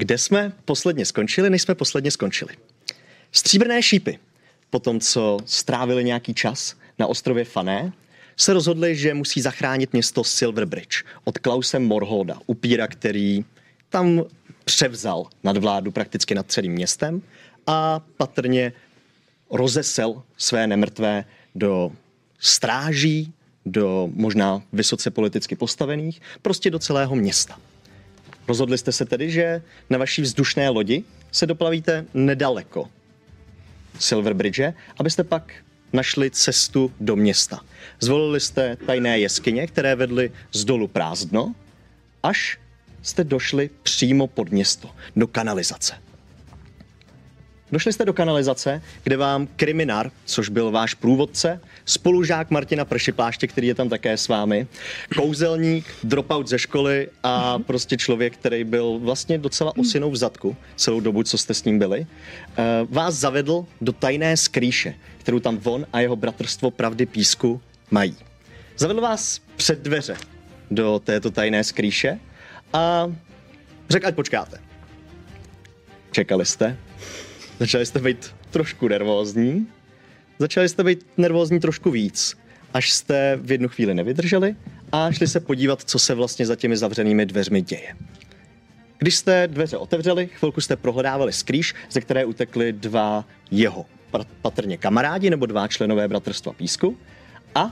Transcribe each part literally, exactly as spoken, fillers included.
Kde jsme posledně skončili, než jsme posledně skončili? Stříbrné šípy, po tom, co strávili nějaký čas na ostrově Fané, se rozhodli, že musí zachránit město Silverbridge od Klause Morholda, upíra, který tam převzal nadvládu prakticky nad celým městem a patrně rozesel své nemrtvé do stráží, do možná vysoce politicky postavených, prostě do celého města. Rozhodli jste se tedy, že na vaší vzdušné lodi se doplavíte nedaleko Silverbridge, abyste pak našli cestu do města. Zvolili jste tajné jeskyně, které vedly z dolu Prázdno, až jste došli přímo pod město, do kanalizace. Došli jste do kanalizace, kde vám kriminar, což byl váš průvodce, spolužák Martina Pršipláště, který je tam také s vámi, kouzelník, dropout ze školy a prostě člověk, který byl vlastně docela osinou v zadku celou dobu, co jste s ním byli, vás zavedl do tajné skrýše, kterou tam on a jeho bratrstvo Pravdy písku mají. Zavedl vás před dveře do této tajné skrýše a řekl, ať počkáte. Čekali jste. Začali jste být trošku nervózní. Začali jste být nervózní trošku víc, až jste v jednu chvíli nevydrželi a šli se podívat, co se vlastně za těmi zavřenými dveřmi děje. Když jste dveře otevřeli, chvilku jste prohledávali skrýš, ze které utekli dva jeho patrně kamarádi nebo dva členové Bratrstva písku a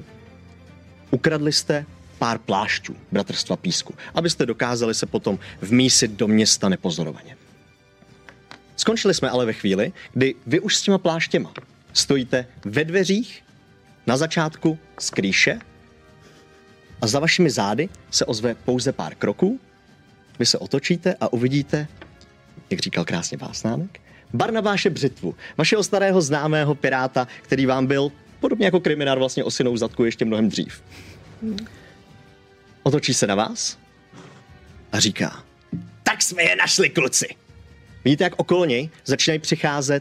ukradli jste pár plášťů Bratrstva písku, abyste dokázali se potom vmísit do města nepozorovaně. Skončili jsme ale ve chvíli, kdy vy už s těma pláštěma stojíte ve dveřích na začátku skrýše a za vašimi zády se ozve pouze pár kroků. Vy se otočíte a uvidíte, jak říkal krásně Básnánek, Barnabáše Břitvu, vašeho starého známého piráta, který vám byl podobně jako kriminár vlastně osinou v zadku ještě mnohem dřív. Otočí se na vás a říká, tak jsme je našli, kluci. Vidíte, jak okolo něj začínají přicházet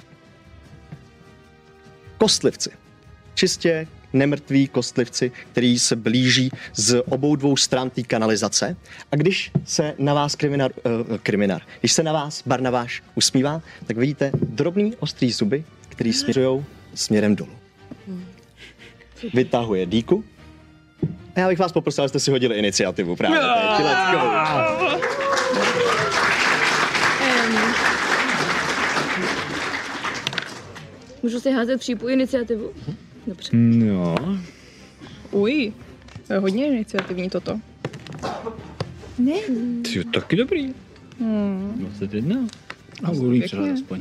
kostlivci. Čistě nemrtví kostlivci, který se blíží z obou dvou stran té kanalizace. A když se na vás kriminár, uh, kriminár, když se na vás Barnabáš usmívá, tak vidíte drobný ostrý zuby, který směřují směrem dolů. Vytahuje dýku. A já bych vás poprosil, abyste si hodili iniciativu právě teď. Let's go. Můžu si házet přípu iniciativu? Dobře. No. Uj, to je hodně iniciativní toto. Ne. Ty jo, taky dobrý. Hmm. dvacet jedna. A volí třeba aspoň.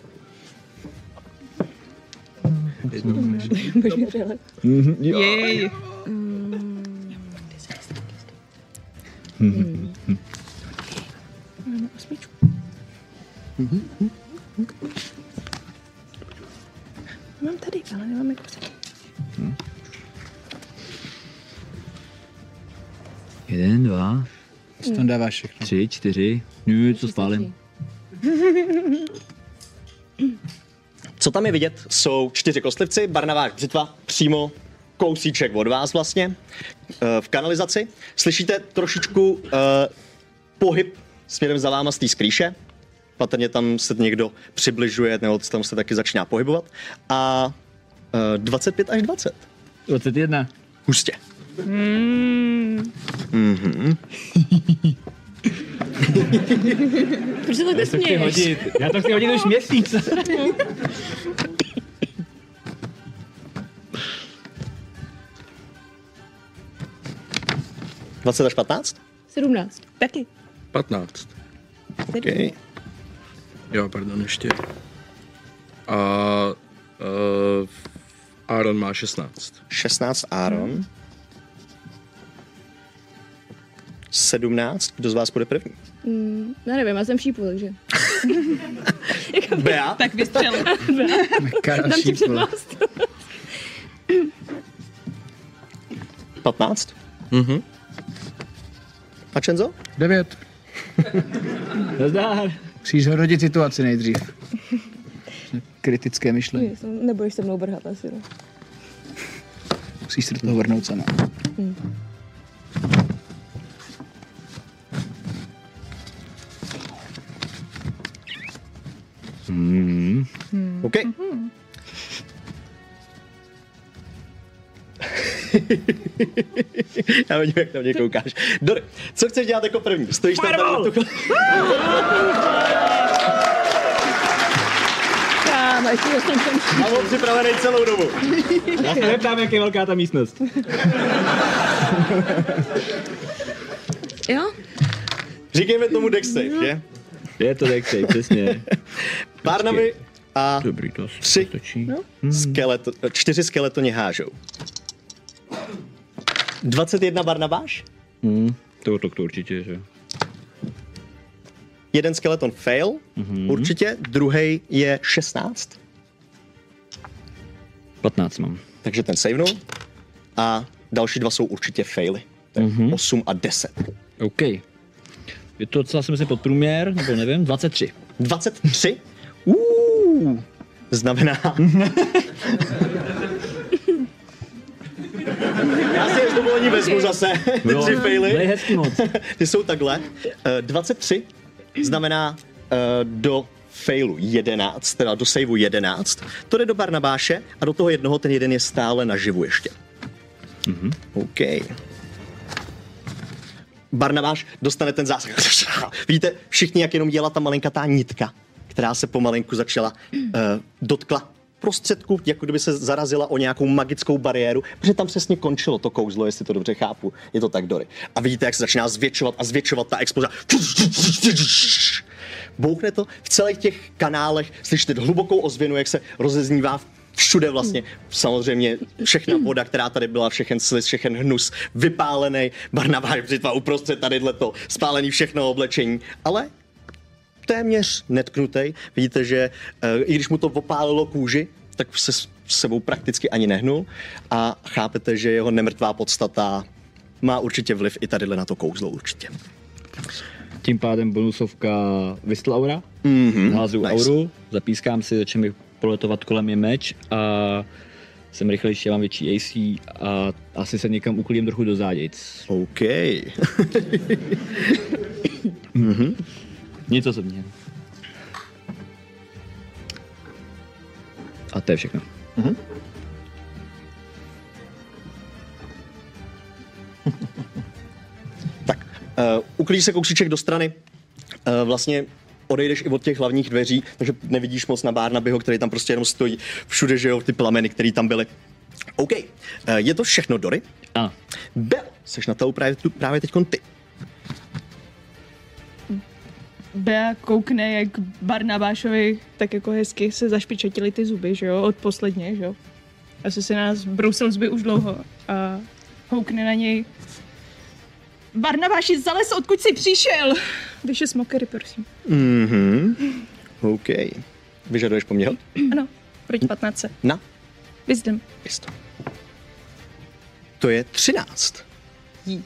Budeš mi přehled. Jej. Máme osmičku. Mám tady, ale nemám jak osmičku. Jeden, dva, Co tam dáváš všechno? tři, čtyři. No, co spálím. Co tam je vidět, jsou čtyři kostlivci, Barnabáš Břitva přímo kousíček od vás vlastně v kanalizaci. Slyšíte trošičku uh, pohyb směrem za váma z té skrýše. Patrně tam se někdo přibližuje, nebo tam se taky začíná pohybovat. A uh, dvacet pět až dvacet. dvacet jedna. Hustě. Mm. Mhm. Proč se takhle směješ? Já to chci hodit už měsíc. dvacet až patnáct? sedmnáct. Taky. patnáct. Okay. Jo, pardon, ještě. A uh, Aaron má šestnáct. šestnáct Aaron. sedmnáct, kdo z vás bude první? Mm, já nevím, já jsem šípu, takže. Bea? Tak vystřel. Dám ti přednost. patnáct? Mhm. A Čenzo? devět. Nazdár. Musíš hodnotit situaci nejdřív. Kritické myšlení. Nebudeš se mnou brhat asi, no. Musíš se do toho vrhnout sama. Hmm. Hmm. OK. Já vidím, jak na mě koukáš. Dory, co chceš dělat jako první? Stojíš tam tady tu... Kámo, ještě jsem tam A on připravený celou dobu. Já se neptám, jak je velká ta místnost. Jo? Říkejme tomu deck save, že? Je to deck save, přesně. Barnaby a Dobrý, to asi tři stačí. skeleto, čtyři skeletoni hážou. dvacet jedna Barnabáš, Hmm. To, to, to určitě, že? jeden skeleton fail, Mhm. určitě, druhý je šestnáct, patnáct mám. takže ten savenul. A další dva jsou určitě faily. Tak Mhm. osm a deset. OK. Je to docela si myslím podprůměr, nebo nevím, dvacet tři. dvacet tři? Uh, znamená... Já si ještě dovolení vezmu zase. Ty tři faily. Byly hezký moc. Ty jsou takhle. Uh, dvacet tři znamená uh, do failu jedenáct, teda do saveu jedenáct. To jde do Barnabáše a do toho jednoho ten jeden je stále naživu ještě. Mhm. OK. Barnabáš dostane ten zásah. Vidíte všichni, jak jenom dělá ta malinkatá nitka, která se pomalinku začala uh, dotkla prostředku, jako kdyby se zarazila o nějakou magickou bariéru, protože tam přesně končilo to kouzlo, jestli to dobře chápu. Je to tak, Dory. A vidíte, jak se začíná zvětšovat a zvětšovat ta exploze. Bouchne to v celých těch kanálech, slyšíte hlubokou ozvěnu, jak se rozeznívá všude vlastně. Samozřejmě všechna voda, která tady byla, všechen sliz, všechen hnus, vypálený, Barnabáš břitva uprostřed tadyhleto, spálený všechno oblečení, ale téměř netknutej. Vidíte, že uh, i když mu to opálilo kůži, tak se s sebou prakticky ani nehnul a chápete, že jeho nemrtvá podstata má určitě vliv i tadyhle na to kouzlo určitě. Tím pádem bonusovka Whistle Aura. Mhm, Nahlázu nice. auru, zapískám si, začne mi poletovat kolem je meč a jsem rychlejší, mám větší A C a asi se někam uklidím trochu do zádějc. OK. Nic osobně. A to je všechno. Tak, uh, uklidíš se kousíček do strany, uh, vlastně odejdeš i od těch hlavních dveří, takže nevidíš moc na Barnabyho, který tam prostě jenom stojí. Všude, že jo, ty plameny, které tam byly. OK, uh, je to všechno, Dory. A, Bel, seš na to právě, tu, právě teďkon ty. Bea koukne, jak Barnabášovi tak jako hezky se zašpičatily ty zuby, že jo, od posledně, že jo. Asi se nás brousil zuby už dlouho a koukne na něj. Barnabáši, zales, odkud jsi přišel? Vyše smokery, prosím. Mhm. OK. Vyžaduješ po mně hod? Ano, proti patnáctce. Na? Wisdom. Jisto. To je třináct. Jí.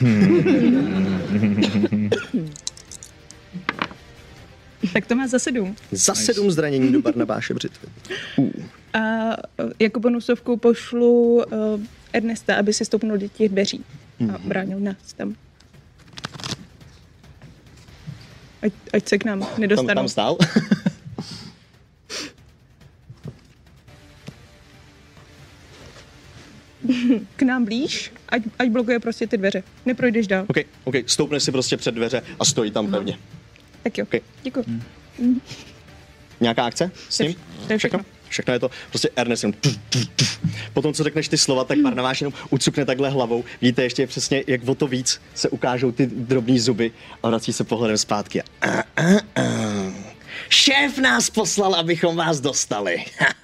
Tak to má za sedm. Za sedm zranění do Barnabáše břitvy. Uh. A e, jako bonusovku pošlu uh, Ernesta, aby si stoupnul do těch dveří a bránil nás tam. Ať, ať se k nám Tam, nedostanou. tam stál. K nám blíž, ať, ať blokuje prostě ty dveře. Neprojdeš dál. OK, OK, stoupne si prostě před dveře a stojí tam pevně. Tak jo, OK. děkuji. Nějaká akce s ním? To je všechno. Všechno je to prostě Ernest jenom tuf, tuf, tuf. Potom, co řekneš ty slova, tak Barnabáš jenom ucukne takhle hlavou. Víte ještě přesně, jak o to víc se ukážou ty drobný zuby a vrací se pohledem zpátky. A, a, a. Šéf nás poslal, abychom vás dostali.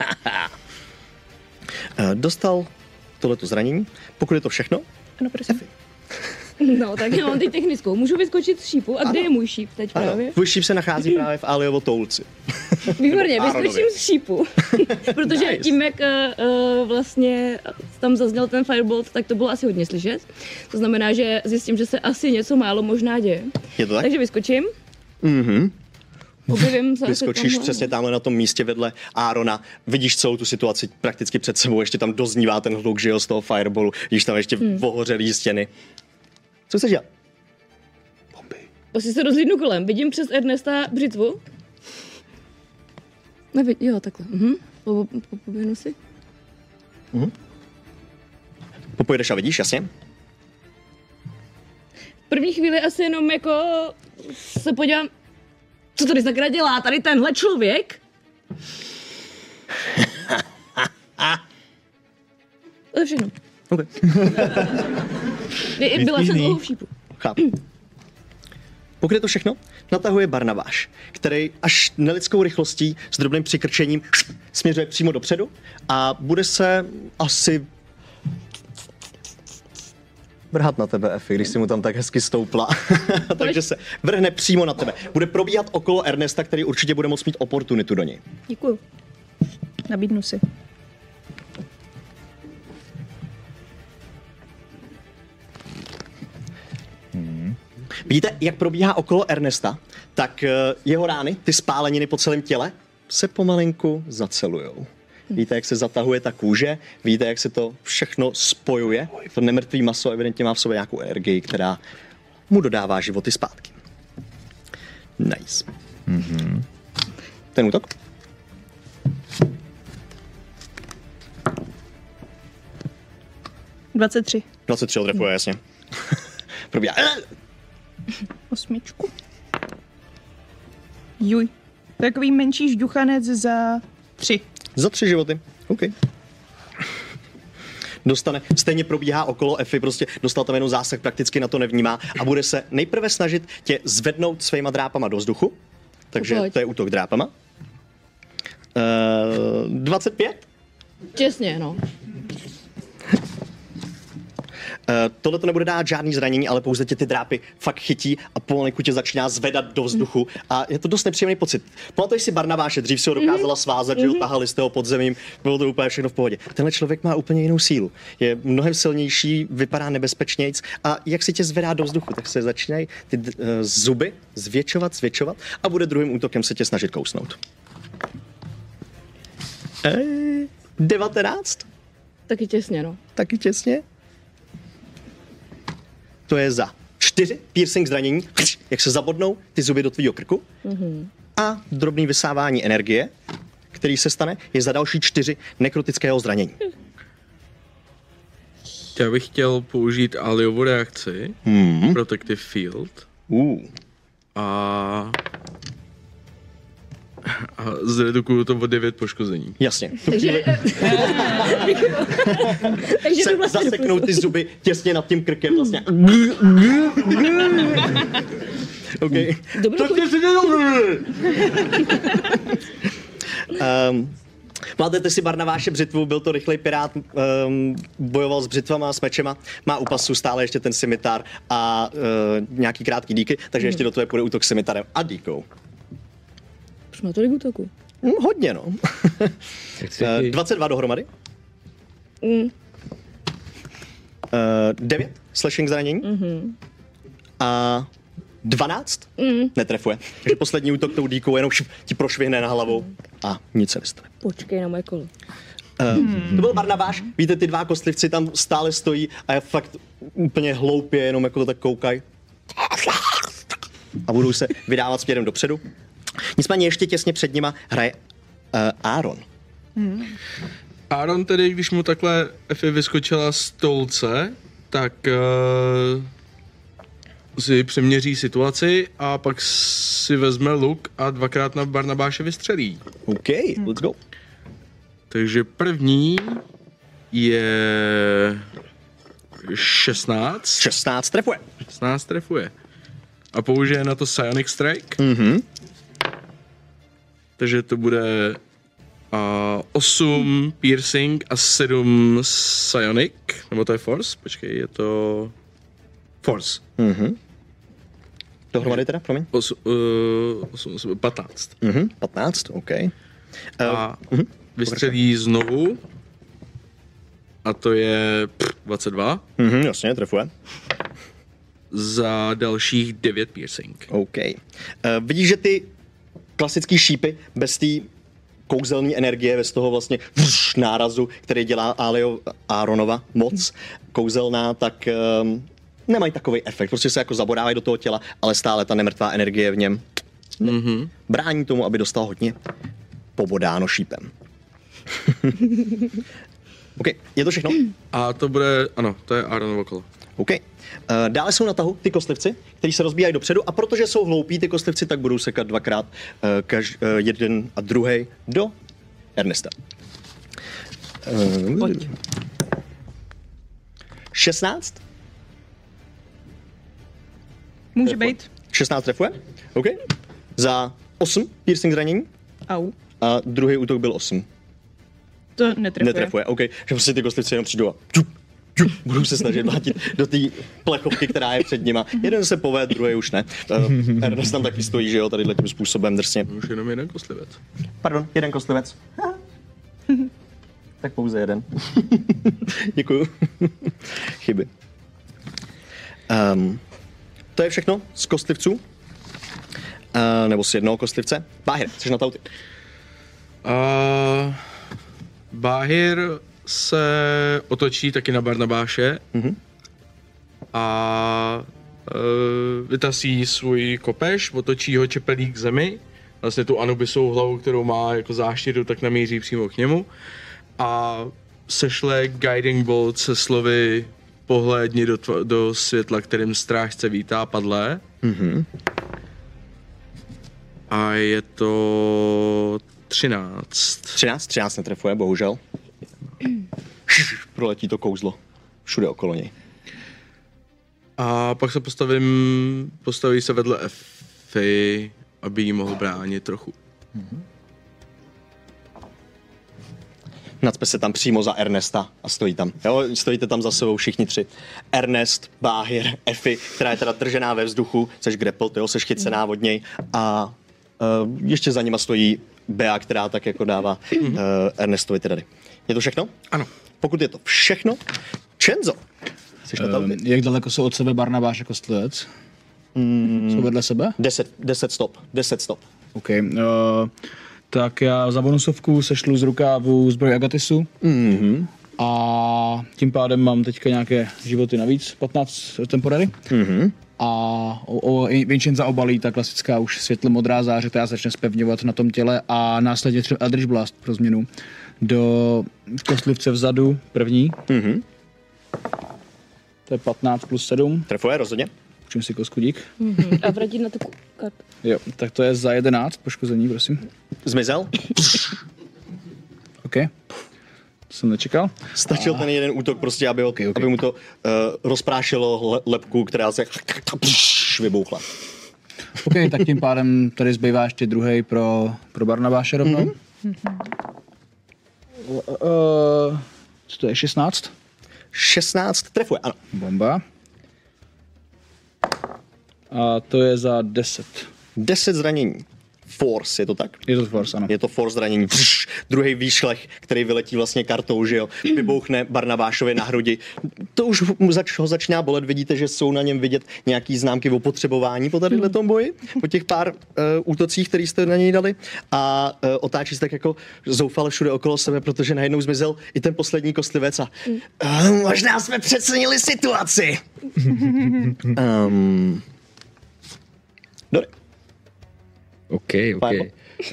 A dostal tohleto zranění. Pokud je to všechno, Ano, prosím. No, tak já mám teď technickou. Můžu vyskočit z šípu? A kde je můj šíp teď ano, právě? tvůj šíp se nachází právě v Aliovo toulci. Výborně, Aaronovi. vyskočím z šípu. Protože Nice. tím, jak uh, vlastně tam zazněl ten firebolt, tak to bylo asi hodně slyšet. To znamená, že zjistím, že se asi něco málo možná děje. Je to tak? Takže vyskočím, Mhm. objevím se Vyskočíš tamhle. přesně tamhle na tom místě vedle Aarona, vidíš celou tu situaci prakticky před sebou, ještě tam doznívá ten hluk, že jo, z toho fireballu, vidíš tam ještě hmm. ohořelý stěny. Co chceš dělat? Bomby. Asi se rozhlídnu kolem, vidím přes Ernesta břitvu. Nevi, jo, takhle. Mhm. Po, po, po, poběhnu si. Popojedeš a vidíš, jasně? V první chvíli asi jenom jako se podívám, co tady sakra dělá tady tenhle člověk? To je všechno. Okay. Byla jsem dlouho v šípu. Chápu. Pokud je to všechno, natahuje Barnabáš, který až nelidskou rychlostí s drobným přikrčením směřuje přímo dopředu a bude se asi vrhat na tebe, Efi, když si mu tam tak hezky stoupla. Takže se vrhne přímo na tebe. Bude probíhat okolo Ernesta, který určitě bude moct mít oportunitu do něj. Děkuju. Nabídnu si. Vidíte, jak probíhá okolo Ernesta, tak jeho rány, ty spáleniny po celém těle, se pomalinku zacelujou. Víte, jak se zatahuje ta kůže, víte, jak se to všechno spojuje. To nemrtvý maso evidentně má v sobě nějakou energii, která mu dodává životy zpátky. Nice. Mm-hmm. Ten útok? dvacet tři. dvacet tři odrefuje, jasně. Probíhá. Osmičku. Juj. Takový menší žduchanec za tři. Za tři životy. OK. Dostane, stejně probíhá okolo Efy, prostě dostal tam jenom zásah, prakticky na to nevnímá a bude se nejprve snažit tě zvednout svýma drápama do vzduchu. Takže Pojď. to je útok drápama. Uh, dvacet pět? Těsně, no. Uh, tohle to nebude dát žádný zranění, ale pouze tě ty drápy fakt chytí a pomalinku tě začíná zvedat do vzduchu a je to dost nepříjemný pocit. Pamatuješ si Barnabáše, dřív si ho dokázala svázat, že ho tahali jste ho pod zemím, bylo to úplně všechno v pohodě. Tenhle člověk má úplně jinou sílu. Je mnohem silnější, vypadá nebezpečnějc a jak si tě zvedá do vzduchu, tak se začínají ty uh, zuby zvětšovat, zvětšovat a bude druhým útokem se tě snažit kousnout. Ej, devatenáct? Taky těsně, no. Taky těsně. To je za čtyři piercing zranění, jak se zabodnou ty zuby do tvýho krku. Mm-hmm. A drobný vysávání energie, který se stane, je za další čtyři nekrotického zranění. Já bych chtěl použít Aliovu reakci, Hmm. Protective Field, Uh. a, a zredukuju to o devět poškození. Jasně. Takže... Takže Se to vlastně zaseknou ty zuby těsně nad tím krkem vlastně. Okay. Dobrou chuť. um, Pamatujete si Barnabáše břitvu, byl to rychlej pirát, um, bojoval s břitvama, s mečema, má u pasu stále ještě ten simitar a uh, nějaký krátký díky, takže ještě do toho půjde útok simitarem a díkou. Už má tolik útoků. Hm, hodně, no. Tak si Uh, dvacet dva dohromady. Mm. Uh, devět slashing zranění. Mm-hmm. A dvanáct Mm. netrefuje. Takže poslední útok tou díkou jenom šup, ti prošvihne na hlavu a nic se nestane. Počkej na moje kolo. Uh, to byl Barnabáš, víte, ty dva kostlivci tam stále stojí a je fakt úplně hloupě, jenom jako tak koukaj. A budou se vydávat směrem dopředu. Nicméně ještě těsně před nima hraje uh, Aaron. Aaron tedy, když mu takhle Effie vyskočila z stolce, tak uh, si přeměří situaci a pak si vezme luk a dvakrát na Barnabáše vystřelí. OK, let's go. Takže první je šestnáct. šestnáct trefuje. šestnáct trefuje. A použije na to Psionic Strike. Mhm. Takže to bude uh, osm piercing a sedm psionic, nebo to je force? Počkej, je to force. Mhm. Dohromady teda, promiň. Os, uh, osm, osm, patnáct. Mhm, patnáct, OK. Uh, A vystřelí znovu. A to je pff, dvacet dva. mhm, jasně, trefuje. Za dalších devět piercing. OK. Uh, vidíš, že ty klasický šípy bez té kouzelné energie, bez toho vlastně vš, nárazu, který dělá Alio Aaronova moc kouzelná, tak um, nemají takový efekt. Prostě se jako zabodávají do toho těla, ale stále ta nemrtvá energie v něm Mhm. brání tomu, aby dostal hodně pobodáno šípem. OK, je to všechno? A to bude, ano, to je Aaronovo kolo. OK. Uh, dále jsou na tahu ty kostlivci, kteří se rozbíjají dopředu a protože jsou hloupí ty kostlivci, tak budou sekat dvakrát uh, kaž, uh, jeden a druhý do Ernesta. Uh, Pojď. šestnáct? Může být. šestnáct trefuje? OK. Za osm piercing zranění Au. a druhý útok byl osm. To netrefuje. Netrefuje, OK. Že prostě ty kostlivci jenom přijdou a čup, čup, budou se snažit mlátit do té plechovky, která je před nima. Jeden se povede, druhý už ne. Uh, Ernest tam taky stojí, že jo, tadyhle tím způsobem drsně. Už jenom jeden kostlivec. Pardon, jeden kostlivec. Tak pouze jeden. Děkuju. Chyby. Um, to je všechno z kostlivců. Uh, nebo z jednoho kostlivce. Báhir, jsi na tauty. Uh, Báhir se otočí taky na Barnabáše Mhm. a uh, vytasí svůj kopeš, otočí ho čepelí k zemi, vlastně tu Anubisovou hlavu, kterou má jako záštitu, tak namíří přímo k němu a sešle Guiding Bolt se slovy pohlédni do, tvo- do světla, kterým strážce vítá padlé. Mhm. A je to třináct. třináct, třináct netrefuje, bohužel. Proletí to kouzlo. Všude okolo něj. A pak se postavím, postaví se vedle Effy, aby jí mohl bránit trochu. Nacpe se tam přímo za Ernesta a stojí tam. Jo, stojíte tam za sebou všichni tři. Ernest, Báhir, Effy, která je teda držená ve vzduchu, seš grappled, jo, seš chycená od něj a uh, ještě za nima stojí Bea, která tak jako dává uh, Ernestovi ty rady. Je to všechno? Ano. Pokud je to všechno, Čenzo, jsi na Um, um, jak daleko jsou od sebe Barnabáš a Kostlivec? Mm. Jsou vedle sebe? deset, deset stop, deset stop. OK. Uh, tak já za bonusovku sešlu z rukávu zbroj Agatisu. Mhm. A tím pádem mám teďka nějaké životy navíc, patnáct temporary. Mhm. A o, o Vincenza obalí ta klasická už světle modrá záře, která začne zpevňovat na tom těle a následně třeba Eldritch Blast pro změnu do kostlivce vzadu, první. Mhm. To je patnáct plus sedm, Trefuje, rozhodně. učím si kostku dík. Mhm. A vrátit na tu kartu. Jo, tak to je za jedenáct poškození, prosím. Zmizel. OK. To jsem nečekal. Stačil ten jeden útok prostě, aby, ho, okay, okay. aby mu to uh, rozprášilo le- lepku, která se vybouchla. OK, tak tím pádem tady zbývá ještě druhý pro, pro Barnabáše rovnou. Mm-hmm. Uh, uh, co to je, šestnáct? šestnáct trefuje, ano. Bomba. A to je za deset. deset zranění. Force, je to tak? Je to force, ano. Je to force zranění. Pš, druhý výšlech, který vyletí vlastně kartou, že jo. Vybouchne Barnabášovi na hrudi. To už mu zač, ho začíná bolet. Vidíte, že jsou na něm vidět nějaký známky o potřebování po tadyhle tom boji. Po těch pár uh, útocích, který jste na něj dali. A uh, otáčí se tak jako zoufale všude okolo sebe, protože najednou zmizel i ten poslední kostlivec a uh, možná jsme přecenili situaci. um, Dory. OK, OK. Fireball.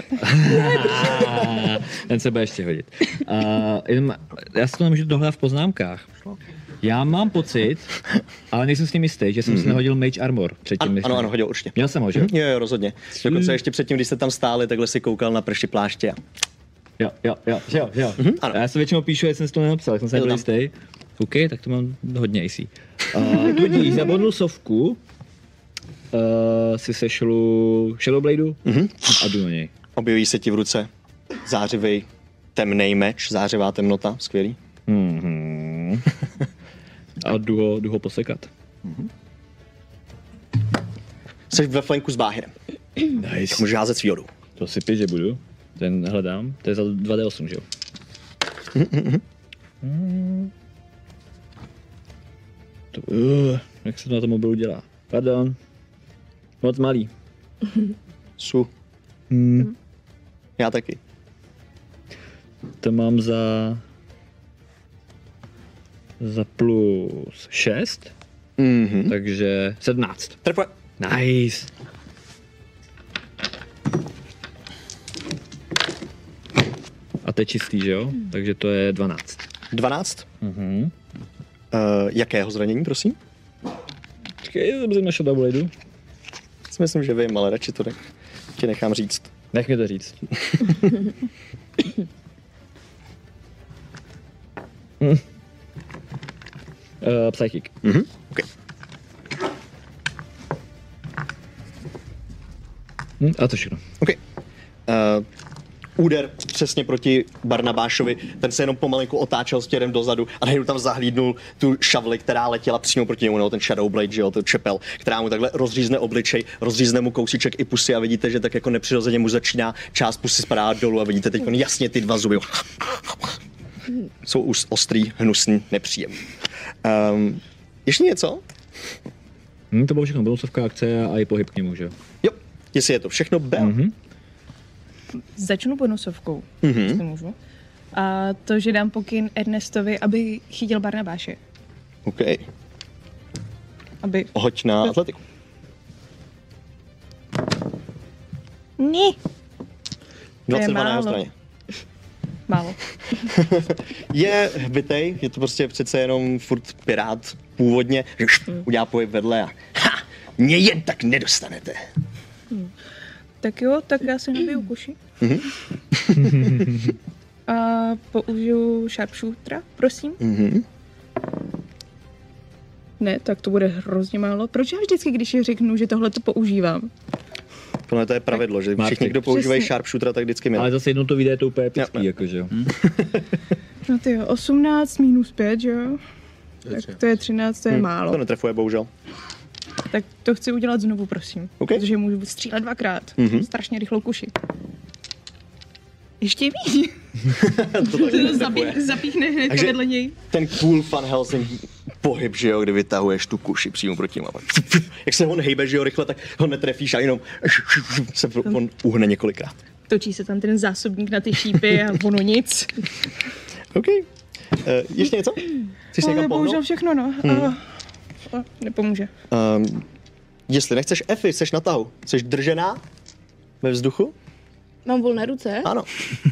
Ten se bude ještě hodit. Uh, jenom, já si to nemůžu dohledat v poznámkách. Já mám pocit, ale nejsem s ním jistý, že jsem si nahodil Mage Armor předtím. Ano, než ano, jsem- ano, hodil určitě. Měl jsem ho, že? Jo, jo, rozhodně. Dokonce ještě předtím, když jste tam stáli, takhle si koukal na prši pláště. A... Jo, jo, jo, že jo, že jo. ano. Já se většinou píšu, že jsem si to nenapsal, jak jsem se Je to nebyl tam. jistý. OK, tak to mám hodně jistý. Uh, tudíž za bonusovku uh, si sešlu Shadowbladeu a jdu na něj. Objeví se ti v ruce zářivý temnej meč, zářivá temnota, skvělý. Mm-hmm. A jdu ho, jdu ho posekat. Jsi ve flanku s Báhirem. Nice. Můžeš házet s výhodou. To si pět, že budu. Ten hledám. To je za dva dé osm, že jo? Mm. To, uh, jak se to na tom mobilu dělá? Pardon. Moc malý. Su. Hmm. Já taky. To mám za... za plus šest, Mhm. takže sedmnáct. Trefuje. Nice. A to je čistý, že jo? Takže to je dvanáct. dvanáct? Mhm. Uh, jakého zranění, prosím? Počkej, jsem našel double aidu. Si myslím, že vím, ale radši to ne- ti nechám říct. Nech mi to říct. hm. uh, psychic. Mhm, okay. Hm, a to všechno. Okay. Uh, úder přesně proti Barnabášovi, ten se jenom pomalinku otáčel směrem dozadu a najednou tam zahlídnul tu šavli, která letěla přímo proti němu, no, ten Shadowblade, že jo, to čepel, která mu takhle rozřízne obličej, rozřízne mu kousíček i pusy a vidíte, že tak jako nepřirozeně mu začíná část pusy spadat dolů a vidíte teď jasně ty dva zuby. Jsou už ostrý, hnusný, nepříjemný. Um, ještě něco? Hm, to bylo všechno bonusovka akce a i pohyb k němu, že jo? Jo, jestli je to všechno, Bel. Mhm. Začnu bonusovkou, Mhm. jestli můžu. A to, že dám pokyn Ernestovi, aby chytil Barnabáše. OK. Aby... Hoď na atletiku. Ne. dvacet dva na jeho málo. straně. Málo. Je hbitej, je to prostě přece jenom furt pirát původně, že št, udělá pohyb vedle a ha, mě jen tak nedostanete. Tak jo, tak já se nabiju kuši. Mhm. A použiju sharpshootera, prosím. Mhm. Ne, tak to bude hrozně málo. Proč já vždycky, když je řeknu, že tohle to používám? Tohle to je pravidlo, že Marky. všichni, kdo používají Přesně. sharpshootera, tak vždycky měl. Ale zase jednou to vyjde, je to úplně Jo, pický, ne. jakože jo. No ty jo, osmnáct minus pět, že jo? Tak to je třináct, to je Hm, málo. To netrefuje, bohužel. Tak to chci udělat znovu, prosím. OK. Protože můžu střílet dvakrát. Mhm. Strašně rychlou kuši. Ještě víc. to taky netrefuje. Zapí, zapíchne hned Takže- vedle něj. Ten cool Van Helsing pohyb, že jo, kdy vytahuješ tu kuši přímo proti němu. Jak se on hejbe, že jo, rychle, tak ho netrefíš a jenom se on uhne několikrát. Točí se tam ten zásobník na ty šípy a ono nic. OK. Uh, ještě něco? Chceš se Ale někam bohužel pohnout? všechno, no. Hmm. A, a nepomůže. Um, jestli nechceš Efi, jsi na tahu. Jsi držená ve vzduchu? Mám volné ruce, Ano.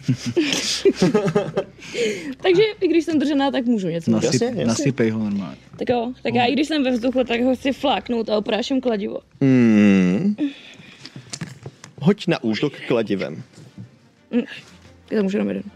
takže i když jsem držená, tak můžu něco. Jasně, Nasyp, jasně. nasypej ho normálně. Tak jo, tak já i když jsem ve vzduchu, tak ho chci fláknout a opráším kladivo. Hmm. Hoď na útok kladivem. Já to můžu jenom jeden.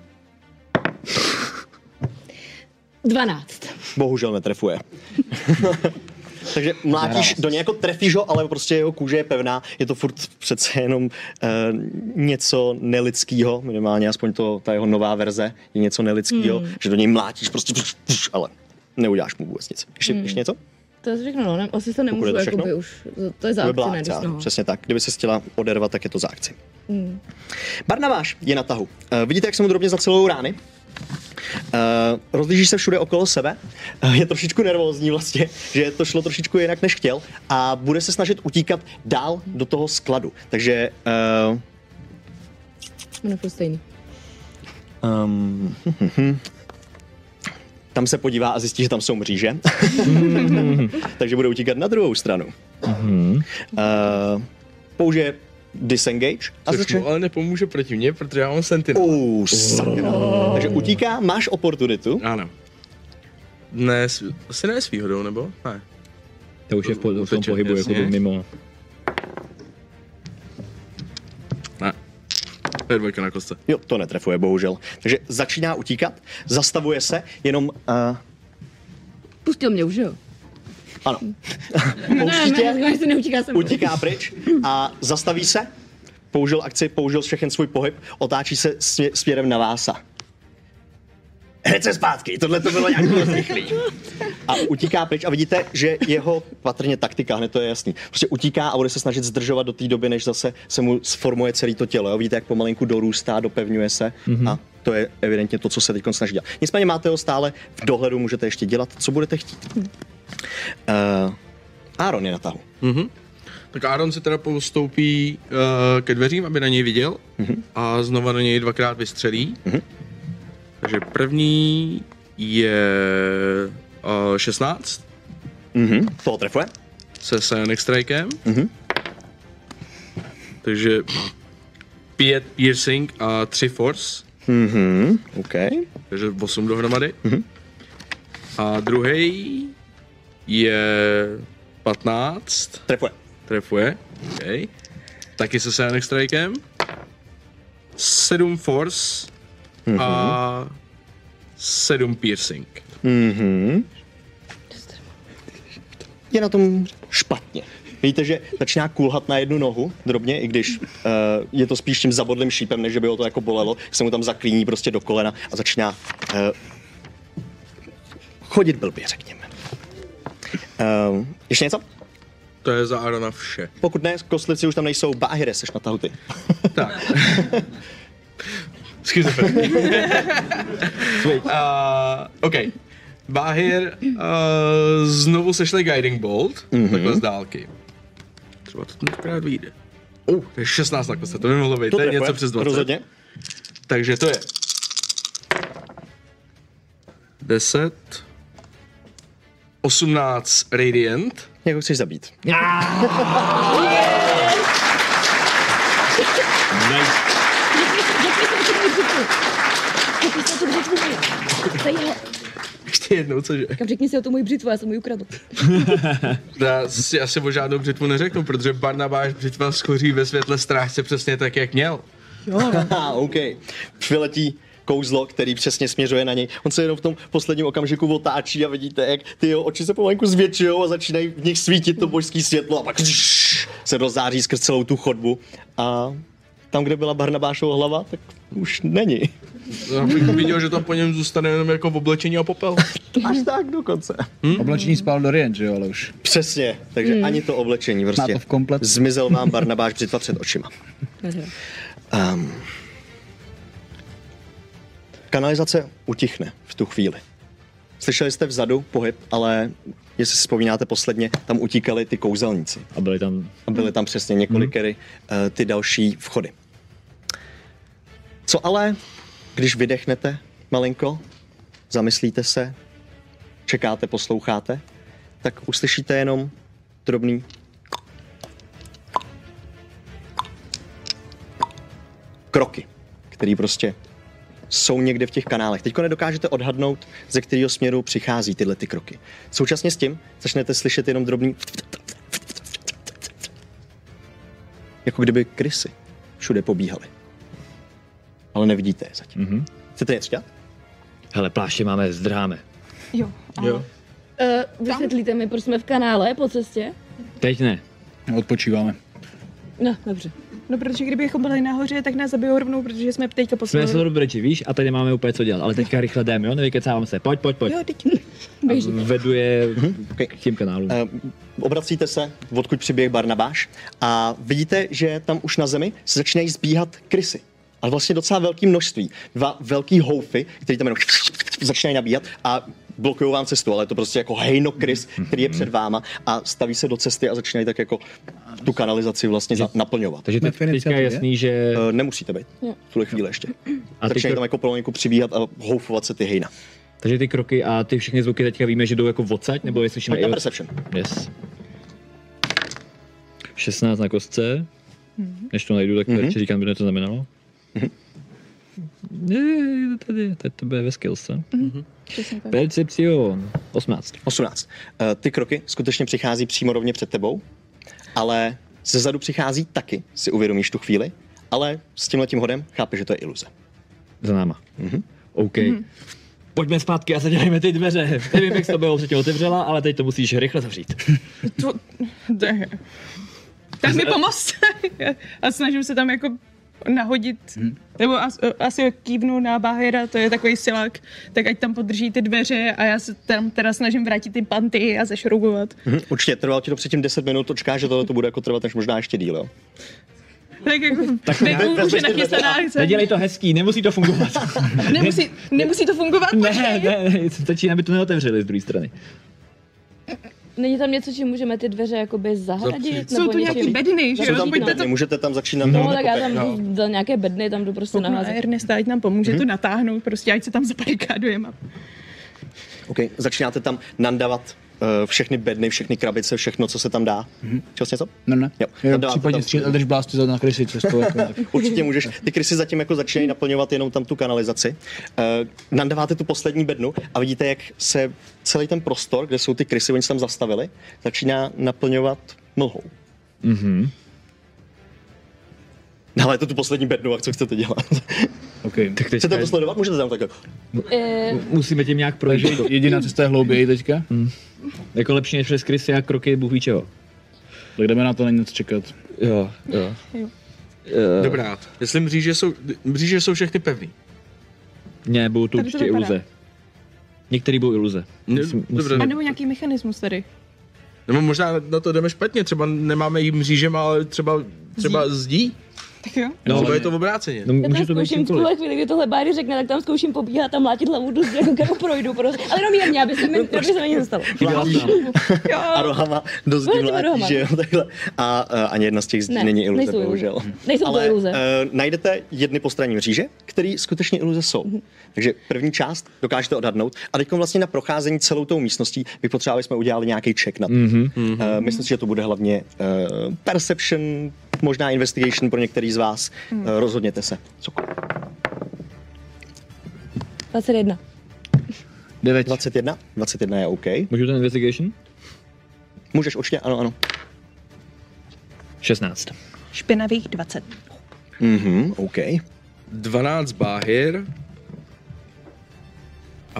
dvanáct. Bohužel netrefuje. Takže mlátíš do něj, jako trefíš ho, ale prostě jeho kůže je pevná. Je to furt přece jenom uh, něco nelidského, minimálně aspoň to, ta jeho nová verze je něco nelidského, hmm. že do něj mlátíš prostě, ale neuděláš mu vůbec nic. Ještě, hmm. ještě něco? To je všechno, no, ne, asi to je nemůžu, to všechno? jakoby už, to je za To by akci, byla ne, akce, když- ano, no. přesně tak. Kdyby se chtěla odervat, tak je to za akci. Hmm. Barnabáš je na tahu. Uh, vidíte, jak se mu drobně zacelují rány? Uh, rozlíží se všude okolo sebe, uh, je trošičku nervózní vlastně, že to šlo trošičku jinak, než chtěl a bude se snažit utíkat dál do toho skladu. Takže uh, Ono je stejný. um, tam se podívá a zjistí, že tam jsou mříže. Takže bude utíkat na druhou stranu. Uh, použije disengage a Což začne... mu ale nepomůže proti mně, protože já mám sentinel. Uh, sakra. Takže utíká, máš oportunitu. Ano. Ne, s- asi ne s výhodou, nebo? Ne. To už je v, po, v tom Uteče, pohybu jasně. jako mimo. Ne. To je dvojka na kostce. Jo, to netrefuje, bohužel. Takže začíná utíkat, zastavuje se, jenom... Uh, Pustil mě už, jo? ano. Ne, Pouští tě, ne, ne, se neutíká se mnou. utíká pryč a zastaví se, použil akci, použil všechen svůj pohyb, otáčí se smě- směrem na Vása. Hned se zpátky, tohle to bylo nějak moc rychlý. A utíká pryč a vidíte, že jeho patrně taktika, hned to je jasný, prostě utíká a bude se snažit zdržovat do té doby, než zase se mu sformuje celé to tělo. Jo? Vidíte, jak pomalinku dorůstá, dopevňuje se mm-hmm. a to je evidentně to, co se teď snaží dělat. Nicméně máte ho stále v dohledu, můžete ještě dělat, co budete chtít. Uh, Aaron je na tahu. Mhm. Tak Aaron si teda postoupí uh, ke dveřím, aby na něj viděl Mhm. a znova na něj dvakrát vystřelí. Mhm. Takže první je uh, šestnáct Mhm. Toho trefuje. se Psionic Strikem, Mhm. takže pět piercing a tři force. Mhm, OK. Takže osm dohromady. Mhm. A druhý je patnáct. Trefuje. Trefuje. Okay. Taky se Psionic Strikem. sedm force Mhm. a sedm piercing. Mhm. Je na tom špatně. Víte, že začíná kulhat na jednu nohu, drobně, i když uh, je to spíš tím zabodlým šípem, než by ho to jako bolelo, se mu tam zaklíní prostě do kolena a začíná uh, chodit blbě, řekněme. Uh, ještě něco? To je za Arona vše. Pokud ne, kostlivci už tam nejsou. Báhyre, seš na tahu ty. Tak. Schizofrenie. uh, OK. Báhir uh, znovu sešle Guiding Bolt, mm-hmm. takhle z dálky. Třeba to tentokrát vyjde. Uh, to je šestnáct na kostce, to by mohlo být, to, to je něco přes dvacet. Rozhodně. Takže to je deset, osmnáct Radiant. Jak ho chceš zabít? Ještě jednou, cože? Kam řekni si o tu moji břitvu, já jsem ji ukradl. Já si asi o žádnou břitvu neřeknu, protože Barnabáš břitva schoří ve světle strážce přesně tak, jak měl. Haha, OK. Přiletí kouzlo, který přesně směřuje na něj. On se jenom v tom posledním okamžiku otáčí a vidíte, jak ty jeho oči se pomalinku zvětšují a začínají v nich svítit to božské světlo a pak se rozáří skrz celou tu chodbu. A tam, kde byla Barnabášova hlava, tak už není. Já bych viděl, že tam po něm zůstane jenom jako v oblečení a popel. Až tak dokonce. Hmm? Oblečení spál Dorian, že jo, ale už. Přesně, takže hmm. ani to oblečení prostě. Má to v komplet. Zmizel vám Barnabáš břitva před očima. Um, kanalizace utichne v tu chvíli. Slyšeli jste vzadu pohyb, ale jestli si vzpomínáte posledně, tam utíkali ty kouzelníci. A byli tam... A byly tam přesně několikery hmm. uh, ty další vchody. Co ale, když vydechnete malinko, zamyslíte se, čekáte, posloucháte, tak uslyšíte jenom drobný kroky, který prostě jsou někde v těch kanálech. Teďko nedokážete odhadnout, ze kterého směru přichází tyhle ty kroky. Současně s tím začnete slyšet jenom drobný jako kdyby krysy všude pobíhaly. Ale nevidíte je zatím. Mm-hmm. Chcete něco dělat? Hele, pláště máme, zdrháme. Jo. Jo. Uh, vysvětlíte mi, proč jsme v kanále po cestě? Teď ne. Odpočíváme. No, dobře. No, protože kdybychom byli nahoře, tak nás zabijou rovnou, protože jsme teďka Jsme poslali. se do Bridge, víš, a teď nemáme úplně co dělat, ale teďka rychle jdeme, jo, nevykecáváme se, pojď, pojď, pojď. Jo, teď. Běží. Vedu je Okay. k těm kanálům. Uh, obracíte se, odkud přiběh Barnabáš a vidíte, že tam už na zemi se začínají zbíhat krysy. Ale vlastně docela velké množství. Dva velký houfy, který tam jenom začínají nabíhat a blokují vám cestu, ale je to prostě jako hejno krys, který je před váma a staví se do cesty a začínají tak jako tu kanalizaci vlastně za- naplňovat. Takže teď, teďka je jasný, že... Uh, nemusíte být v tuhle chvíli ještě. A ty Začínají kro- tam jako pomalinku přibíhat a houfovat se ty hejna. Takže ty kroky a ty všechny zvuky teďka víme, že jdou jako odsaď, nebo jestli slyšíme Pojď na i od... perception. Yes. šestnáct na kostce. Než to najdu, tak mm-hmm. říkám, by to znamenalo. Mhm. Ne, tady, tady to bude ve skills, co? Mm-hmm. Přesně tak. Percepcion. osmnáct. osmnáct. Uh, ty kroky skutečně přichází přímo rovně před tebou, ale ze zadu přichází taky, si uvědomíš tu chvíli, ale s tímhletím hodem chápeš, že to je iluze. Za náma. Mhm. OK. Mm-hmm. Pojďme zpátky a zadělejme ty dveře. Nevím, jak jsi to bylo předtím otevřela, ale teď to musíš rychle zavřít. To, to je... Tak mi pomoz. A snažím se tam jako nahodit, hmm. nebo as, asi kývnu na Báhyra, to je takový silák, tak ať tam podrží ty dveře a já se tam teda snažím vrátit ty panty a zašroubovat. Mhm. Určitě, trvalo ti to předtím deset minut, očekáš, že tohle to bude jako trvat než možná ještě díl, jo? Tak jako, tak už je nachystaná akce. Nedělej to hezký, nemusí to fungovat. Nemusí, nemusí to fungovat? Ne, ne, ne, stačí, aby to neotevřeli z druhé strany. Není tam něco, čím můžeme ty dveře jakoby zahradit? Jsou tu nějaký bedny, že Jsou jo? tam Pojďte bedny, můžete tam začínat. No, tak já tam jdu do nějaké bedny, tam jdu prostě Pokud naházet. Ernesta, ať nám pomůže hmm. to natáhnout, prostě ať se tam zabarikádujeme. OK, začínáte tam nandavat všechny bedny, všechny krabice, všechno, co se tam dá. Mm-hmm. Čas něco? No ne. Jo. Jo, Tam v dáváte případě tam- střílet Eldritch Blasty na krysy cestou. Jako, tak. Určitě můžeš. Ty krysy zatím jako začínají naplňovat jenom tam tu kanalizaci. Uh, nandáváte tu poslední bednu a vidíte, jak se celý ten prostor, kde jsou ty krysy, oni se tam zastavili, začíná naplňovat mlhou. Mhm. Dáváte tu poslední bednu a co chcete dělat? Okay. Tak teďka Chcete je- to sledovat? Můžete tam takhle. Eh, musíme tím nějak projít. Takže jediná cesta je hlouběji teďka. Jako lepší než přes krysy a kroky Bůh ví čeho. Tak jdeme na to, není nic čekat. Jo, jo. Jo. Eh, Dobrá, jestli mříže jsou, mříže jsou všechny pevný. Ne, budou to Tak to určitě vypadá. iluze. Některý budou iluze. Ne, Musím- dobře. A nebo nějaký mechanismus tady. Nebo možná na to jdeme špatně, třeba nemáme jí mřížem, ale třeba, třeba zdí. Tak jo. No, Třeba ale- je to v obráceně. No, Já může tam to být zkouším v cokoliv. tuhle chvíli, kdy tohle Báry řekne, tak tam zkouším pobíhat a mlátit hlavu do zdi, jako kterou projdu prostě. Ale jenom jemně, aby se mi, aby se mi nic nestalo. Mlátíš a rohama do zdí Mlátím mlátíš, rohama. že jo, takhle. A uh, ani jedna z těch zdí Ne, není iluze, nejsou iluze. bohužel. Nejsou to Ale iluze. Uh, najdete jedny postranní mříže, které skutečně iluze jsou. Takže první část dokážete odhadnout. A teď vlastně na procházení celou tou místností bych potřebovali, jsme udělali nějaký check na to. Mm-hmm. Uh, myslím si, že to bude hlavně uh, perception, možná investigation pro některý z vás. Uh, rozhodněte se. Cokoliv. dvacet jedna. Devět. dvacet jedna? dvacet jedna je OK. Můžu ten investigation? Můžeš určitě, ano, ano. šestnáct. Špinavých dvacet. Mhm, OK. dvanáct báhir. A...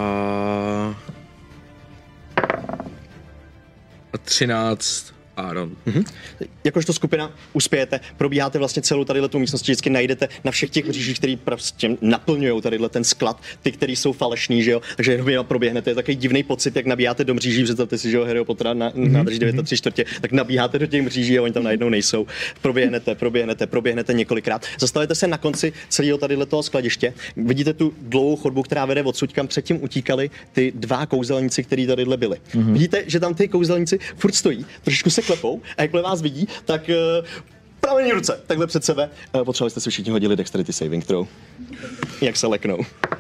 A třináct Aaron. Jakožto skupina uspějete, probíháte vlastně celou tady tu místnost, vždycky najdete na všech těch mřížích, který prostě naplňují tady ten sklad, ty, který jsou falešní, že jo, takže jenom je proběhnete, je takový divný pocit, jak nabíháte do mříží, představte si, že jo, Harryho Pottera na nádrž devět a tři čtvrtě, tak nabíháte do těch mříží a oni tam najednou nejsou. Proběhnete, proběhnete, proběhnete několikrát. Zastavujete se na konci celého tady toho skladiště. Vidíte tu dlouhou chodbu, která vede odsud, kam předtím utíkali ty dva kouzelníci, kteří tady byli. Mm-hmm. Vidíte, že tam ty kouzelníci furt stojí, trošičku se klepou a jakmile vás vidí, tak uh, pramení ruce, takhle před sebe. Uh, potřebovali jste si všichni hodili dexterity saving throw. Jak se leknou.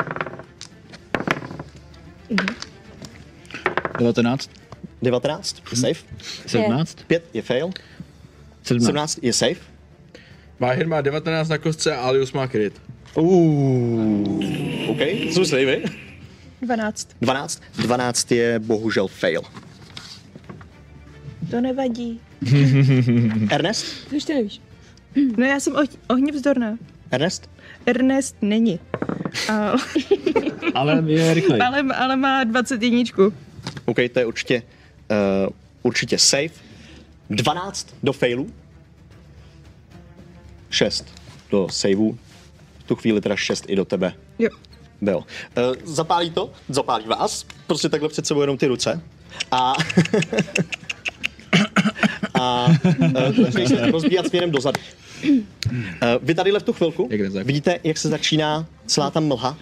devatenáct. devatenáct je safe. sedmnáct? pět je fail. sedmnáct. sedmnáct je safe. Báhir má devatenáct na kostce a Alius má kryt. Uh, OK, co jsi vy? dvanáct. dvanáct. dvanáct je bohužel fail. To nevadí. Ernest? To ještě nevíš. No já jsem oh- ohňovzdorná. Ernest? Ernest není. A, Ale je rychlej. ale, ale má dvacet jedničku. OK, to je určitě, uh, určitě safe. dvanáct do failu. šest do saveu. V tu chvíli teda šest i do tebe. Jo. Byl. Uh, zapálí to, zapálí vás, prostě takhle před sebou jenom ty ruce. A, a uh, začne se rozbíhat směrem dozadu. Uh, vy tadyhle v tu chvilku Jak nezak. vidíte, jak se začíná celá ta mlha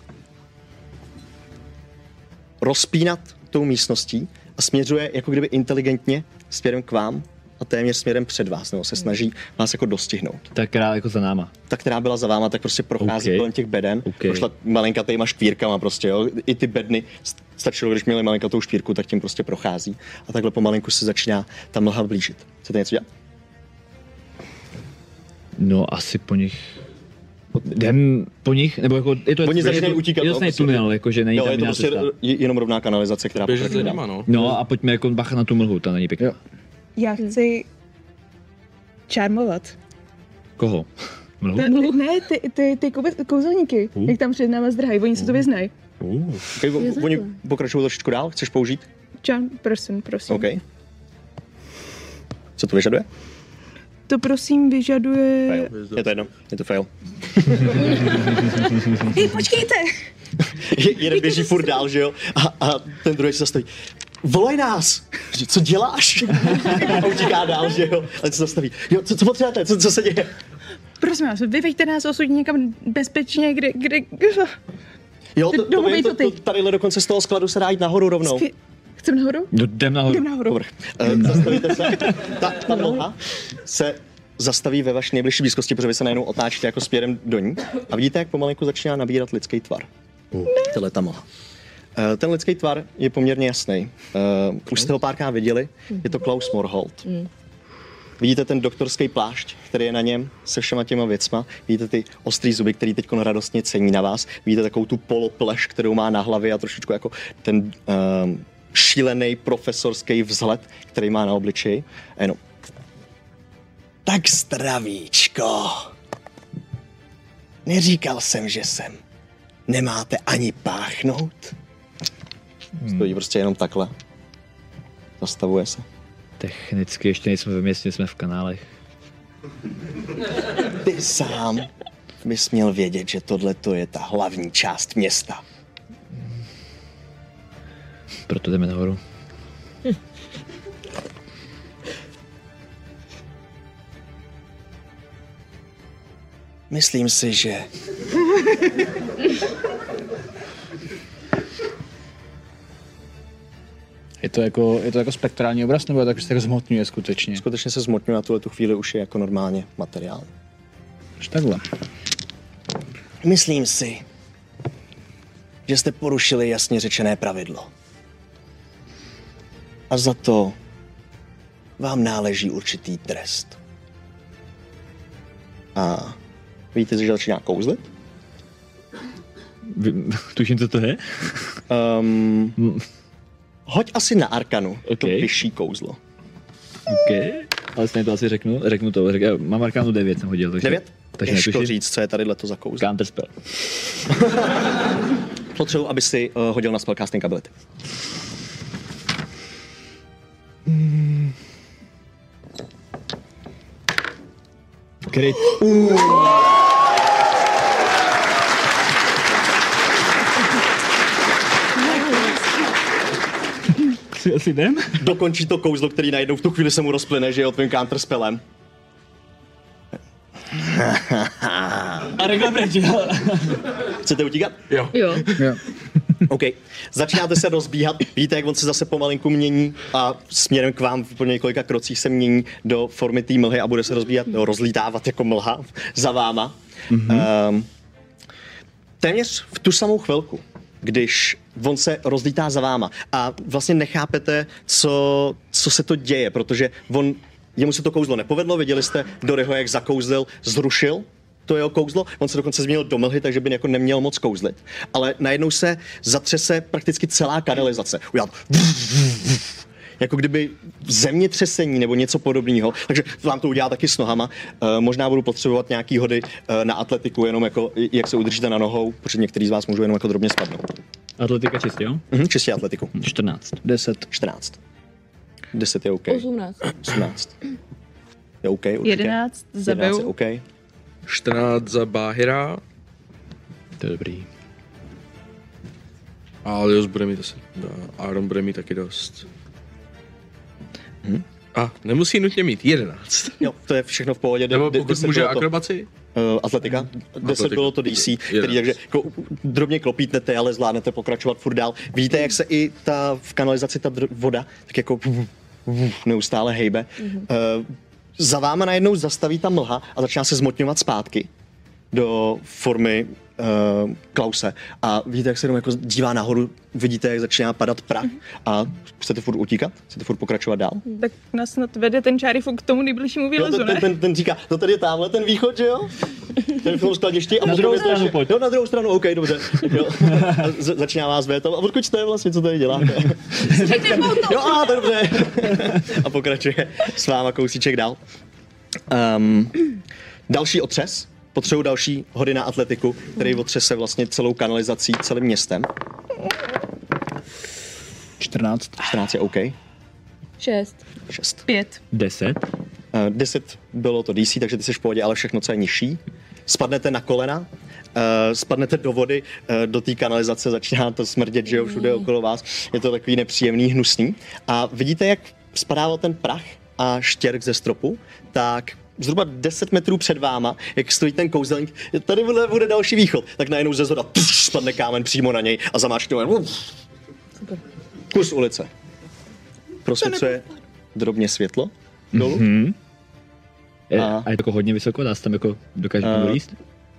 rozpínat tou místností a směřuje jako kdyby inteligentně směrem k vám a téměř směrem před vás, nebo se snaží vás jako dostihnout. Tak král jako za náma. Ta, která byla za váma, tak prostě prochází OK. kolem těch beden. OK. Prošla malinkatýma škvírkama prostě, jo. I ty bedny, st- stačilo, když měli malinkatou škvírku, tak tím prostě prochází. A takhle pomalinku se začíná ta mlha blížit. Chcete něco dělat? No asi po nich... Jdem po nich, nebo jako je to... Oni je začínají to- utíkat, Je no, to prostě. tunel, jakože není Jo, tam je to jiná prostě cesta. j- jenom rovná kanalizace, která Běžet pokračuje za dál. nima, no. No a pojďme jako bacha na tu mlhu, ta není pěkná. Jo. Já chci čarmovat. Koho? Mlhu? Ne, ne ty, ty, ty koube- kouzelníky, Uh. jak tam před náma zdrhají, oni se to vyznají. Uh. Okay, o- oni pokračují trošičku dál, chceš použít? Charm person, prosím. OK. Co to vyžaduje? To prosím vyžaduje... Fail. Je to jedno, je to fail. Hej, počkejte! Je- Jeden běží furt dál, že jo? A, a ten druhý se zastaví. Volej nás! Že, co děláš? A utíká dál, že jo? A se zastaví. Jo, co, co potřebujete? Co, co se děje? Prosím vás, vyveďte nás osud někam bezpečně, kde... kde... Jo, to, to, Domluvej vím, to to, ty. to, tadyhle dokonce z toho skladu se dá jít nahoru rovnou. Skvěl- Chcem nahoru? No, jdem nahoru. Jdem nahoru. Dobrý. Uh, zastavíte se. Ta, ta mlha se zastaví ve vaší nejbližší blízkosti, protože vy se najednou otáčíte jako směrem do ní a vidíte, jak pomalinku začíná nabírat lidský tvar. Tohle ta mlha. Uh, ten lidský tvar je poměrně jasný. Uh, už jste ho párkrát viděli, je to Klaus Morholt. Mm. Vidíte ten doktorský plášť, který je na něm se všema těma věcma. Vidíte ty ostrý zuby, který teď radostně cení na vás. Vidíte takovou tu polopleš, kterou má na hlavě a trošičku jako ten uh, šílený profesorský vzhled, který má na obličeji. A jenom. Tak zdravíčko. Neříkal jsem, že sem nemáte ani páchnout. Hmm. Stojí prostě jenom takhle. Zastavuje se. Technicky ještě nejsme ve městě, jsme v kanálech. Ty sám bys měl vědět, že tohle je ta hlavní část města. Proto jdeme nahoru. Myslím si, že... Je to jako, je to jako spektrální obraz, nebo tak, že se tak zhmotňuje skutečně? Skutečně se zhmotňuje a tuhle tu chvíli už je jako normálně materiál. Až takhle. Myslím si, že jste porušili jasně řečené pravidlo. A za to vám náleží určitý trest. A víte, že začíná kouzlit? Tuším, co to je? Um, hoď asi na arkanu, okay. To vyšší kouzlo. OK, ale stejně to asi řeknu, řeknu to, řek, mám arkanu devět jsem hodil. Takže, devět? Takže Těžko netuším. říct, co je tady leto za kouzlo. Counterspell. Potřebuji, aby si uh, hodil na spellcasting ability. Kryt. Si asi jdem? Dokončí to kouzlo, který najednou v tu chvíli se mu rozplyne, že je tvým counterspellem. A řekl pryč, jo. Chcete utíkat? Jo. Jo. Jo. OK. Začínáte se rozbíhat, vidíte, jak on se zase pomalinku mění a směrem k vám po několika krocích se mění do formy té mlhy a bude se rozbíhat, no, rozlítávat jako mlha za váma. Mm-hmm. Um, téměř v tu samou chvilku, když on se rozlítá za váma a vlastně nechápete, co, co se to děje, protože on, jemu se to kouzlo nepovedlo, viděli jste Doryho, jak zakouzlil, zrušil to jeho kouzlo, on se dokonce změnil do mlhy, takže by jako neměl moc kouzlit. Ale najednou se zatřese prakticky celá kanalizace. Udělal jako kdyby zemětřesení nebo něco podobného. Takže vám to udělá taky s nohama. E, možná budu potřebovat nějaký hody e, na atletiku, jenom jako jak se udržíte na nohou, protože některý z vás můžou jenom jako drobně spadnout. Atletika čistě, jo? Mhm, čistě atletiku. čtrnáct. deset. čtrnáct. deset je OK. osmnáct. osmnáct. Je OK určitě. jedenáct zabiju. jedenáct je OK. čtrnáct za Báhira. To je dobrý. A Alios bude mít asi. Aaron bude mít taky dost. Hm? A nemusí nutně mít jedenáct. Jo, to je všechno v pohodě. Nebo De- pokud deset může bylo to- akrobaci? Uh, atletika. deset Atletika. bylo to D C, který, jedenáct. takže jako, drobně klopítnete, ale zvládnete pokračovat furt dál. Vidíte, jak se i ta v kanalizaci ta dr- voda tak jako neustále hejbe. Mm-hmm. Uh, za váma najednou zastaví ta mlha a začíná se zmotňovat zpátky do formy uh, Klause. A vidíte, jak se jenom jako dívá nahoru, vidíte, jak začíná padat prach a chcete furt utíkat? Chcete furt pokračovat dál? Tak nás snad vede ten čárifuk k tomu nejbližšímu Jo, výlezu, ten, ne? ten, ten, ten říká, to tady je tamhle ten východ, že jo? Ten v tom skladišti. A Na potom druhou je to stranu ještě- pojď. Jo, na druhou stranu, OK, dobře. Tak jo. A z- začíná vás vést. A odkud jste vlastně, co tady děláte? Jo, a dobře. A pokračuje s váma kousíček dál. Um, další otřes. Potřebuji další hody na atletiku, který otřese vlastně celou kanalizací, celým městem. čtrnáct. čtrnáct je OK. šest. šest. Pět. deset. Uh, deset bylo to D C, takže ty jsi v pohodě, ale všechno, co je nižší. Spadnete na kolena, uh, spadnete do vody, uh, do té kanalizace, začíná to smrdět, že jo, všude okolo vás. Je to takový nepříjemný, hnusný. A vidíte, jak spadával ten prach a štěrk ze stropu, tak zhruba deset metrů před váma, jak stojí ten kouzelník, tady bude, bude další východ, tak najednou ze zhoda pš, spadne kámen přímo na něj a zamáčkne jen kus ulice. Prosvěcuje drobně světlo dolů. Hmm. Je, A- a je to jako hodně vysoko, dá se tam jako dokáže A- uh, líst?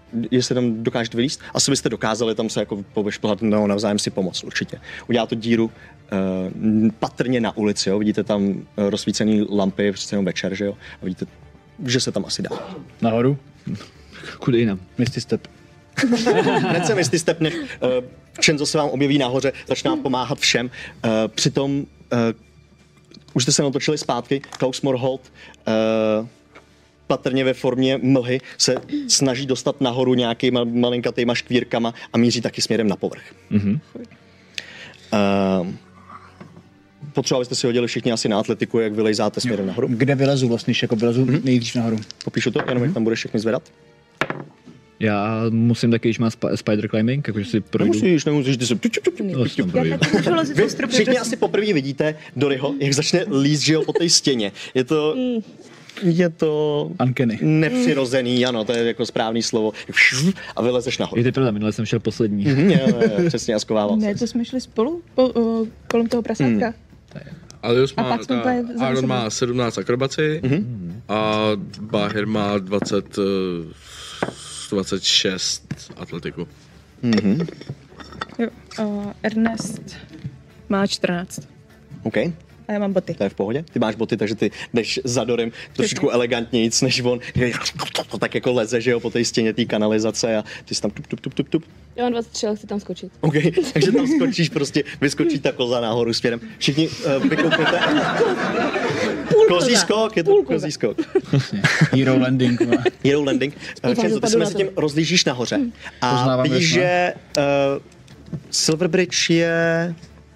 jestli tam dokážete vylízt. Asi byste dokázali tam se jako povešplhat, no, navzájem si pomoct určitě. Udělá to díru uh, patrně na ulici, jo? Vidíte tam uh, rozsvícený lampy, přece jenom večer, že jo? A vidíte, že se tam asi dá. Nahoru? Kudy jinam? Misty Step. Hned se Misty Step, než uh, Čenzo se vám objeví nahoře, začíná pomáhat všem. Uh, přitom uh, už jste se natočili zpátky, Klaus Morholt uh, patrně ve formě mlhy se snaží dostat nahoru nějakýma malinkatýma škvírkama a míří taky směrem na povrch. Mhm. Uh, potřebovali byste si hodili všichni asi na atletiku, jak vylejzáte směrem nahoru. Kde vylezu vlastně, jako vylezu mm-hmm. nejdřív nahoru. Popíšu to, jenom jak tam budeš všechny zvedat. Já musím taky, když má sp- spider climbing, jakože si projdu. Nemusíš, nemusíš, ty se... No, si tam projdu. Vy všichni asi poprvé vidíte Doryho, jak začne líst, že jo, po té stěně. Je to... Je to Uncanny. nepřirozený, ano, to je jako správný slovo. A vylezeš nahoru. Je to pravda, minule jsem šel poslední. Mhm, je, je, přesně, a skovával Ne, se. to jsme šli spolu po, o, kolem toho prasátka. Alius A má, pak jsme úplně za Aaron sebou. má sedmnáct akrobaci Mhm. a Báhir má dvacet, eh, dvacet šest atletiku. Mhm, Jo, a Ernest má čtrnáct. OK, A já mám boty. to je v pohodě. Ty máš boty, takže ty jdeš za Dorem trošičku elegantnějíc, než on. Tak jako leze, že jo, po té stěně té kanalizace a ty jsi tam tup, tup, tup, tup, tup. Já mám dvacet tři, ale chci tam skočit. OK, takže tam skočíš prostě, vyskočí ta koza nahoru směrem. Všichni uh, vykouknete. Kozí skok, je to Půlkoza. kozí skok. Hero landing. no. Hero landing. Uh, Doufám, že Čenzo, ty se dopadnu mezi na tím to. rozlížíš nahoře a Poznávám vidíš, jasno. že uh, Silverbridge je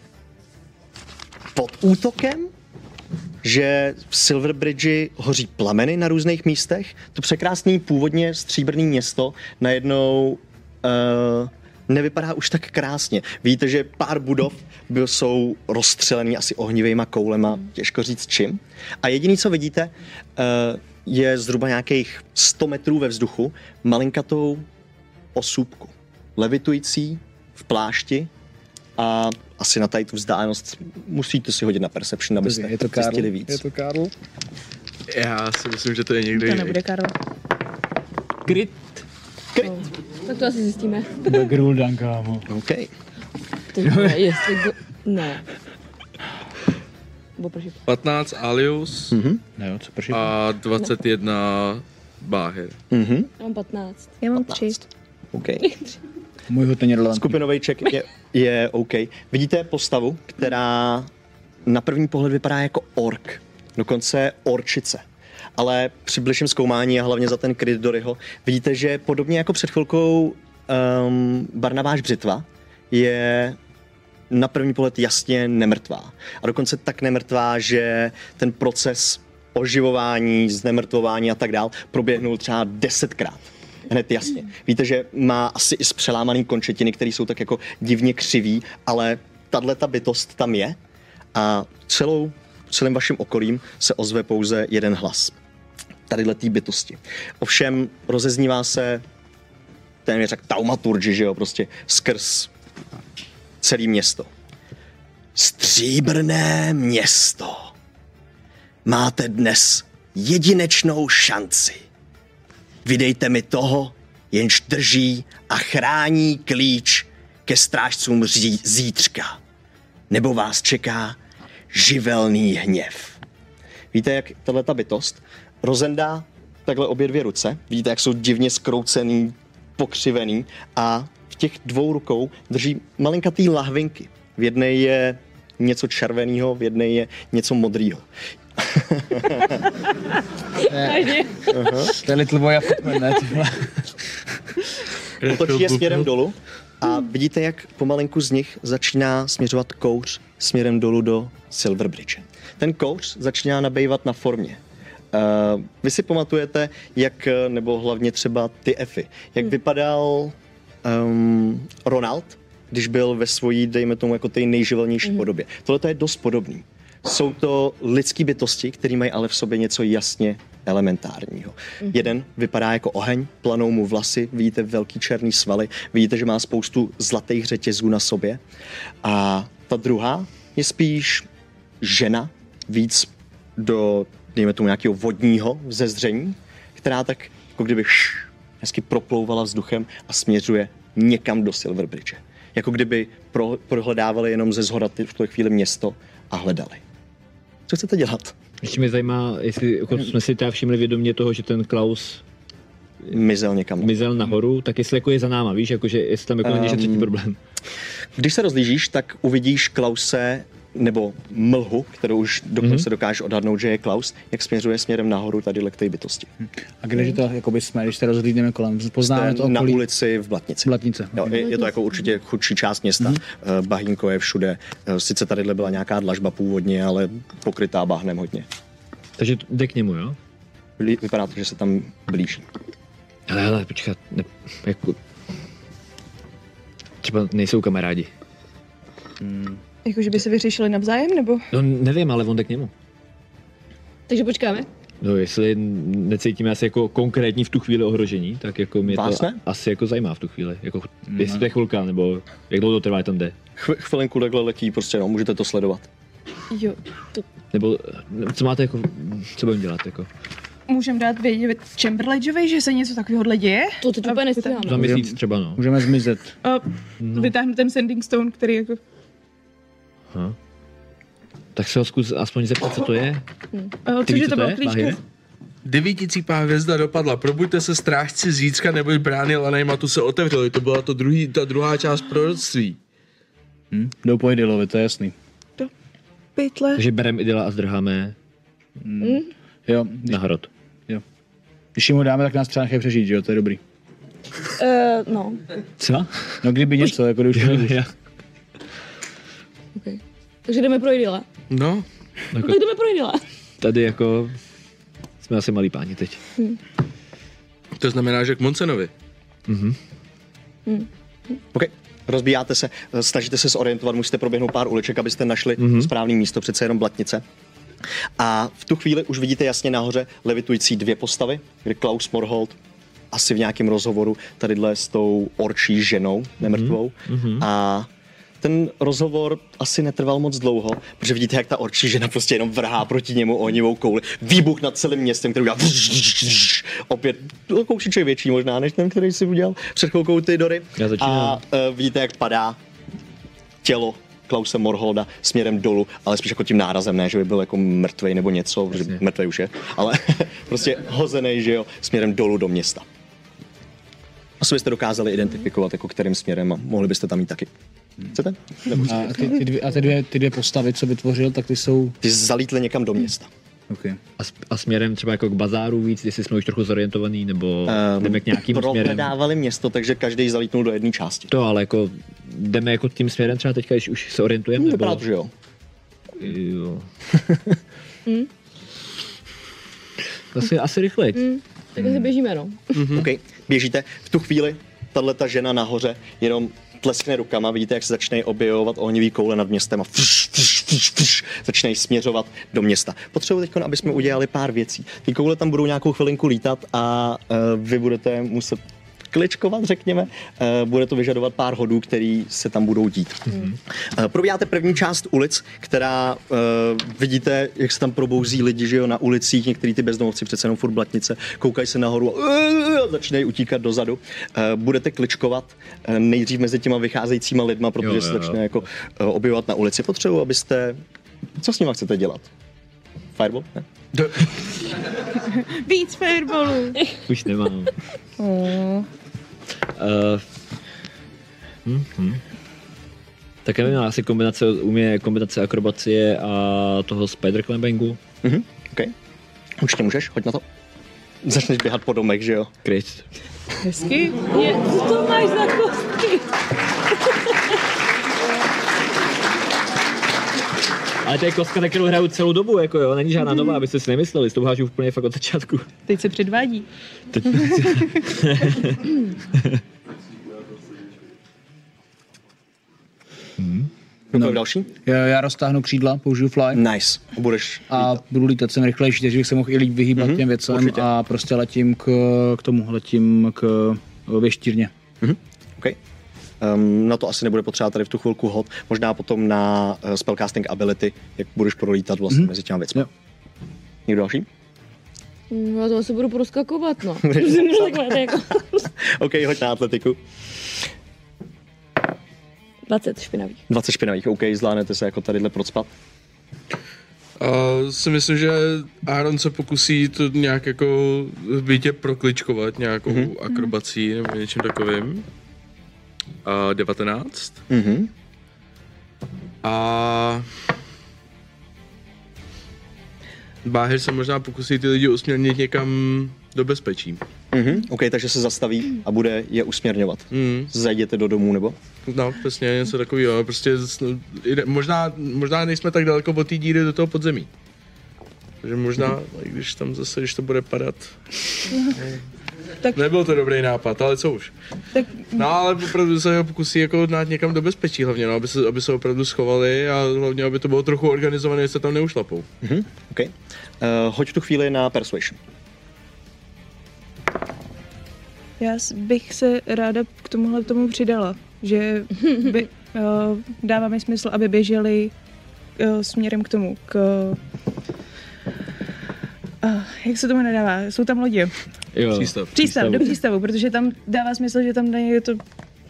pod útokem, že v Silverbridge hoří plameny na různých místech. To překrásný původně stříbrný město najednou uh, nevypadá už tak krásně. Víte, že pár budov byl, jsou rozstřelený asi ohnivejma koulema, těžko říct čím. A jediný, co vidíte, uh, je zhruba nějakých sto metrů ve vzduchu malinkatou osůbku. Levitující v plášti a asi na tady tu vzdálenost musíte si hodit na perception, abyste Je to Karl. zjistili víc. Je to Karl. Já si myslím, že to je někdy... To nebude Karl. Kryt. Tak to asi zjistíme. To Gruldan, kámo. OK. Ty vole, jestli... Go... Ne. Bo proč? patnáct Alius Ne, jo, co prší? a dvacet jedna Báhir. Mhm. Já mám patnáct. Já mám tři. OK. Můj hod není relevantní. Skupinový check je, je OK. Vidíte postavu, která na první pohled vypadá jako ork. Dokonce orčice. Ale při bližším zkoumání a hlavně za ten kryt Doryho vidíte, že podobně jako před chvilkou um, Barnabáš Břitva je na první pohled jasně nemrtvá. A dokonce tak nemrtvá, že ten proces oživování, znemrtvování a tak dál proběhnul třeba desetkrát. Hned jasně. Víte, že má asi i zpřelámaný končetiny, které jsou tak jako divně křivý, ale tato bytost tam je a celou, celým vaším okolím se ozve pouze jeden hlas. Tadyhle té bytosti. Ovšem rozeznívá se téměř jak taumaturgy, že jo, prostě skrz celé město. Stříbrné město. Máte dnes jedinečnou šanci. Vydejte mi toho, jenž drží a chrání klíč ke strážcům ří- zítřka. Nebo vás čeká živelný hněv. Víte, jak tato bytost rozendá takhle obě dvě ruce. Vidíte, jak jsou divně skroucený, pokřivený a v těch dvou rukou drží malinkatý lahvinky. V jedné je něco červeného, v jedné je něco modrého. To je Little Boy a Footman, ne? ty vole. Otočí je směrem dolů a vidíte, jak pomalinku z nich začíná směřovat kouř směrem dolů do Silverbridge. Ten kouř začíná nabývat na formě. Uh, vy si pamatujete, jak, nebo hlavně třeba ty Efy, jak hmm. vypadal um, Ronald, když byl ve svojí, dejme tomu, jako té nejživelnější hmm. podobě. Tohle je dost podobný. Jsou to lidský bytosti, které mají ale v sobě něco jasně elementárního. Mm-hmm. Jeden vypadá jako oheň, planou mu vlasy, vidíte velký černý svaly, vidíte, že má spoustu zlatých řetězů na sobě. A ta druhá je spíš žena, víc do, dejme tomu, nějakého vodního vzezření, která tak jako kdyby š, hezky proplouvala vzduchem a směřuje někam do Silver Bridge. Jako kdyby pro, prohledávali jenom ze zhora v tu chvíli město a hledali. Co chcete dělat? Ještě mě zajímá, jestli jako jsme si teda všimli vědomě toho, že ten Klaus Mizel někam. mizel nahoru, tak jestli jako je za náma, víš, jakože jestli tam jako um, není třetí problém. Když se rozlížíš, tak uvidíš Klause nebo mlhu, kterou už dokonce mm-hmm. dokážeš odhadnout, že je Klaus, jak směřuje směrem nahoru tady k té bytosti. A kde to jakoby jsme, když se rozhlídneme kolem, poznáme to okolí? Na ulici v Blatnici. Blatnice. Jo, je, je to jako určitě chudší část města. Mm-hmm. Bahínko je všude. Sice tady byla nějaká dlažba původně, ale pokrytá bahnem hodně. Takže jde k němu, jo? Vypadá to, že se tam blíží. Ale, ale, počkat, ne, jako... Třeba nejsou kamarádi. Hmm. Jako, že by se vyřešili navzájem, nebo? No nevím, ale on jde k němu. Takže počkáme. No jestli necítíme asi jako konkrétní v tu chvíli ohrožení, tak jako mě Vás to ne? asi jako zajímá v tu chvíli. Jako, No. jestli to je chvilka, nebo jak dlouho to trvá, tam jde. Chv- chvilinku takhle letí, prostě no, můžete to sledovat. Jo, to Nebo co máte jako, co budeme dělat jako? můžem dát vědět Chamberlainovi, že se něco takového děje? To teď úplně nestíháme. Za měsíc třeba, no. Můžeme zmizet. A no. vytáhnu ten Sending Stone, který jako... Aha. Tak se ho zkus aspoň zeptat, co to je. A Ty víš, cože co to bylo je, klíčko? Bahire? Devíticípá hvězda dopadla. Probuďte se, strážci zítřka, neboť brány Lanejmatu se otevřely. To byla to druhý, ta druhá část proroctví. Hm? Jdou po Idylovi, to je jasný. Pytle. Takže bereme Idyla a zdrháme Jo, když, na hrot. jo. Když jim ho dáme, tak nás třeba nechají přežít, že jo, to je dobrý. Uh, no, Co? No kdyby něco, jako když Jo, jo. okay. Takže jdeme pro Idyla. No, No, tak jdeme pro Idyla. Tady jako jsme asi malí páni teď. to znamená, že k Monsenovi. OK. Rozbíjáte se, snažíte se zorientovat, musíte proběhnout pár uliček, abyste našli mm-hmm. správné místo, přece jenom Blatnice. A v tu chvíli už vidíte jasně nahoře levitující dvě postavy, kdy Klaus Morholt asi v nějakém rozhovoru tadyhle s tou orčí ženou, nemrtvou. Mm-hmm. A ten rozhovor asi netrval moc dlouho, protože vidíte, jak ta orčí žena prostě jenom vrhá proti němu ohnivou kouli. Výbuch nad celým městem, který udělá opět kousíček větší možná, než ten, který si udělal před chvilkou ty Dory. Já začínám. A uh, vidíte, jak padá tělo Klause Morholda směrem dolů, ale spíš jako tím nárazem, ne, že by byl jako mrtvej nebo něco, protože mrtvej už je, ale prostě hozený, že jo, směrem dolů do města. Asi byste dokázali identifikovat, jako kterým směrem a mohli byste tam jít taky. Chcete? A ty, ty, dvě, a ty, dvě, ty dvě postavy, co vytvořil, tak ty jsou... Ty zalítli někam do města. Okay. A, s- a směrem třeba jako k bazáru víc, jestli jsme už trochu zorientovaný, nebo Um, jdeme k nějakým směrem. Prohledávali město, takže každý zalítnul do jedné části. To, ale jako jdeme jako tím směrem třeba teďka, když už se orientujeme, nebo... Vypadá to, že jo. Jo. asi, asi rychleji. Mm, tak asi běžíme, no. OK, běžíte. V tu chvíli tato žena nahoře jenom tleskne rukama, vidíte, jak se začne objevovat ohnivý koule nad městem a fuš, fuš, fuš, fuš, začne směřovat do města. Potřebuji teď, aby jsme udělali pár věcí. Ty koule tam budou nějakou chvilinku lítat a uh, vy budete muset kličkovat, řekněme. Uh, bude to vyžadovat pár hodů, který se tam budou dít. Mm. Uh, probíháte první část ulic, která uh, vidíte, jak se tam probouzí lidi, že jo, na ulicích, některý ty bezdomovci přece jenom furt Blatnice, koukají se nahoru a uh, začínají utíkat dozadu. Uh, budete kličkovat uh, nejdřív mezi těma vycházejícíma lidma, protože Jo, jo, se jo. začne jako uh, objevovat na ulici. Potřebuji, abyste... Co s nima chcete dělat? Fireball? Ne? Do, Víc fireballů. Už nemám. Oh. Uh, hm, hm. Tak nevím, asi kombinace, umě kombinace akrobacie a toho spider climbangu. Mhm, OK. Určitě můžeš, hoď na to. Začneš běhat po domech, že jo? Kryt. Hezky. Je, co to máš za kostky? Ale to je kostka, na kterou hraju celou dobu, jako jo, není žádná nová, abyste si nemysleli, s tou hážu úplně fakt od začátku. Teď se předvádí. Teď... No. Další? Já, já roztáhnu křídla, použiju fly Nice. Budeš a budu lítat sem rychlejší, takže bych se mohl i líp vyhýbat Mhm, těm věcem určitě. a prostě letím k, k tomu, letím k věštírně. Mhm. OK. Um, na to asi nebude potřeba tady v tu chvilku hod. Možná potom na uh, spellcasting ability, jak budeš prolítat vlastně Mhm. mezi těma věcmi. Jo. Někdo další? No, to asi budu proskakovat, no. Takhle, to jako... OK, hoď na atletiku. dvacet špinavých. dvacet špinavých, OK, zvládnete se jako tadyhle procpat. Uh, si myslím, že Aaron se pokusí to nějak jako bytě prokličkovat nějakou mm-hmm. akrobací nebo něčím takovým. Uh, devatenáct. Mhm. A Báhir se možná pokusí ty lidi usměrnit někam do bezpečí. Mhm, OK, takže se zastaví a bude je usměrňovat. Mm. Zajděte do domů, nebo? No, přesně něco takového. Prostě jde- možná, možná nejsme tak daleko od té díry do toho podzemí. Takže možná, když tam zase, když to bude padat. Tak- Nebyl to dobrý nápad, ale co už. Tak No, ale opravdu se ho pokusí jako dát někam do bezpečí hlavně, no, aby, se, aby se opravdu schovali a hlavně, aby to bylo trochu organizované, jestli se tam neušlapou. Mhm, OK. Uh, hoď v tu chvíli na persuasion. já s- bych se ráda k tomuhle tomu přidala, že by, uh, dává mi smysl, aby běželi uh, směrem k tomu, k... Uh, jak se tomu nedává? Jsou tam lodě. Jo. Přístav. Přístav, do přístavu, protože tam dává smysl, že tam je to...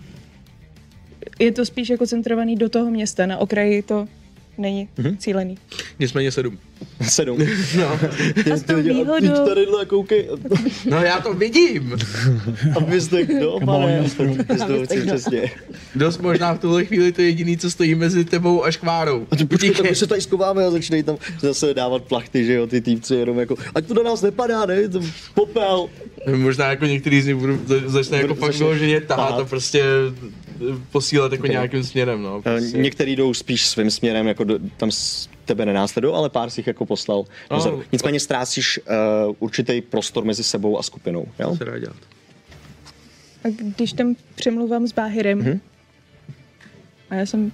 Je to spíš jako centrovaný do toho města, na okraji to není mm-hmm. cílený. Nicméně sedm. Sedm. No. A s tou výhodou... Tadyhle, koukej. no já to vidím. Abyste kdo, pane. Abyste přesně. Dost možná v tuhle chvíli to je jediný, co stojí mezi tebou a škvárou. A ty počkej, tak my se tady skováme a začínají tam zase dávat plachty, že jo, ty týpci jenom jako, ať to na nás nepadá, ne, to popel. Možná jako některý z nich budou, začne jako Budou- fakt začne vyloženě tahat tahat. a prostě posílat jako Ok. nějakým směrem, no. Uh, Prostě. některý jdou spíš svým směrem, jako do, tam s tebe nenásledují, ale pár si jich jako poslal dozadu. Oh. Nicméně ztrácíš uh, určitý prostor mezi sebou a skupinou, jo? se dá dělat. A když tam přemluvám s Báhirem, Mhm. a já jsem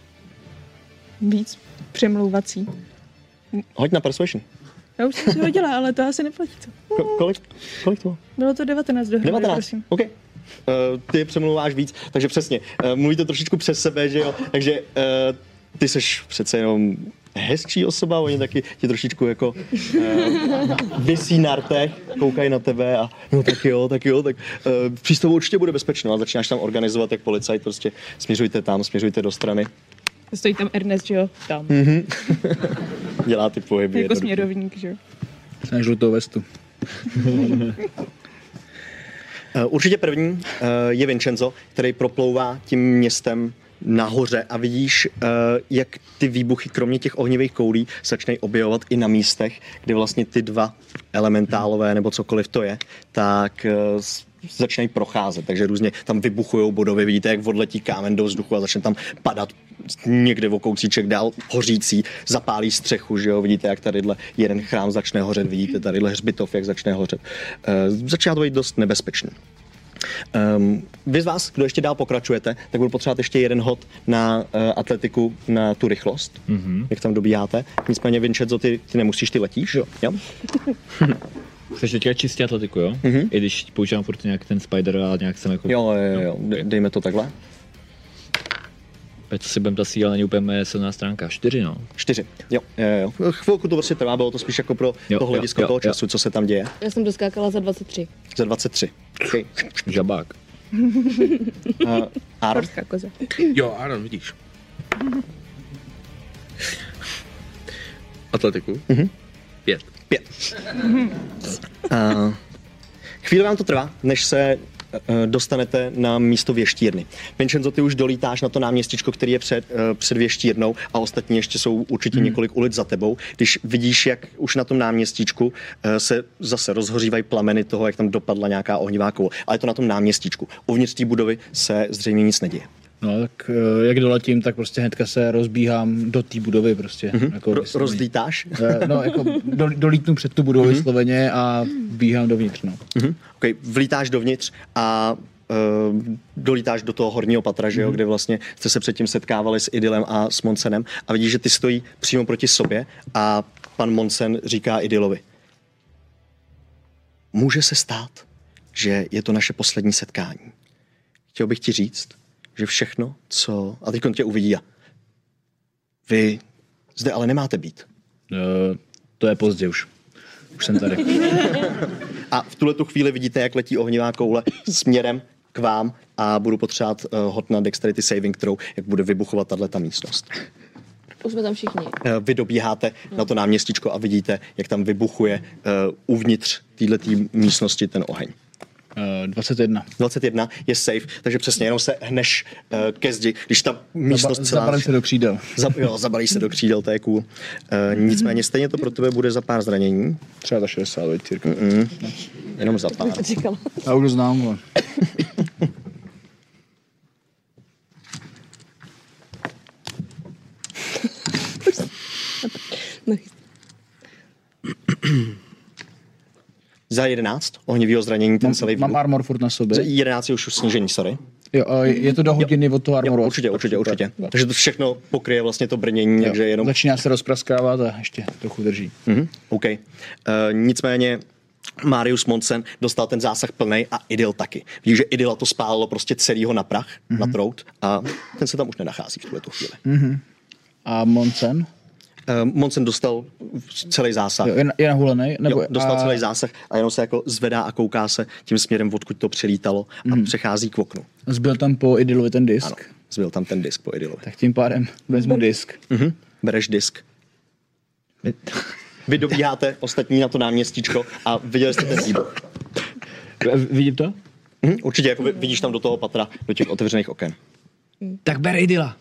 víc přemlouvací. Hoď na persuasion. Já už jsem si hodila, ale to asi neplatí. Co? Ko- kolik? Kolik to? Bylo to devatenáct dohromady, devatenáct. prosím. OK. Uh, ty je přemlouváš víc, takže přesně. Uh, mluvíte trošičku přes sebe, že jo? Takže uh, ty seš přece jenom hezčí osoba, oni taky ti trošičku jako uh, visí na rtech, koukají na tebe a no tak jo, tak jo, tak uh, v přístavu určitě bude bezpečno a začínáš tam organizovat jak policajt, prostě směřujte tam, směřujte do strany. Stojí tam Ernest, že jo? Tam. Mhm. Dělá ty pohyby. Jako jednoduchý. směrovník, že jo? Na žlutou vestu. Uh, Určitě první uh, je Vincenzo, který proplouvá tím městem nahoře a vidíš, uh, jak ty výbuchy, kromě těch ohnivých koulí, začínají objevovat i na místech, kde vlastně ty dva elementálové nebo cokoliv to je, tak uh, s- začínají procházet, takže různě tam vybuchují bodově, vidíte, jak odletí kámen do vzduchu a začne tam padat někde o kousíček dál hořící, zapálí střechu, že jo, vidíte, jak tadyhle jeden chrám začne hořet, vidíte tadyhle hřbitov, jak začne hořet. Uh, začíná to být dost nebezpečný. Um, vy z vás, kdo ještě dál pokračujete, tak budu potřebovat ještě jeden hod na uh, atletiku, na tu rychlost, mm-hmm. jak tam dobíháte. Nicméně, Vincenzo, ty, ty nemusíš, ty letíš, jo? jo? Chceš teďka čistě atletiku, jo? Mhm. I když používám furt nějak ten spider a nějak jsem jako... Jo, jo, jo, de- dejme to takhle. Teď si budem ta síla, není úplně moje silná stránka. Čtyři, no. Čtyři. Jo, jo, jo. Chvilku to prostě trvá, bylo to spíš jako pro Jo, to jo, hledisko jo, toho jo. času, co se tam děje. Já jsem doskákala za dvacet tři. Za dvacet tři. Okay. Žabák. Uh, Aaron? Horská koza. Jo, Aaron, vidíš. Atletiku. Mhm. Pět. Pět. Uh, chvíli vám to trvá, než se uh, dostanete na místo věštírny. Vincenzo, ty už dolítáš na to náměstíčko, který je před, uh, před věštírnou a ostatní ještě jsou určitě několik ulic za tebou. Když vidíš, jak už na tom náměstíčku uh, se zase rozhořívají plameny toho, jak tam dopadla nějaká ohnivá koule. Ale je to na tom náměstíčku. Uvnitř té budovy se zřejmě nic neděje. No tak eh, jak doletím, tak prostě hnedka se rozbíhám do té budovy prostě. Mm-hmm. Jako Ro- vysloveně. rozdítáš? Eh, No jako do, dolítnu před tu budovu mm-hmm. vysloveně a bíhám dovnitř, no. Mhm. Okay, vlítáš dovnitř a uh, dolítáš do toho horního patra, že jo, kde vlastně jste se předtím setkávali s Idylem a s Monsenem a vidíš, že ty stojí přímo proti sobě a pan Monsen říká Idylovi: může se stát, že je to naše poslední setkání. Chtěl bych ti říct, že všechno, co... A teď tě uvidí a vy zde ale nemáte být. Eh, To je pozdě už. Už jsem tady. A v tuhle tu chvíli vidíte, jak letí ohnivá koule směrem k vám a budu potřebovat uh, hod na Dexterity Saving Throw, jak bude vybuchovat tato místnost. Už jsme tam všichni. Uh, vy dobíháte no. na to náměstíčko a vidíte, jak tam vybuchuje uh, uvnitř této místnosti ten oheň. Uh, dvacet jedna. dvacet jedna je safe, takže přesně jenom se hneš uh, ke zdi, když ta místnost Zaba- celá... Zabalím se do křídel. Zab, jo, zabalíš se do křídel, to je cool. Uh, nicméně stejně to pro tebe bude za pár zranění. Třeba za šedesát, círka. Mm, jenom za pár. Já už znám, ale... Za jedenáct ohnivýho zranění ten celý... Mám armor furt na sobě. Za jedenáct je už snížení, sorry. Jo, a je to do hodiny od toho armoru. Jo, určitě, určitě, určitě. Takže to všechno pokryje vlastně to brnění, takže jenom... Začíná se rozpraskávat a ještě trochu drží. Mhm, OK. Uh, nicméně Marius Monsen dostal ten zásah plnej a Idyl taky. Vidíš, že Idyla to spálilo prostě celýho na prach, mm-hmm. na trout a ten se tam už nenachází v tuhle tu chvíli. Mm-hmm. A Monsen? Uh, Monsen dostal celý zásah. Jo, je, je nahulený? Nebo, jo, dostal a... celý zásah a jenom se jako zvedá a kouká se tím směrem, odkud to přelítalo a mm. přechází k oknu. Zbyl tam po Idylovi ten disk? Ano, zbyl tam ten disk po Idylovi. Tak tím pádem vezmu disk. Mhm, bereš disk. Vy dobíháte ostatní na to náměstíčko a viděli jste ten výbuch. Vidím to? Mhm, určitě, jako vidíš tam do toho patra, do těch otevřených oken. Tak ber Idyla.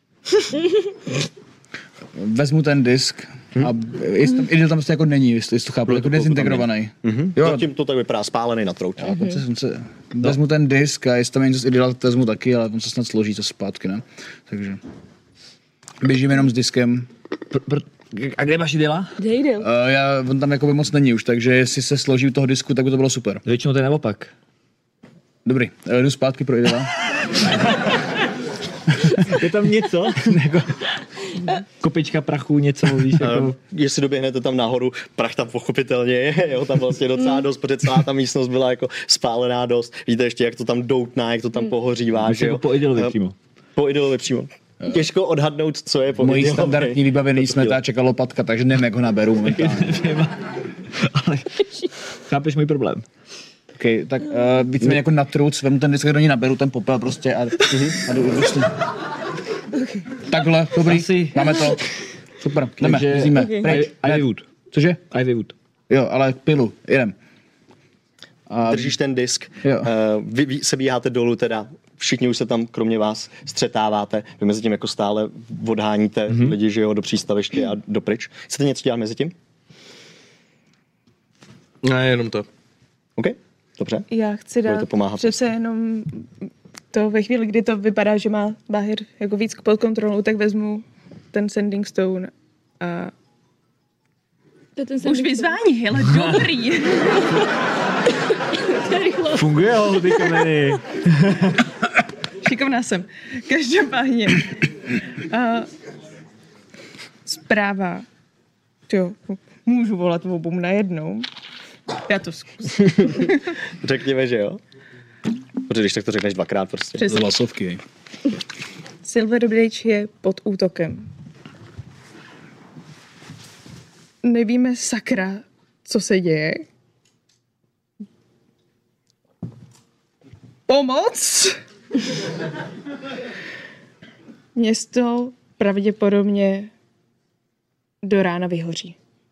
Vezmu ten disk a jestli tam, Idyl tam prostě jako není, jestli to chápu, jako dezintegrovaný. Mhm. Jo, Zatím to tak vypadá spálený na troutě. Já, on se, on se, vezmu ten disk a jestli tam je něco z Idyla, to vezmu taky, ale on se snad složí to zpátky, ne? Takže běžím jenom s diskem. Pr- pr- a kde máš Idyla? Kde jde? Uh, já, on tam jako by moc není už, takže jestli se složí u toho disku, tak by to bylo super. Většinou to je naopak. Dobrý, uh, jdu zpátky pro Idyla. Je tam něco? Jako kopička prachu, něco, víš, jako... Uh, jestli doběhnete tam nahoru, prach tam pochopitelně je, jo, tam vlastně docela dost, protože celá ta místnost byla jako spálená dost. Víte ještě, jak to tam doutná, jak to tam pohořívá, že jo. Jako po Idylovi Uh, přímo. Po Idylovi přímo. Těžko odhadnout, co je po Mojí Idylovi. standardní vybavení smetáček a lopatka, takže nevím, jak ho naberu momentálně. Ale chápeš můj problém. Okay, tak uh, víceméně jako na truc, vemu ten disk, do ní naberu ten popel prostě a, a jdu prostě. Takhle, dobrý, Asi. máme to. Super, jdeme, Takže- jezdíme. Okay. Pryč. Ivy Wood. Cože? Ivy Wood. Jo, ale pilu, jedem. A Držíš ten disk, Jo. uh, vy, vy se bíháte dolů teda, všichni už se tam kromě vás střetáváte, vy mezi tím jako stále odháníte mm-hmm. lidi, že jo, do přístaviště a do pryč. Chcete něco dělat mezi tím? Ne, jenom to. OK, dobře. Já chci Bude dát to pomáhat. přece jenom to ve chvíli, kdy to vypadá, že má Bahir jako víc pod kontrolou, tak vezmu ten Sending Stone a To je ten už sending vyzvání, hele, dobrý. Funguje ho, ty kamery. Šikovná jsem. Každopádně. Uh, zpráva. Jo, můžu volat obou najednou. Já to zkusím. Řekněme, že jo. Protože když tak to řekneš dvakrát prostě. Přesně. hlasovky. Silver Bridge je pod útokem. Nevíme sakra, co se děje. Pomoc! Město pravděpodobně do rána vyhoří.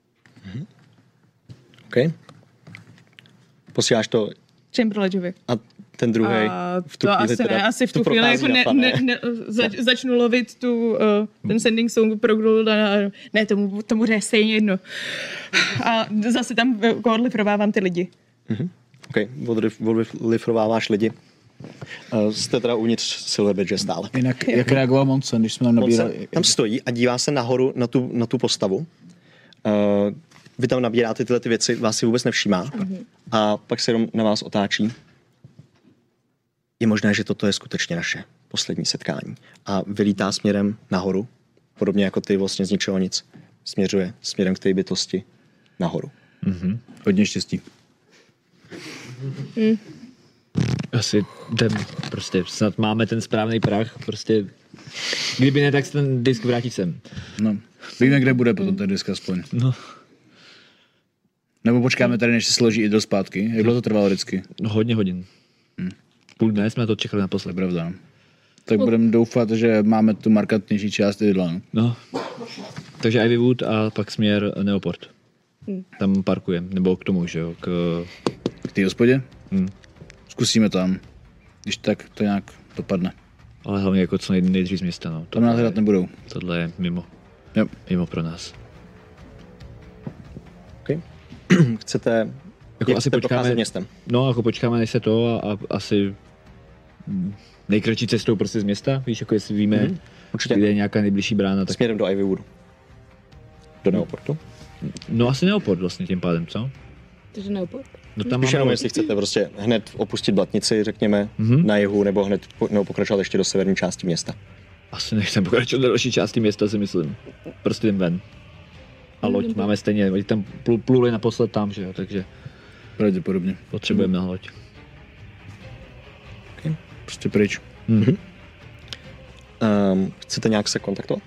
OK. Posíláš to Chamberlainovi. a ten druhý A v tu to chvíli asi teda, ne, asi v tu to chvíli prochází jako na ne, pane. ne, ne, zač, začnu lovit tu, uh, ten sending stone pro Gludana. Ne, tomu, tomu je stejně jedno. A zase tam odlifrovávám ty lidi. Mhm. OK, odlif- odlifrováváš lidi. Uh, jste teda uvnitř Silverbridge stále. Jinak, jak reagoval Monsen, když jsme tam nabírali? Monsen tam stojí a dívá se nahoru na tu, na tu postavu. Uh, vy tam nabíráte tyhle ty věci, vás si vůbec nevšímá. Mm-hmm. A pak se jenom na vás otáčí. Je možné, že toto je skutečně naše poslední setkání. A vylítá směrem nahoru, podobně jako ty vlastně z ničeho nic. Směřuje směrem k té bytosti nahoru. Mm-hmm. Hodně štěstí. Mm. Asi jdem, prostě snad máme ten správný prach, prostě kdyby ne, tak se ten disk vrátí sem. No, víme, kde bude potom ten disk aspoň. No. Nebo počkáme tady, než se složí Idol zpátky. Jak dlouho to trvalo vždycky? No, hodně hodin. Hmm. Půl dne jsme na to čekali naposled. Pravda, no. Tak budeme doufat, že máme tu markantnější část Idla. No. no. Takže Ivywood a pak směr Neoport. Hmm. Tam parkujeme, nebo k tomu, že jo, k... K té hospodě? Hmm. Zkusíme tam. Když tak to nějak dopadne. Ale hlavně jako co nej, nejdřív z města, no. Tam nás hledat nebudou. Tohle je mimo. Jo. Mimo pro nás. Okay. Chcete... Jako asi počkáme, městem? No, jako počkáme, než se to a, a asi nejkratší cestou prostě z města, víš, jako jestli víme, mm-hmm. Určitě. Kde je nějaká nejbližší brána. Tak... Směrem do Ivywoodu. Do Neoportu? No asi Neoport vlastně tím pádem, co? Takže Neoport? No tam Když máme... jenom jestli chcete prostě hned opustit Blatnici, řekněme, mm-hmm. na jihu, nebo hned po, nebo pokračovat ještě do severní části města. Asi nechcem pokračovat do další části města, si myslím. Prostě jdem ven. A loď mm-hmm. máme stejně, oni tam pluli naposled tam, že jo, takže... Pravděpodobně. Potřebujeme mm. na loď. Okay. Prostě pryč. Mm-hmm. Um, chcete nějak se kontaktovat?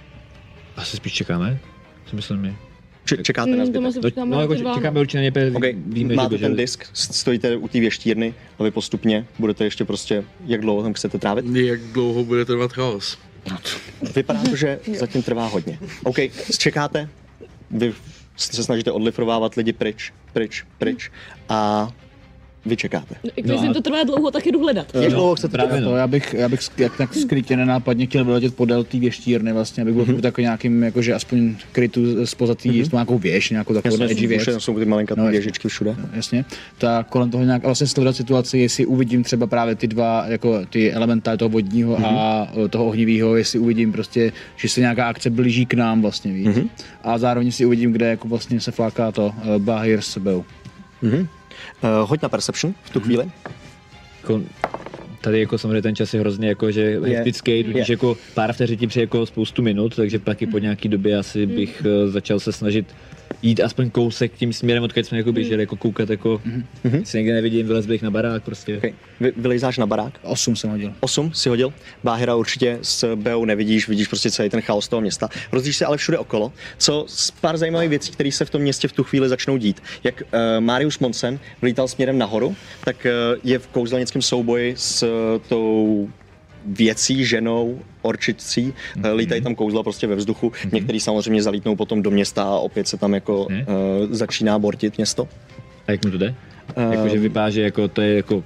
Asi spíš čekáme, si myslím my. Č- čekáte mm, na zbytek? No, no jako čekáme určitě na ně, okay. víme, máte že ten disk, stojíte u té věštírny a vy postupně budete ještě prostě, jak dlouho tam chcete trávit? Jak dlouho bude trvat chaos? Vypadá to, že zatím trvá hodně. OK, čekáte, vy se snažíte odlifrovávat lidi pryč, pryč, pryč a vy čekáte. No, i když no, to trvá dlouho, tak jdu hledat. Jak dlouho chcete právě no. Já bych, já bych jak tak skrytě nenápadně chtěl vyletět podél té věštírny vlastně, abych byl mm-hmm. takový nějakým, jakože aspoň krytu spoza tý, mm-hmm. nějakou věž, nějakou takovou edgy věc. Jasně, jsou ty malinkatý no, věžičky všude. No, jasně. Tak kolem toho nějak vlastně sledovat situaci, jestli uvidím třeba právě ty dva, jako ty elementály toho vodního mm-hmm. a toho ohnivého, jestli uvidím prostě, že se nějaká akce blíží k nám vlastně, víc. Mm-hmm. A zároveň si uvidím, kde jako vlastně se fláká to uh, Bahir s sebou. Mm-hmm. Uh, hoď na Perception v tu chvíli. Jako, tady jako samozřejmě ten čas je hrozně jako, že hektický, tudíž jako pár vteřin ti přeje jako spoustu minut, takže pak i po nějaký době asi bych uh, začal se snažit jít aspoň kousek tím směrem, odkud jsme jako běželi, jako koukat, jako mm-hmm. si někde nevidím, vylez bych na barák prostě. Okay. Vy, vylejzáš na barák? Osm jsem hodil. Osm si hodil. Báhira určitě s Beou nevidíš, vidíš prostě celý ten chaos toho města. Rozlíš se ale všude okolo. Co z pár zajímavých věcí, které se v tom městě v tu chvíli začnou dít. Jak uh, Marius Monsen vlítal směrem nahoru, tak uh, je v kouzelnickém souboji s uh, tou věcí, ženou, orčicí, mm-hmm. lítají tam kouzla prostě ve vzduchu, mm-hmm. některý samozřejmě zalítnou potom do města a opět se tam jako mm-hmm. uh, začíná bortit město. A jak mu to jde? Uh, Jakože vypadá, že jako to je jako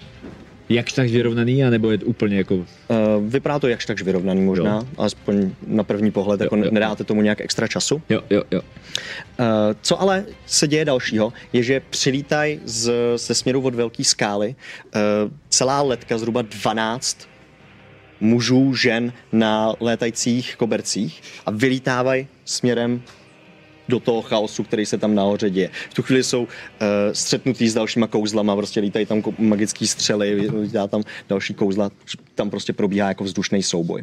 jakž tak vyrovnaný, anebo je to úplně jako... Uh, vypadá to jakž tak vyrovnaný možná, jo. Alespoň na první pohled, jo, jako jo, nedáte tomu nějak extra času. Jo, jo, jo. Uh, co ale se děje dalšího, je, že přilítají z, ze směru od velké skály uh, celá letka, zhruba dvanáct mužů, žen na létajících kobercích a vylítávají směrem do toho chaosu, který se tam nahoře děje. V tu chvíli jsou uh, střetnutý s dalšíma kouzlama, prostě lítají tam magický střely, lítá tam další kouzla, tam prostě probíhá jako vzdušný souboj.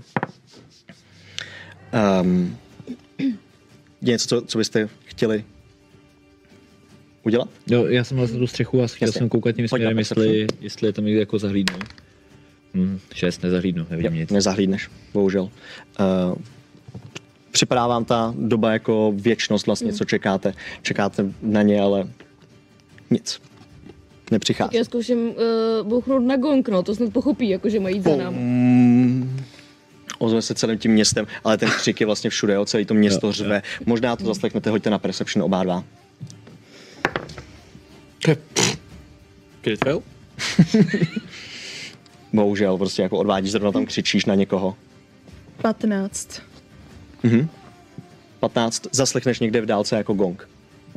Um, je něco, co, co byste chtěli udělat? Jo, já jsem vlastně tu střechu a chtěl Jasně. jsem koukat tím směrem, jestli, jestli je tam někde jako zahlídnu. Hmm, šest, nezahlídnu, nevidím jo, nic. Nezahlídneš, bohužel. Uh, připadá vám ta doba jako věčnost vlastně, mm. co čekáte. Čekáte na ně, ale nic. Nepřichází. Tak já zkouším uh, bouchnout na gong, no, to snad pochopí, jako že mají jít za námi. Mm, ozve se celým tím městem, ale ten křik je vlastně všude, jo, celé to město jo, řve. Jo. Možná to zaslechnete, hoďte na Perception oba dva. Crit fail? Bohužel, prostě jako odvádíš, zrovna tam křičíš na někoho. patnáct. Mhm. patnáct. Zaslechneš někde v dálce jako gong.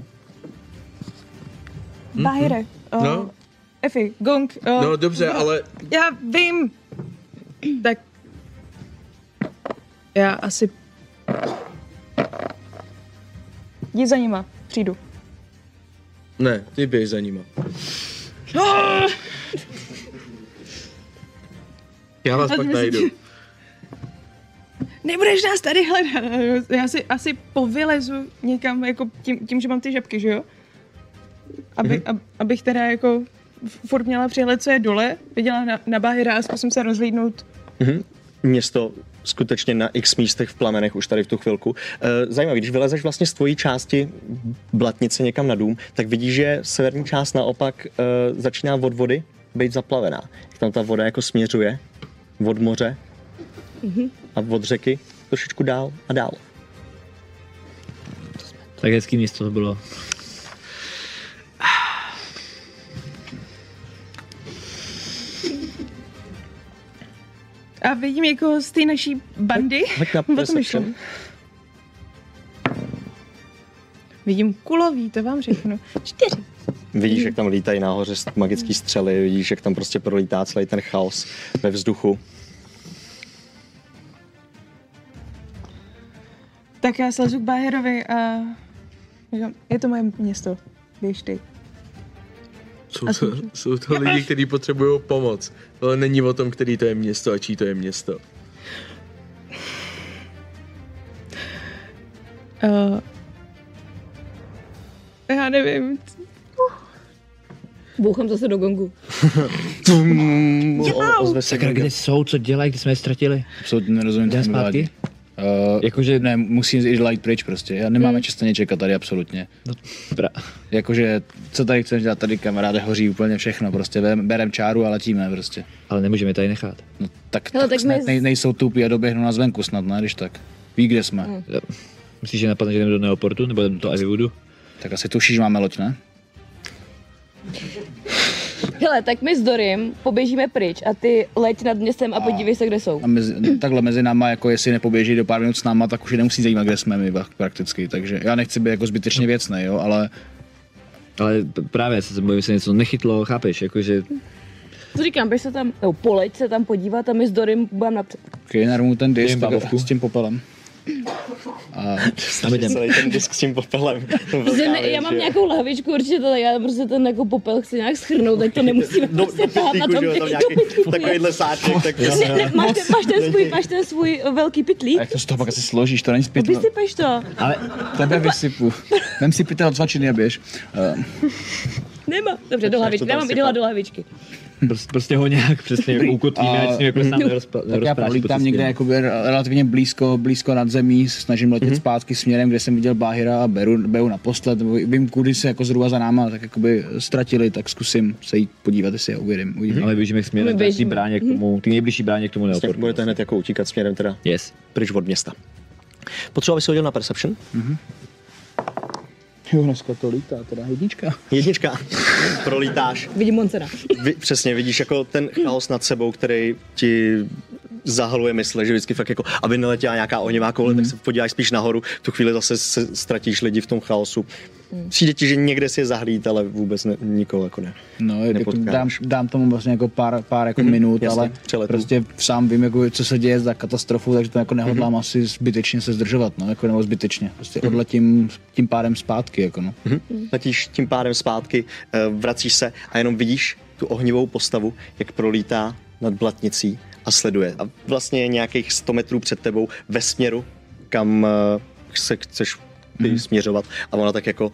Bahire. Mm-hmm. Uh, no. Efi, gong. Uh, no dobře, uh, ale... Já vím. Tak... Já asi... Jdi za nima, přijdu. Ne, ty běž za nima. Já vás pak najdu. Nebudeš nás tady hledat. Já si asi povylezu někam jako tím, tím že mám ty žabky, že jo? Aby, mm-hmm. ab, abych teda jako furt měla přehled, co je dole, viděla na, na Bahira a zkusím se rozhlídnout. Mm-hmm. město skutečně na x místech v plamenech už tady v tu chvilku. Zajímavý, když vylezeš vlastně z tvojí části blatnice někam na dům, tak vidíš, že severní část naopak začíná od vody být zaplavená. Jak tam ta voda jako směřuje od moře mm-hmm. a od řeky trošičku dál a dál. Tak hezký místo to bylo. A vidím jako z té naší bandy. Hoď na perception. Vidím kulový, to vám řeknu. Čtyři. Vidíš, jak tam lítají nahoře magické střely, vidíš, jak tam prostě prolítá celý ten chaos ve vzduchu. Tak já slezu k Báherovi a říkám, je to moje město, běž ty. Jsou to, jsou to lidi, kteří potřebují pomoc, ale není o tom, který to je město a čí to je město. Uh, já nevím. Bouchám zase do gongu. Sakra, kde jsou, co dělají, když jsme je ztratili? Absolutně nerozumím. Jdeme zpátky? Uh, Jakože ne, musím jít light pryč prostě, já nemáme hmm. často čekat tady absolutně. No, pra. Jakože, co tady chceš dělat, tady kamaráde hoří úplně všechno, prostě berem čáru a letíme prostě. Ale nemůžeme tady nechat. No tak, Hele, tak, tak snad my... nej, nejsou tupí a doběhnou nás venku snad, ne, když tak. Ví, kde jsme. Hmm. Myslíš, že napadne, že jdeme do Neoportu, nebo jdeme do Azivoodu? Tak asi tušíš, že máme loď, ne? Hele, tak my s Dorym poběžíme pryč a ty leď nad městem a podívej se, kde jsou. A mezi, takhle mezi náma, jako jestli nepoběží do pár minut s náma, tak už je nemusí zajímat, kde jsme my prakticky, takže já nechci být jako zbytečně věcnej, jo, ale... Ale právě se bojím, se něco nechytlo, chápeš, jakože... Co říkám, běž se tam, nebo poleď se tam podívat a my s Dorym budeme napřed. Ok, narmu ten disk babovku s tím popelem. A celý ten disk s tím popelem. Prostě ne, já mám nějakou lahvičku určitě, tak já prostě ten jako popel chci nějak schrnout, tak to nemusíme do, prostě do tahat na tom. Takovýhle sáček, tak ne, ne, máš, ten, máš, ten svůj, máš ten svůj velký pytlík? a jak to z toho pak asi složíš, to není No, zpětlo. vysypeš to. Ale tebe vysypu. Vem si pytel od svačiny a běž. Uh, Nemá. Dobře, do hlavičky, já mám ideál do hlavičky. Prostě, prostě ho nějak přesně ukotvíme, ať s ním jako sám nerozpráší. tak já prolítám někde jakoby relativně blízko, blízko nad zemí, snažím letět mm-hmm. zpátky směrem, kde jsem viděl Báhira a beru, beru naposled, vím, kudy se jako zhruba za náma tak jakoby ztratili, tak zkusím se jít podívat, jestli je uvědím. Mm-hmm. Ale běžíme směrem k té bráně k tomu, ty nejbližší bráně k tomu Neoportu. Budete hned jako utíkat směrem teda yes. pryč od města. Potřeba, aby si hodil na Perception. Mm-hmm. Jo, dneska to lítá, teda jednička. Jednička. Prolítáš. Vidím Monsera. Vy, přesně, vidíš jako ten chaos nad sebou, který ti zahaluje mysle, že vždycky fakt jako, aby neletěla nějaká ohnivá koule, mm. tak se podíváš spíš nahoru, tu chvíli zase se ztratíš lidi v tom chaosu. Mm. Přijde ti, že někde si je zahlít, ale vůbec ne, nikoho jako ne. No, jako dám, dám tomu vlastně jako pár, pár jako mm, minut, jasně, ale přeletu. Prostě sám vím, jako, co se děje za katastrofu, takže to jako nehodlám mm. asi zbytečně se zdržovat, no, jako nebo zbytečně. Prostě mm. odletím tím pádem zpátky, jako no. Mm. Letíš tím pádem zpátky, vracíš se a jenom vidíš tu ohnivou postavu, jak prolítá nad blatnicí a sleduje. A vlastně je nějakých sto metrů před tebou ve směru, kam se chceš mm. směřovat. A ona tak jako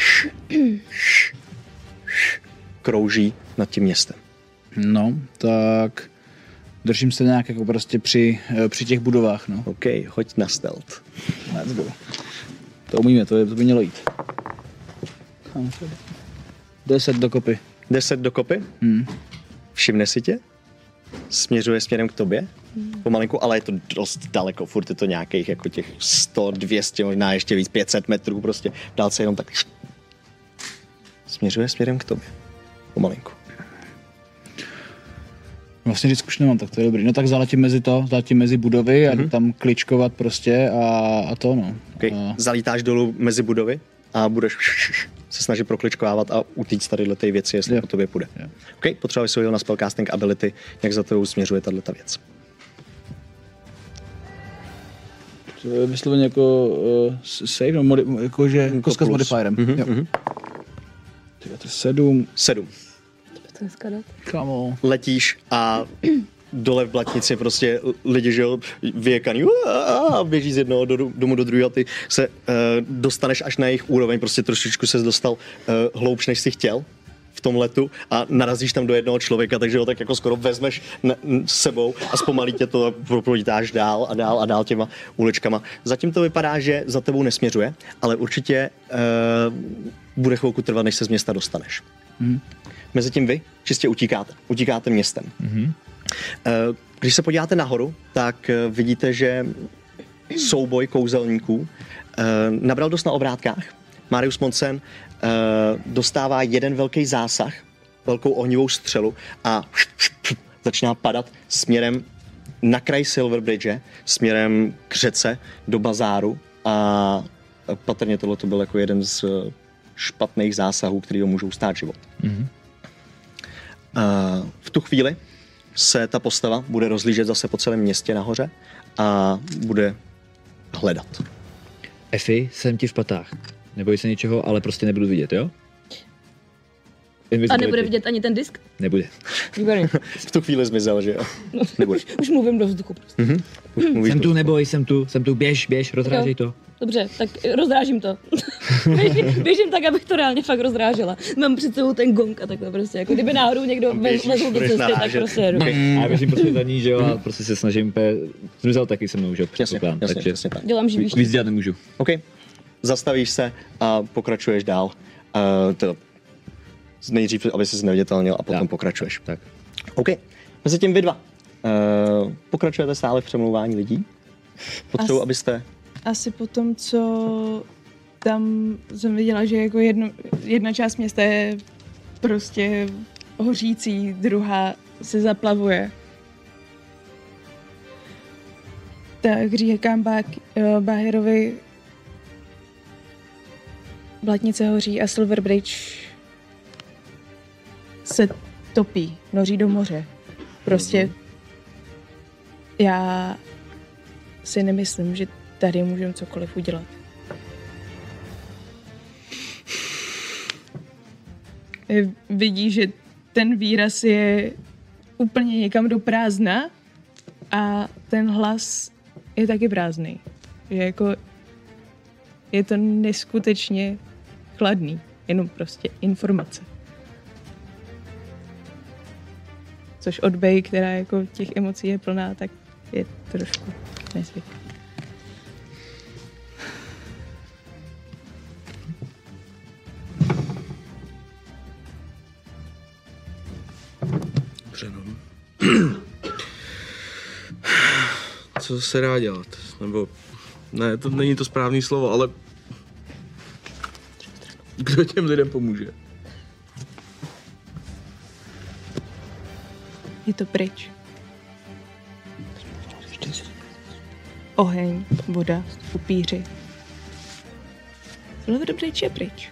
krouží nad tím městem. No, tak držím se nějak jako prostě při, při těch budovách, no. OK, hoď na stealth. Let's go. To umíme, to, je, to by mělo jít. Deset do kopy. Deset do kopy? Hmm. Všimne si tě? Směřuje směrem k tobě? Hmm. Pomalinku, ale je to dost daleko, furt je to nějakých jako těch sto, dvě stě, možná ještě víc, pět set metrů prostě. Dál se jenom tak směřuje směrem k tobě. Pomalinku. Vlastně vždycky už nemám, tak to je dobrý. No tak zaletím mezi to, zaletím mezi budovy a mm-hmm. tam kličkovat prostě a, a to no. Okay. A... Zalítáš dolů mezi budovy a budeš se snažit prokličkovávat a utíct tadyhle té věci, jestli po tobě půjde. Yeah. OK, potřebuješ si ho na spellcasting ability, jak za tebou směřuje tato věc. To je vysloveně jako uh, save, no, modi- jako že jako koska s modifierem. Mm-hmm, jo. Mm-hmm. To je sedm. Sedm. Kamo. Letíš a dole v blatnici prostě lidi, že jo, vyjekaný a běží z jednoho do, domu do druhého, ty se uh, dostaneš až na jejich úroveň, prostě trošičku ses dostal uh, hloubš, než si chtěl v tom letu a narazíš tam do jednoho člověka, takže ho tak jako skoro vezmeš na, s sebou a zpomalí tě to prolítáš dál a dál a dál těma uličkama. Zatím to vypadá, že za tebou nesměřuje, ale určitě uh, bude chvilku trvat, než se z města dostaneš. Mm. Mezitím vy čistě utíkáte. Utíkáte městem. Mm-hmm. Uh, když se podíváte nahoru, tak uh, vidíte, že souboj kouzelníků uh, nabral dost na obrátkách. Marius Monsen uh, dostává jeden velký zásah, velkou ohnivou střelu a začíná padat směrem na kraj Silver Bridge, směrem k řece do bazáru a patrně tohle to byl jako jeden z špatných zásahů, který ho můžou stát život. Mm-hmm. Uh, v tu chvíli se ta postava bude rozlížet zase po celém městě nahoře a bude hledat. Efi, jsem ti v patách. Neboj se ničeho, ale prostě nebudu vidět, jo? A nebude vidět ani ten disk? Nebude. Výborně. V tu chvíli zmizel, že jo? Nebude. Už, už mluvím do vzduchu prostě. Mm-hmm. Už jsem tu, neboj, jsem tu, jsem tu, běž, běž, rozrážej to. Dobře, tak rozrážím to. běžím, běžím tak, abych to reálně fakt rozrážela. Mám před sebou ten gong a takhle prostě, jako kdyby náhodou někdo vezl do cesty, tak prostě jedu. Okay. A já běžím prostě za ní, že jo, a prostě se snažím, zmizel taky se mnou, že jo, jasně, jasně, takže jasně, tak. Dělám živý. Víc dělat nemůžu. OK. Zastavíš se a pokračuješ dál. Uh, to nejdřív, aby si neviditelnil a potom tak. pokračuješ. Tak. OK. Mezi tím vy dva. Uh, pokračujete stále v přemlouvání lidí? Potřebuji, abyste... Asi po tom, co tam jsem viděla, že jako jedno, jedna část města je prostě hořící, druhá se zaplavuje. Tak říkám Báherovi, Blatnice hoří a Silver Bridge se topí, noří do moře. Prostě já si nemyslím, že tady můžeme cokoliv udělat. Vidí, že ten výraz je úplně někam do prázdna a ten hlas je taky prázdný. Že jako je to neskutečně chladný, jenom prostě informace. Což od Bey, která jako těch emocí je plná, tak je trošku nezvyklý. Dobře, no. Co se dá dělat? Nebo, ne, to není to správné slovo, ale kdo těm lidem pomůže? Je to pryč. Oheň, voda, upíři. Silver Bridge je pryč.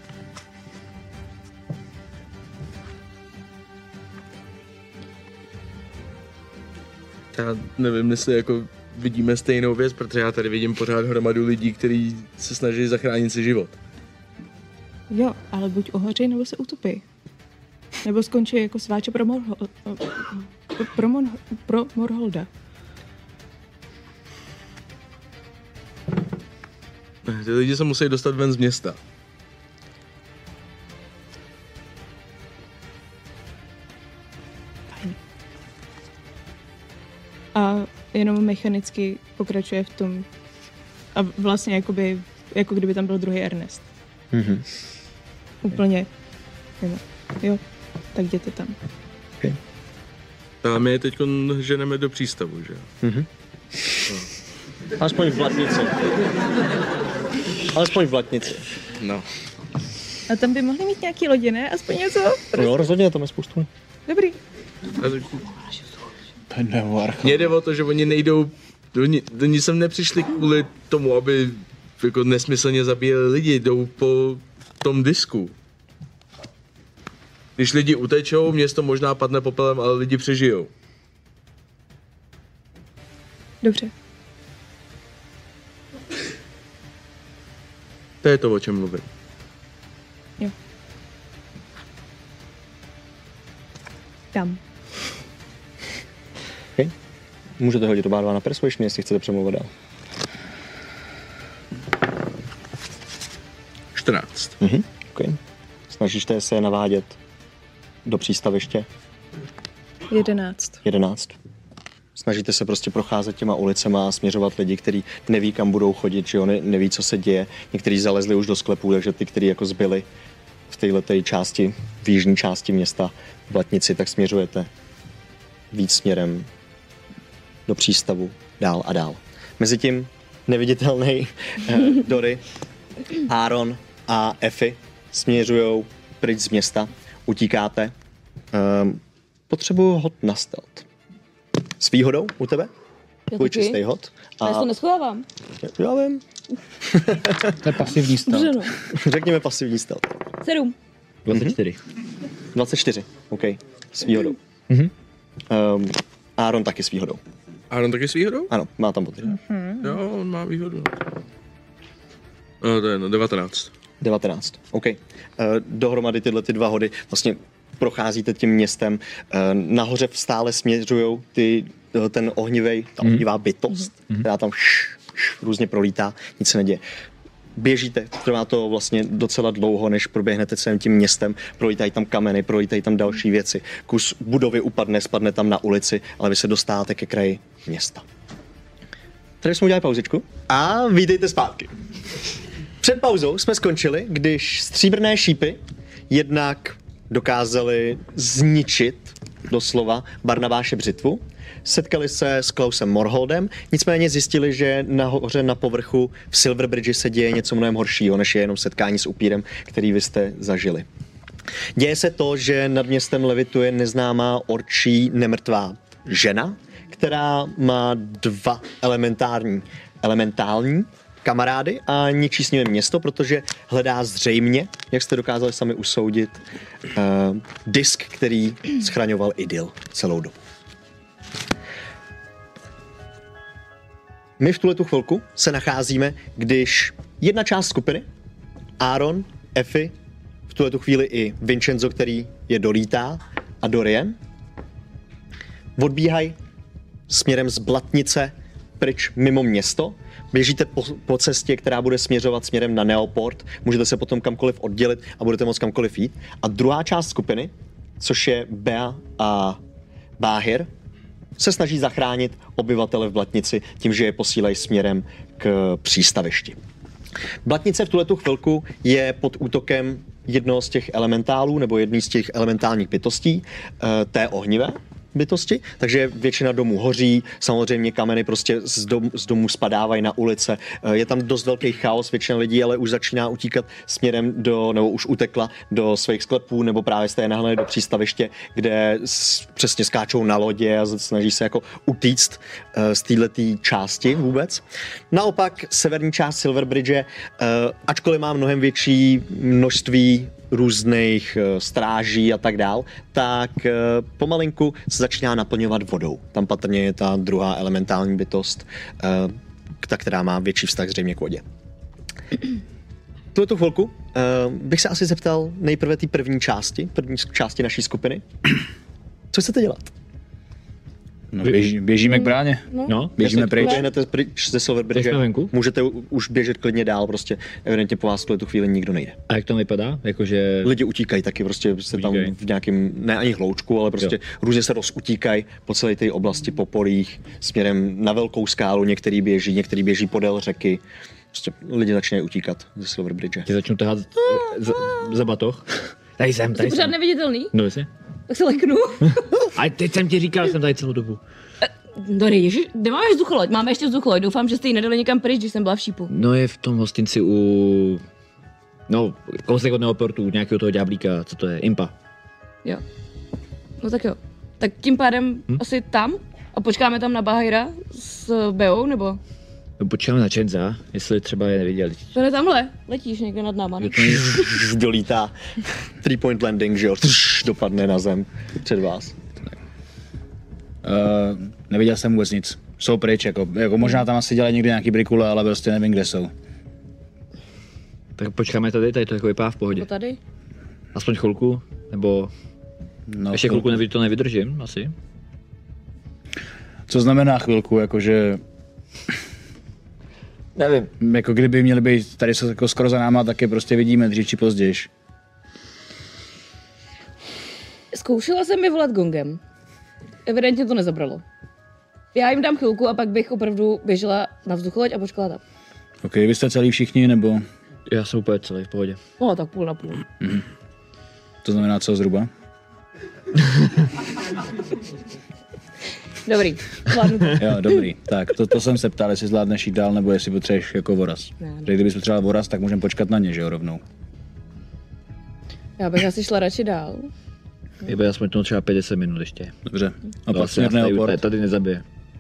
Já nevím, jestli jako vidíme stejnou věc, protože já tady vidím pořád hromadu lidí, kteří se snaží zachránit si život. Jo, ale buď ohoří, nebo se utopí. Nebo skončí jako sváče pro, Morho, pro, Mon, pro Morholda. Ty lidi se musí dostat ven z města. Fajn. A jenom mechanicky pokračuje v tom a vlastně jakoby, jako kdyby tam byl druhý Ernest. Mm-hmm. Úplně. Jo. jo, tak jděte tam. Okay. A my je teď ženeme do přístavu, že? Mm-hmm. No. Alespoň v Blatnici. Alespoň v Blatnici. No. A tam by mohli mít nějaký lodě, ne? Aspoň něco? Prostě. No, rozhodně, tam je spoustu. Dobrý. Mně jde o to, že oni nejdou, oni, oni sem nepřišli kvůli tomu, aby jako nesmyslně zabíjeli lidi, jdou po tom disku. Když lidi utečou, město možná padne popelem, ale lidi přežijou. Dobře. To je to, o čem mluvím. Jo. Tam. Okay. Můžete hodit oba dva na persuasion, jestli chcete přemluvat dál. čtrnáct. Mhm. Okay. Snažíte se navádět do přístaviště. Jedenáct. jedenáct. Snažíte se prostě procházet těma ulicema a směřovat lidi, kteří neví, kam budou chodit, že jo, ne, neví, co se děje. Někteří zalezli už do sklepů, takže ty, kteří jako zbyli v této části, v jižní části města v Blatnici, tak směřujete víc směrem do přístavu, dál a dál. Mezitím neviditelný eh, Dory, Aaron a Effie směřujou pryč z města, utíkáte. Um, potřebuju hod na stealth. S výhodou u tebe? Tvůj čistý hod. A já se to neschovávám. Já vím. To je pasivní stealth. Dobře, no. Řekněme pasivní stealth. Sedm. dvacet čtyři. dvacet čtyři, OK. S výhodou. Mhm. Um, Aaron taky s výhodou. Aaron taky s výhodou? Ano, má tam bod. Jo, on má výhodu. No, to je no, devatenáct. devatenáct, OK. Uh, dohromady tyhle ty dva hody vlastně procházíte tím městem. Uh, nahoře stále směřujou ty, uh, ten ohnivej, ta ohnivá bytost, mm. která tam š, š, různě prolítá, nic se neděje. Běžíte, trvá to vlastně docela dlouho, než proběhnete celým tím městem, prolítají tam kameny, prolítají tam další věci. Kus budovy upadne, spadne tam na ulici, ale vy se dostáváte ke kraji města. Tady jsme udělali pauzičku a vítejte zpátky. Před pauzou jsme skončili, když stříbrné šípy jednak dokázali zničit doslova Barnabáše břitvu. Setkali se s Klausem Morholdem, nicméně zjistili, že nahoře na povrchu v Silverbridge se děje něco mnohem horšího, než je jenom setkání s upírem, který vy jste zažili. Děje se to, že nad městem levituje neznámá orčí nemrtvá žena, která má dva elementární, elementální kamarády a ničí s nimi město, protože hledá zřejmě, jak jste dokázali sami usoudit, uh, disk, který schraňoval Idyl celou dobu. My v tuhletu chvilku se nacházíme, když jedna část skupiny, Aaron, Effie, v tuhletu chvíli i Vincenzo, který je dolítá, a Dorian, odbíhají směrem z Blatnice pryč mimo město. Běžíte po, po cestě, která bude směřovat směrem na Neoport, můžete se potom kamkoliv oddělit a budete moct kamkoliv jít. A druhá část skupiny, což je Bea a Báhir, se snaží zachránit obyvatele v Blatnici tím, že je posílají směrem k přístavišti. Blatnice v tuhletu chvilku je pod útokem jednoho z těch elementálů nebo jedný z těch elementálních bytostí, té ohnivé bytosti, takže většina domů hoří, samozřejmě kameny prostě z, dom, z domů spadávají na ulice, je tam dost velký chaos, většina lidí ale už začíná utíkat směrem do, nebo už utekla do svých sklepů, nebo právě jste je nahnali do přístaviště, kde s, přesně skáčou na lodě a snaží se jako utíct uh, z této části vůbec. Naopak severní část Silverbridge, uh, ačkoliv má mnohem větší množství různých uh, stráží a tak dál, tak uh, pomalinku se začíná naplňovat vodou. Tam patrně je ta druhá elementální bytost, uh, ta, která má větší vztah zřejmě k vodě. Tuto chvilku uh, bych se asi zeptal nejprve té první části, první části naší skupiny. Co chcete dělat? No, běží, běžíme k bráně. No. No, Běžíme pryč. Běhnete pryč ze Silverbridge, můžete už běžet klidně dál, prostě evidentně po vás v tu chvíli nikdo nejde. A jak to vypadá? Jakože... Lidi utíkají taky, prostě se tam v nějakém, ne ani hloučku, ale prostě jo. Různě se rozutíkají po celé té oblasti, po polích, směrem na velkou skálu, některý běží, některý běží podél řeky. Prostě lidi začínají utíkat ze Silverbridge. Ti začnu tahat za, za batoh. Tady jsem, tady Jsi pořád jsem. neviditelný? No jasně. Tak se leknu. A teď jsem ti říkal, jsem tady celou dobu. Dory, ježiš, kde máme vzducholoď? Máme ještě vzducholoď, doufám, že jste ji nedali někam pryč, když jsem byla v šípu. No je v tom hostinci u... No, kousek od Neoportu, nějakého toho ďáblíka, co to je, Impa. Jo. No tak jo. Tak tím pádem hm? asi tam? A počkáme tam na Bahira s Beou, nebo? No, počkáme na Čenza, jestli třeba je neviděli. To je tamhle, letíš někde nad náma, ne? Dolítá three point landing, že jo, dopadne na zem před vás. Uh, neviděl jsem vůbec nic. Jsou pryč, jako, jako možná tam asi dělají někdy nějaký brikule, ale prostě nevím, kde jsou. Tak počkáme tady, tady to jako vypadá v pohodě. Nebo tady? Aspoň chvilku, nebo... No, ještě chvilku neví, to nevydržím, asi. Co znamená chvilku, jakože... Nevím. Jako kdyby měli být tady jako skoro za náma, tak je prostě vidíme dřív či později. Zkoušela jsem mi volat gongem. Evidentně to nezabralo. Já jim dám chvilku a pak bych opravdu běžela na vzducholoď a počkala tam. OK, vy jste celý všichni, nebo? Já jsem úplně celý v pohodě. No, tak půl na půl. Mm-hmm. To znamená co zhruba? Dobrý, zvládnu to. Jo, dobrý. Tak, to, to jsem se ptal, jestli zvládneš jít dál, nebo jestli potřebuješ jako voraz. Ne, ne. Kdybys potřeboval voraz, tak můžeme počkat na ně, že jo, rovnou. Já bych asi šla radši dál. Je by aspoň to třeba padesát minut ještě. Dobře. A No, pak směrný oport. Tady nezabije.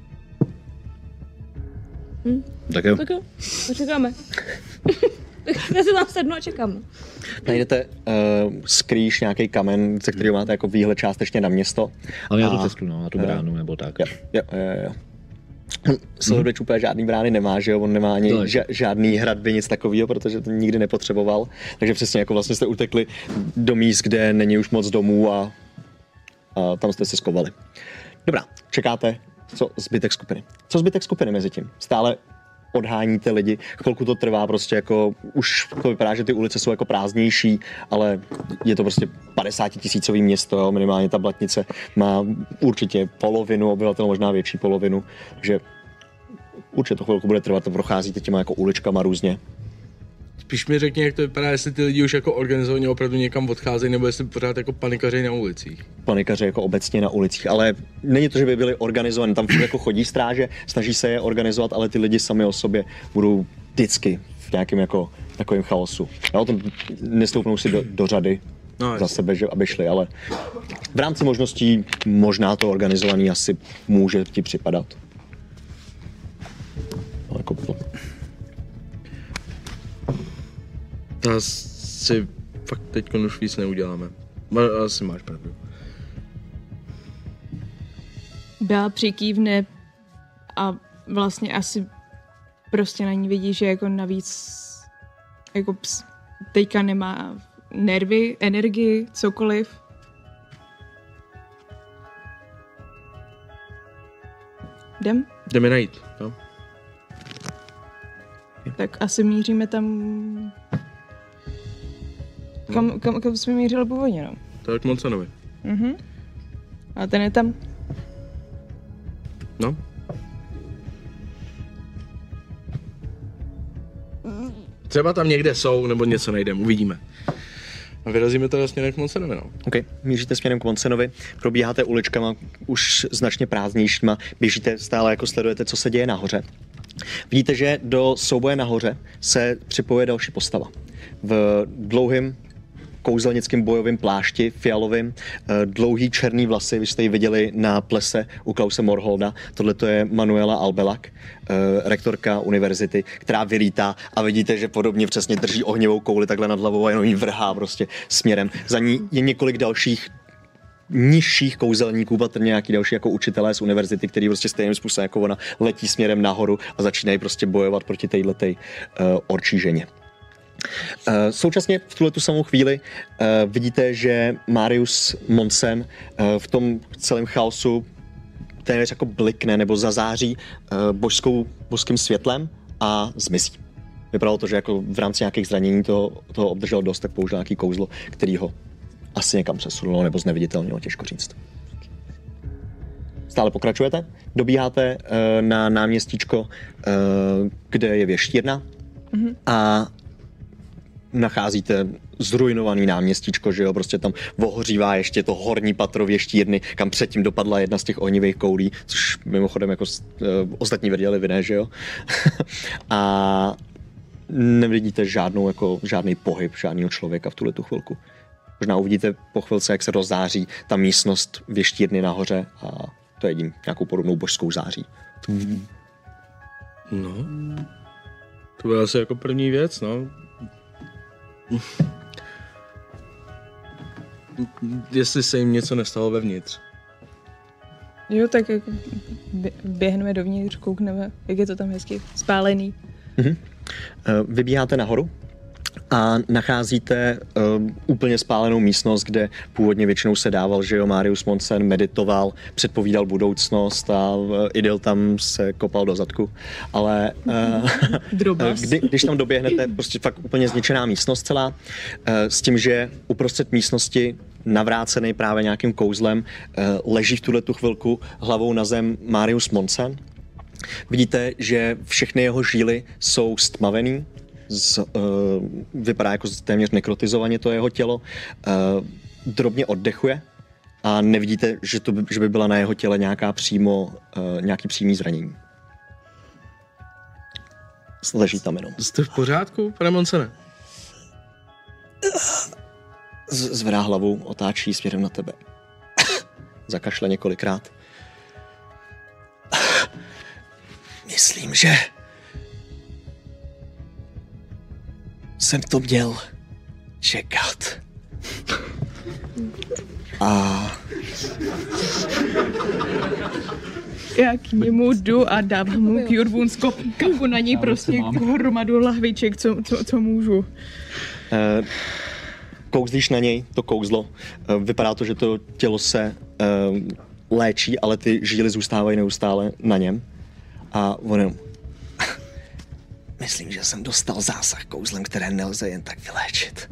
Hm. Tak jo. Tak jo, počekáme. Já si tam sednu a čekám. Najdete uh, skrýš nějaký kamen, ze kterého máte jako výhled částečně na město. Ale já A- tu cestu, no, na tu bránu nebo tak. Jo, jo, jo, jo. On Silverbridge úplně žádný brány nemá, že jo, on nemá ani To je. ža- žádný hradby, nic takového, protože to nikdy nepotřeboval. Takže přesně jako vlastně jste utekli do míst, kde není už moc domů a, a tam jste se skovali. Dobrá, čekáte, co zbytek skupiny. Co zbytek skupiny mezi tím? Stále odháníte lidi, chvilku to trvá, prostě jako už to vypadá, že ty ulice jsou jako prázdnější, ale je to prostě padesátitisícový město, jo, minimálně ta Blatnice má určitě polovinu obyvatel, možná větší polovinu, takže určitě to chvilku bude trvat, to procházíte těma jako uličkama různě. Spíš mi řekni, jak to vypadá, jestli ty lidi už jako organizovaně opravdu někam odcházejí, nebo jestli pořád jako panikaři na ulicích. Panikaři jako obecně na ulicích, ale není to, že by byli organizovaní, tam furt jako chodí stráže, snaží se je organizovat, ale ty lidi sami o sobě budou vždycky v nějakém jako takovém chaosu. Jo, to nestoupnou si do, do řady No, za sebe, že, aby šli, ale v rámci možností možná to organizovaný asi může ti připadat. No, jako, Asi fakt teď už víc neuděláme. Ma- Asi máš pravdu. Bela přikývne a vlastně asi prostě na ní vidí, že jako navíc jako ps, teďka nemá nervy, energii, cokoliv. Jdem? Jdeme najít, jo? Tak asi míříme tam, kam, kam, kam jsme mířili původně, no. To je k Monsenovi. Mhm. A ten je tam. No. Třeba tam někde jsou, nebo něco najdeme, uvidíme. A vyrazíme to směrem k Monsenovi, no. OK, míříte směrem k Monsenovi, probíháte uličkama už značně prázdnějšíma, běžíte stále jako sledujete, co se děje nahoře. Vidíte, že do souboje nahoře se připojuje další postava. V dlouhém kouzelnickým bojovým plášti, fialovým, dlouhý černý vlasy, vy jste ji viděli na plese u Klause Morholda. Tohle to je Manuela Albelak, rektorka univerzity, která vylítá a vidíte, že podobně přesně drží ohnivou kouli takhle nad hlavou a jenom ji vrhá prostě směrem. Za ní je několik dalších nižších kouzelníků, patrně nějaký další jako učitelé z univerzity, který prostě stejným způsobem jako ona letí směrem nahoru a začínají prostě bojovat proti téhletej uh, orčí ženě. Uh, současně v tuhle tu samou chvíli uh, vidíte, že Marius Monsen uh, v tom celém chaosu téměř jako blikne nebo zazáří uh, božskou, božským světlem a zmizí. Vypadalo to, že jako v rámci nějakých zranění toho, toho obdržel dost, tak použil nějaký kouzlo, který ho asi někam přesunulo nebo zneviditelnilo, těžko říct. Stále pokračujete, dobíháte uh, na náměstíčko, uh, kde je věštírna mm-hmm. a nacházíte zrujnovaný náměstíčko, že jo, prostě tam vohořívá ještě to horní patro věštírny, kam předtím dopadla jedna z těch ohnivých koulí, což mimochodem jako uh, ostatní viděli vy, ne, že jo? A nevidíte žádnou, jako, žádný pohyb žádného člověka v tuhle tu chvilku. Možná uvidíte po chvilce, jak se rozzáří ta místnost věštírny nahoře a to je jediný nějakou podobnou božskou září. No. To byla asi jako první věc, no. Jestli se jim něco nestalo vevnitř. Jo, tak jako bě- běhneme dovnitř, koukneme, jak je to tam hezky spálený. Mhm. Vybíháte nahoru a nacházíte uh, úplně spálenou místnost, kde původně většinou se dával, že jo, Marius Monsen meditoval, předpovídal budoucnost a uh, Idyl tam se kopal do zadku, ale uh, kdy, když tam doběhnete, prostě fakt úplně zničená místnost celá, uh, s tím, že uprostřed místnosti navrácený právě nějakým kouzlem, leží v tuhle tu chvilku hlavou na zem Marius Monsen. Vidíte, že všechny jeho žíly jsou stmavený, z, uh, vypadá jako téměř nekrotizovaně to jeho tělo, uh, drobně oddechuje a nevidíte, že, to by, že by byla na jeho těle nějaká přímo, uh, nějaký přímý zranění. Leží tam jenom. Jste v pořádku, pane Monsene? Z- zvedá hlavu, otáčí směrem na tebe. Zakašle několikrát. Myslím, že jsem to měl čekat. A Já k němu jdu a dávám mu Cure Wounds, kapu na něj prostě hromadu lahviček, co, co, co můžu. Uh, kouzlíš na něj, to kouzlo. Uh, vypadá to, že to tělo se uh, léčí, ale ty žíly zůstávají neustále na něm. A on jenom... Myslím, že jsem dostal zásah kouzlem, které nelze jen tak vyléčit.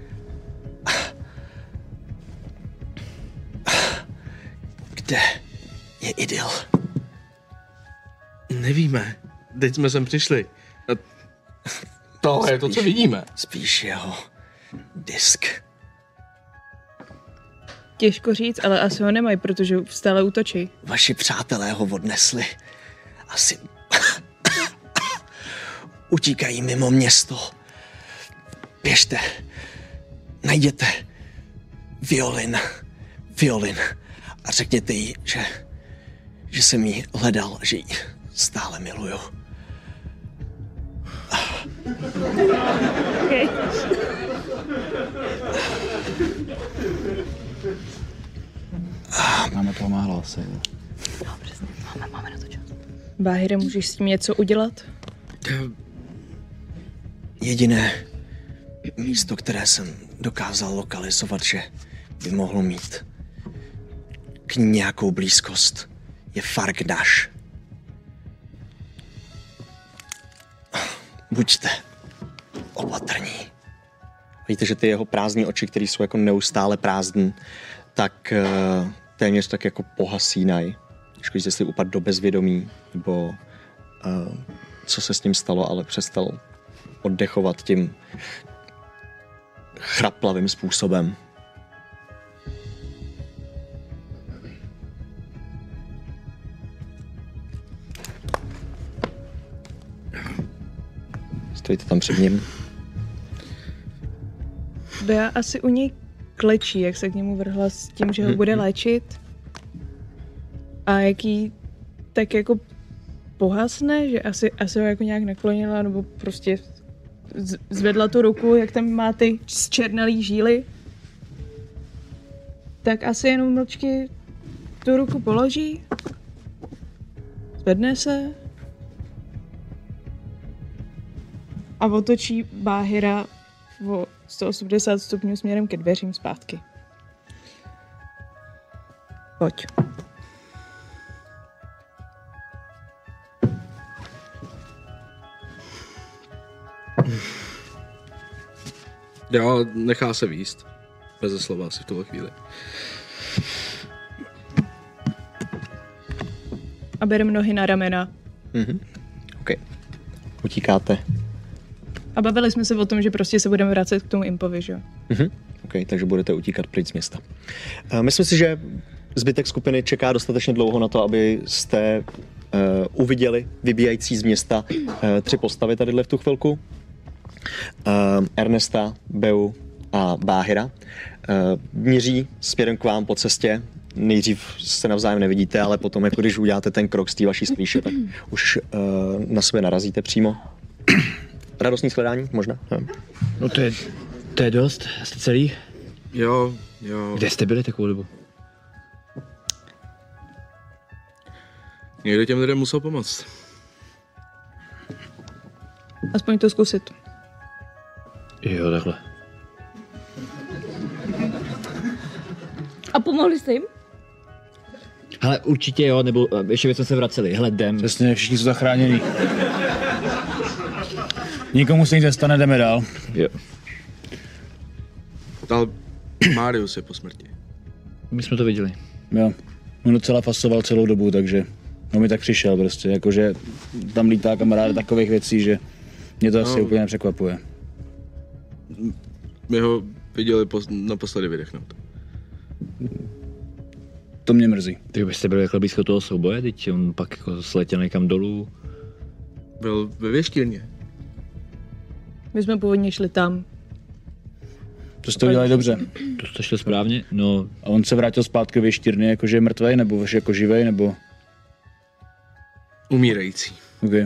Kde je Idyl? Nevíme. Teď jsme sem přišli. A tohle je to, co vidíme. Spíš jeho disk. Těžko říct, ale asi ho nemají, protože stále útočí. Vaši přátelé ho odnesli. Asi... Utíkají mimo město. Běžte. Najděte violin. Violin. A řekněte jí, že, že jsem jí hledal, že ji stále miluju. Okay. Máme toho má hlas. No, přesně, máme, máme na to čas. Báhire, můžeš s tím něco udělat? Jediné místo, které jsem dokázal lokalizovat, že by mohlo mít k ní nějakou blízkost, je Fargdash. Buďte opatrní. Víte, že ty jeho prázdné oči, které jsou jako neustále prázdný, tak uh, téměř tak jako pohasínají. Těžko říct, jestli upad do bezvědomí, nebo uh, co se s ním stalo, ale přestal oddechovat tím chraplavým způsobem. Stojíte tam před ním? Bea asi u něj klečí, jak se k němu vrhla s tím, že ho bude léčit. A jaký tak jako pohasne, že asi, asi ho jako nějak naklonila, nebo prostě z- zvedla tu ruku, jak tam má ty zčernalý žíly. Tak asi jenom mlčky tu ruku položí, zvedne se a otočí Báhira o sto osmdesát stupňů směrem ke dveřím zpátky. Pojď. Jo, nechá se výst. Beze slova asi v tuhle chvíli. A bereme nohy na ramena. Mhm. OK. Utíkáte. A bavili jsme se o tom, že prostě se budeme vracet k tomu impovi, že jo? Mhm. OK, takže budete utíkat pryč z města. Uh, myslím si, že zbytek skupiny čeká dostatečně dlouho na to, abyste uh, uviděli vybíjající z města uh, tři postavy tadyhle v tu chvilku. Uh, Ernesta, Beu a Báhira. Uh, míří směrem k vám po cestě. Nejdřív se navzájem nevidíte, ale potom, jako když uděláte ten krok z té vaší sklíše, tak už uh, na sebe narazíte přímo. Radostný shledání? Možná? No, no to je, to je dost. Jste celý? Jo, jo. Kde jste byli takovou dobu? Někdo těm lidem musel pomoct. Aspoň to zkusit. Jo, takhle. A pomohli jste jim? Hele, určitě jo, nebo ještě bychom se vraceli. Hele, jdem. Přesně, všichni jsou zachráněni. Nikomu se nic nestane, jdeme dál. Jo. Ale Marius je po smrti. My jsme to viděli. Jo. On docela fasoval celou dobu, takže on mi tak přišel prostě, jakože tam lítá kamarád takových věcí, že mě to asi no. úplně nepřekvapuje. My ho viděli pos- naposledy vydechnout. To mě mrzí. Ty byste byli takhle blízko toho souboje, teď on pak jako sletěl někam dolů. Byl ve věštírně. My jsme původně šli tam. To jste udělali dobře. To jste šli správně? No, A on se vrátil zpátky ve Štírny, jakože je mrtvej, nebo jako živej, nebo... Umírající. Okay.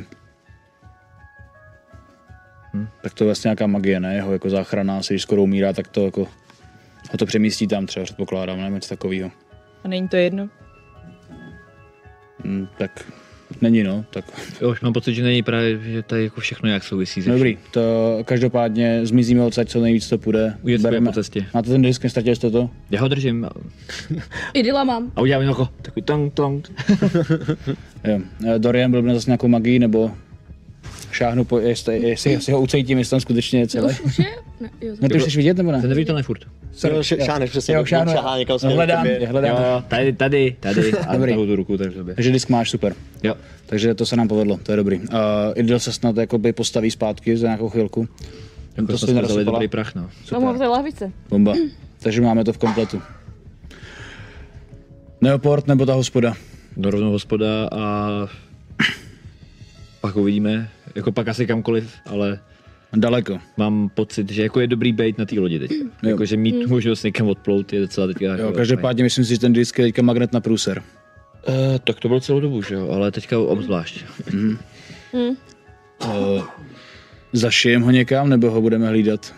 Hm. Tak to je vlastně nějaká magie, ne? Jeho jako záchrana, asi když skoro umírá, tak to jako... Ho to přemístí tam třeba, předpokládám, nebo něco takového. A není to jedno? Hm, tak není, no. Tak. jo, už mám pocit, že není právě, že tady jako všechno nějak souvisí. No dobrý, to každopádně zmizíme odsaď, co nejvíc to půjde. Uděláme po cestě. Máte ten disk, nestratili jste to? Já ho držím. Idyla mám. A udělám jako takový tong tong. Jo. Dorian byl zase nějakou magii, nebo šáhnu, po, jestli, jestli, jestli ho ucejtím, jestli tam skutečně je celé. Už, už je? Ne, jo, No ty už chceš vidět, nebo ne? Jsem neviditelný furt. Jo, šáneš přesně, Jo, šáhnu. šahá někam směrem k Hledám, tobě. hledám. Jo, jo, tady, tady, tady. A Dobrý. tahu tu ruku, takže sobě. Takže disk máš, super. Jo. Takže to se nám povedlo, to je dobrý. Uh, Idil se snad jakoby postaví zpátky za nějakou chvilku. Jako to jsme si vzali nasypala. dobrý prach, no. mám ho v té lahvice. Bomba. Takže máme to v kompletu. Neoport nebo ta hospoda? No rovnou hospoda a pak uvidíme, jako pak asi kamkoliv, ale Daleko. mám pocit, že jako je dobrý bejt na té lodi teď. Jakože mít mm. možnost někam odplout je docela teďka. Jo, jako každopádně myslím si, že ten disk je teďka magnet na průser. Uh, tak to bylo celou dobu, že jo, ale teďka obzvlášť. Mm. Uh, zašijem ho někam, nebo ho budeme hlídat?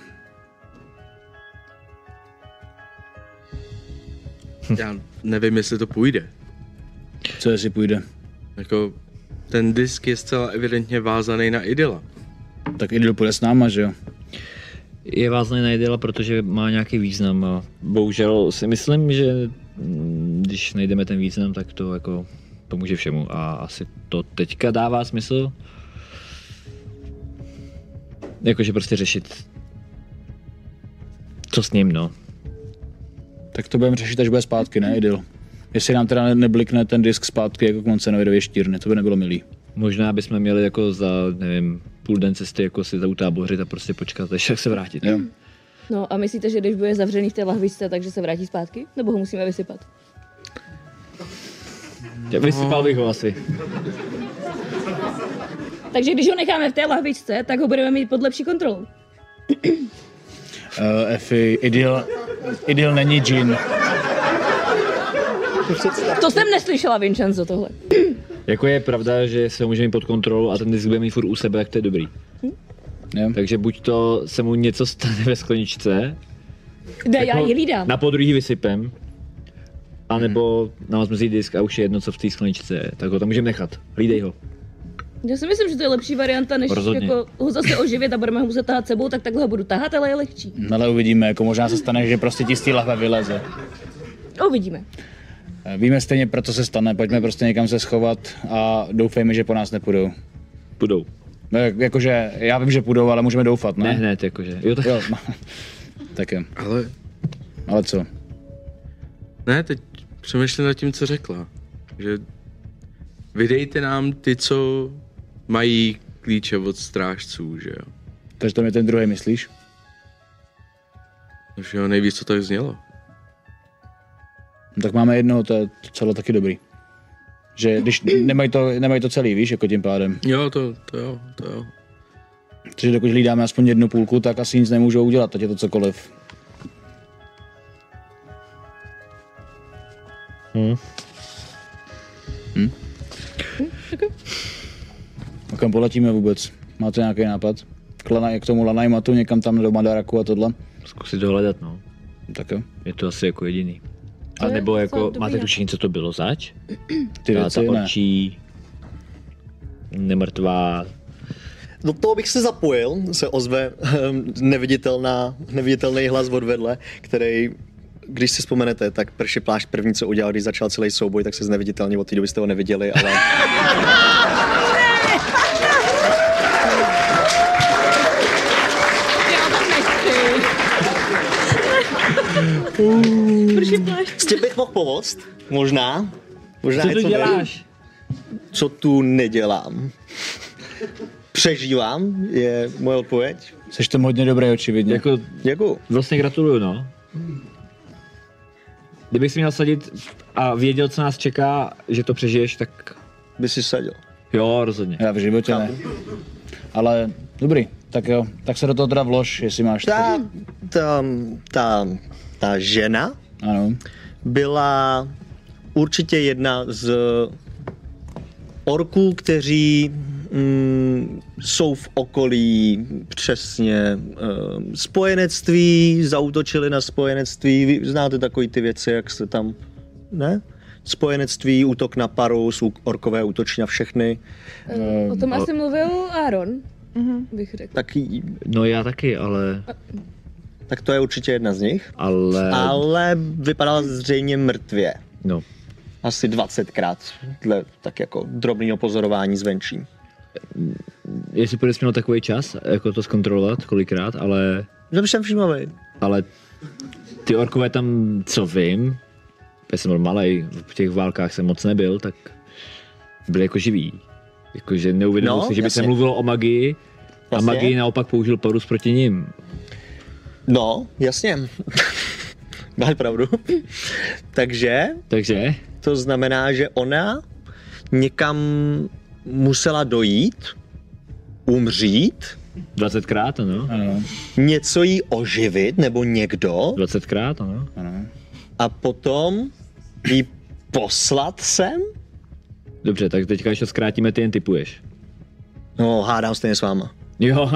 Já nevím, jestli to půjde. Co jestli půjde? Jako, ten disk je zcela evidentně vázaný na Idyla. Tak Idil půjde s náma, že jo? Je vázaný na Idyla, protože má nějaký význam a bohužel si myslím, že mm, když najdeme ten význam, tak to jako pomůže všemu a asi to teďka dává smysl. Jakože prostě řešit co s ním, no. Tak to budeme řešit, až bude zpátky, ne, Idil? Jestli nám teda neblikne ten disk zpátky jako k Moncenovi do věštírny, to by nebylo milý. Možná bychom měli jako za, nevím, půl den cesty jako si zautábořit a prostě počkat, až se vrátit. Jo. No a myslíte, že když bude zavřený v té lahvičce, takže se vrátí zpátky? Nebo ho musíme vysypat? Já vysypal bych ho asi. Takže když ho necháme v té lahvičce, tak ho budeme mít pod lepší kontrolou. Uh, Efi, Idil, Idil není džin. To jsem neslyšela, Vincenzo, tohle. Jako je pravda, že se ho může mít pod kontrolou a ten disk bude mít furt u sebe, jak to je dobrý. Jo. Takže buď to se mu něco stane ve skleničce, Kde já ho ji lídám. na podruhý vysypem, anebo nám zmizí disk a už je jedno, co v té skleničce je. Tak ho tam můžeme nechat. Hlídej ho. Já si myslím, že to je lepší varianta, než Rozhodně. jako ho zase oživit a budeme ho muset tahat sebou, tak takhle ho budu tahat, ale je lehčí. Ale uvidíme, jako možná se stane, že prostě ti z té lahve vyleze. Uvidíme. Víme stejně, proto se stane, pojďme prostě někam se schovat a doufejme, že po nás nepůjdou. Půjdou. No, jak- jakože, já vím, že půjdou, ale můžeme doufat, ne? Ne hned, jakože. Jo, tak... Jo, no. Tak jo. Ale Ale co? ne, teď přemýšlím nad tím, co řekla. Že vydejte nám ty, co mají klíče od strážců, že jo. Takže to mě ten druhý myslíš? No, že jo, nejvíc, co tak znělo. No, tak máme jednoho, to je celé taky dobrý. Že když nemají to, nemají to celý, víš, jako tím pádem. Jo, to, to jo, to jo. Takže dokud hlídáme aspoň jednu půlku, tak asi nic nemůžou udělat, ať je to cokoliv. Hm. Hm? A kam poletíme vůbec? Máte nějaký nápad? K, Lana, k tomu Lanajmatu, někam tam do Madaraku a tohle? Zkusit dohledat, no. Tak jo. Je to asi jako jediný. A To je nebo docela jako, dobrý máte nápad. tušení, co to bylo zač? Ty Ta, věci, ta ne. očí, nemrtvá. Do toho bych se zapojil, se ozve um, neviditelná, neviditelný hlas odvedle, který, když si vzpomenete, tak Prši Plášť první, co udělal, když začal celý souboj, tak se zneviditelně, od té doby jste ho neviděli, ale... Prší plášť. S tím bych mohl pomoct, možná. Možná Co něco tu děláš? vím. Co tu nedělám? Přežívám, je moje odpověď. Jsi tam hodně dobrý, očividně. Jako, Děkuju. vlastně gratuluju, no. Kdybych si měl sadit a věděl, co nás čeká, že to přežiješ, tak By si sadil. jo, rozhodně. Já v životě ne. Ale dobrý, tak jo, tak se do toho teda vlož, jestli máš. Ta, ta, ta, ta žena Ano. byla určitě jedna z orků, kteří mm, jsou v okolí přesně uh, spojenectví, zaútočili na spojenectví. Vy znáte takový ty věci, jak se tam, ne? Spojenectví, útok na Parus, orkové útočí na všechny. O tom asi mluvil Aaron, bych řekl. Tak, No já taky, ale... tak to je určitě jedna z nich. Ale... Ale vypadala zřejmě mrtvě. No. Asi dvacetkrát, dle tak jako drobného pozorování zvenčí. Jestli půjde měl takový čas, jako to zkontrolovat kolikrát, ale... Že jsem všímavý. Ale ty orkové tam, co vím, já jsem byl malej, v těch válkách jsem moc nebyl, tak byli jako živí. Jakože neuvědomil No, si, že by jasně. se mluvilo o magii a Jasně. magii naopak použil Parus proti nim. No, jasně. Máš pravdu. Takže Takže, to znamená, že ona někam musela dojít, umřít, dvacetkrát, ano. Ano, něco jí oživit, nebo někdo, dvacetkrát, ano. ano. a potom jí poslat sem? Dobře, tak teďka ještě zkrátíme, ty jen typuješ. No, hádám stejně s váma. Jo,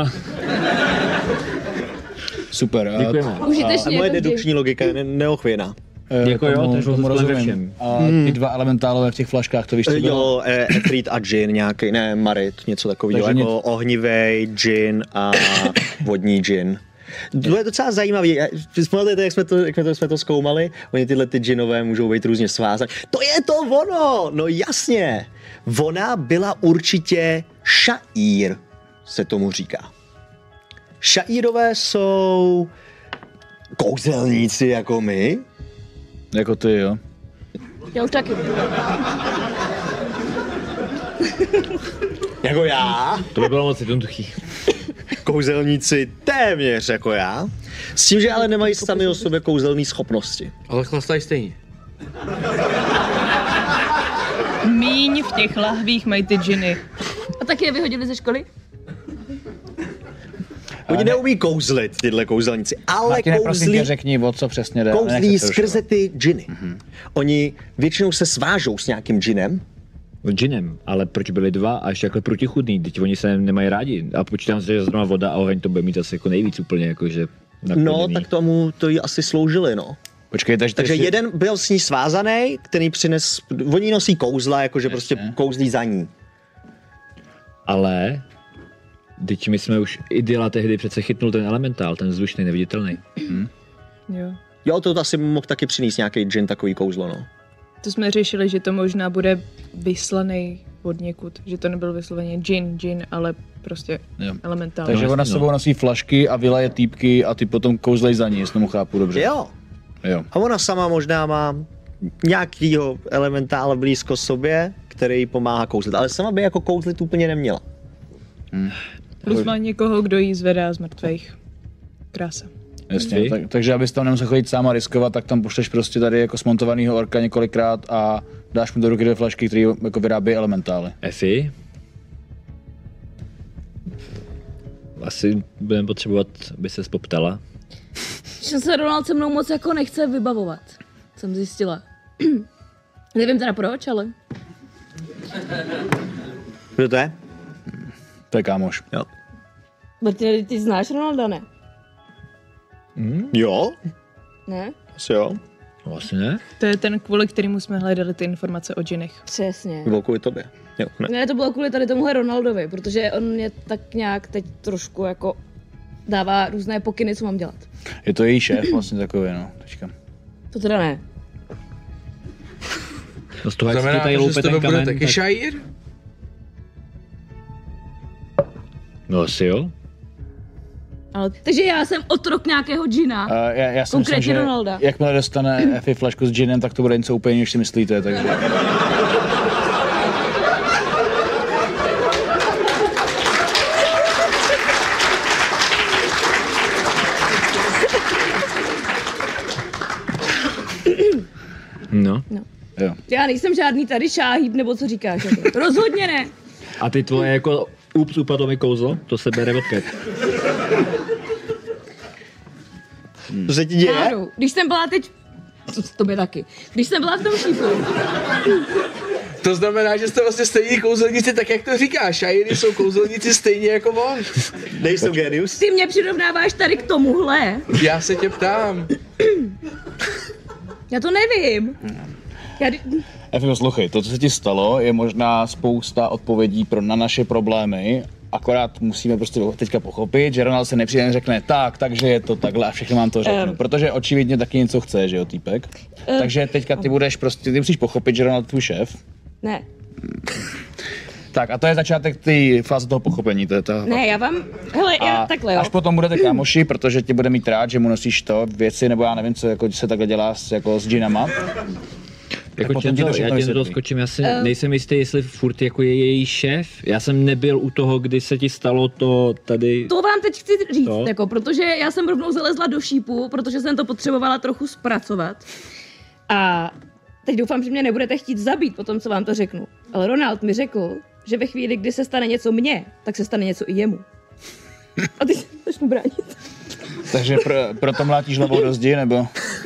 Super. a- děkujeme. A Užitečně moje jako vždy. dedukční logika je ne- neochvějná. eh, Jako jo, tomu- to je tomu rozhodně ve rozumím. všem. A ty dva elementálové v těch flaškách, to víš, co bylo? Jo, e, Efrit a Džin nějaký, ne, Marit, něco takového, Takže jako ohnivej Džin a vodní Džin. To je docela zajímavý. Vzpomínáte, jak jsme to, jak jsme to, jsme to zkoumali? Oni tyhle ty džinové můžou být různě svázané. To je to ono! No jasně! Ona byla určitě šaír, se tomu říká. Šaírové jsou kouzelníci jako my. Jako ty, jo. Já už taky. Jako já. To by bylo moc jednoduchý. Kouzelníci téměř jako já. S tím, že ale nemají sami o sobě kouzelné schopnosti. Ale chlastají stejně. Míň v těch lahvích mají ty džiny. A taky je vyhodili ze školy? Oni neumí kouzlit, tyhle kouzelníci, ale Martine, prosím kouzlí, tě, řekni, o co přesně jde. kouzlí Nech se skrze ty džiny. Mm-hmm. Oni většinou se svážou s nějakým džinem. Džinem, ale proč byli dva a ještě jako protichudný, teď oni se nemají rádi a počítám si, že zrovna voda a oheň to bude mít asi jako nejvíc úplně jakože No, nakloněný. tak tomu to jí asi sloužili, no. Počkej, takže, Takže ty jeden byl s ní svázaný, který přines, oni nosí kouzla, jakože prostě kouzlí za ní. Ale teď my jsme už Idyla tehdy přece chytnul ten elementál, ten vzdušný, neviditelný. Jo. Jo, to asi mohl taky přinést nějaký džin, takový kouzlo, no. To jsme řešili, že to možná bude vyslaný od někud. Že to nebyl vysloveně džin, džin, ale prostě Jo. elementál. Takže No, ona s no. sebou nosí flašky a vylaje týpky a ty potom kouzlej za ní, jestli tomu chápu dobře. Jo. Jo. A ona sama možná má nějakýho elementála blízko sobě, který jí pomáhá kouzlit. Ale sama by jako kouzlit úplně neměla. Plus má někoho, kdo jí zvedá z mrtvých. Krása. Jasně, Vy? tak, takže abys tam nemusel chodit sám a riskovat, tak tam pošleš prostě tady jako smontovanýho orka několikrát a dáš mu do ruky dvě flašky, které jako vyrábí elementály. Efi? Asi budeme potřebovat, aby se poptala. Že se Ronald se mnou moc jako nechce vybavovat. Jsem zjistila. Nevím teda proč, ale... Kdo to je? To je kámoš. Jo. Martine, ty znáš Ronalda, ne? Jo? Ne? Asi jo. No, asi ne. To je ten, kvůli kterému jsme hledali ty informace o džinech. Přesně. Bylo kvůli tobě. Jo, ne. Ne, to bylo kvůli tady tomuhle Ronaldovi, protože on mě tak nějak teď trošku jako dává různé pokyny, co mám dělat. Je to její šéf vlastně takový, no. Teďka. To teda ne. No z toho, jak si Znamená, tady že z loupe tebe ten bude kamen, taky tak... šajír? No asi jo. Ale, takže já jsem otrok nějakého džina. Uh, já, já si Konkrétně myslím, že Ronalda. jakmile dostane Effie flašku s džinem, tak to bude něco úplně, než si myslíte, takže... No. no. Jo. Já nejsem žádný tady šáhýb, nebo co říkáš? Jako. Rozhodně ne. A ty tvoje jako ups, upadlo mi kouzlo, to se bere odkud. Co se ti děje? Náru, když jsem byla teď... To, to by taky. Když jsem byla v tom šípu. To znamená, že jste vlastně stejní kouzelníci, tak jak to říkáš, a jiní jsou kouzelníci stejně jako on. Nejsou genius? Ty mě přirovnáváš tady k tomuhle. Já se tě ptám. Já to nevím. Já... Efi, poslouchej, to, co se ti stalo, je možná spousta odpovědí pro na naše problémy, akorát musíme prostě teďka pochopit, že Ronald se nepřijde a řekne tak, takže je to takhle a všechno vám to řeknu, um, protože očividně taky něco chce, že jo, týpek. Um, takže teďka ty budeš prostě, ty musíš pochopit, že Ronald je tvůj šéf. Ne. Tak a to je začátek té fáze toho pochopení. To je ta... Ne, já vám, hele, já a takhle jo. Až potom budete kámoši, protože tě bude mít rád, že mu nosíš to věci, nebo já nevím, co jako se takhle dělá s, jako s džinama. Jako četl, já tě to skočím, já si uh. nejsem jistý, jestli furt jako je její šéf. Já jsem nebyl u toho, kdy se ti stalo to tady... To vám teď chci říct, jako, protože já jsem rovnou zalezla do šípu, protože jsem to potřebovala trochu zpracovat. A teď doufám, že mě nebudete chtít zabít po tom, co vám to řeknu. Ale Ronald mi řekl, že ve chvíli, kdy se stane něco mně, tak se stane něco i jemu. A ty se začnu bránit. Takže pro, proto mlátíš hlavou do zdi, nebo?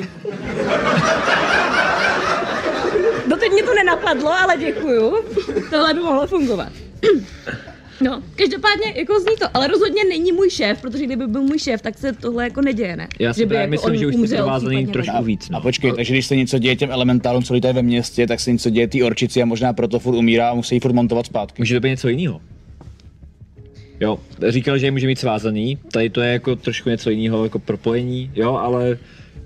Doteď mě to nenapadlo, ale děkuju. Tohle by mohlo fungovat. No, každopádně jako zní to, ale rozhodně není můj šéf, protože kdyby byl můj šéf, tak se tohle jako neděje, ne? Já si právě jako myslím, že už jste provázaný trošku víc. No. A počkej, takže když se něco děje těm elementálům, co lítají ve městě, tak se něco děje té orčici a možná proto furt umírá a musí ji furt montovat zpátky. Může to být něco jiného. Jo, říkal, že je může mít svázaný, tady to je jako trošku něco jiného, jako propojení, jo, ale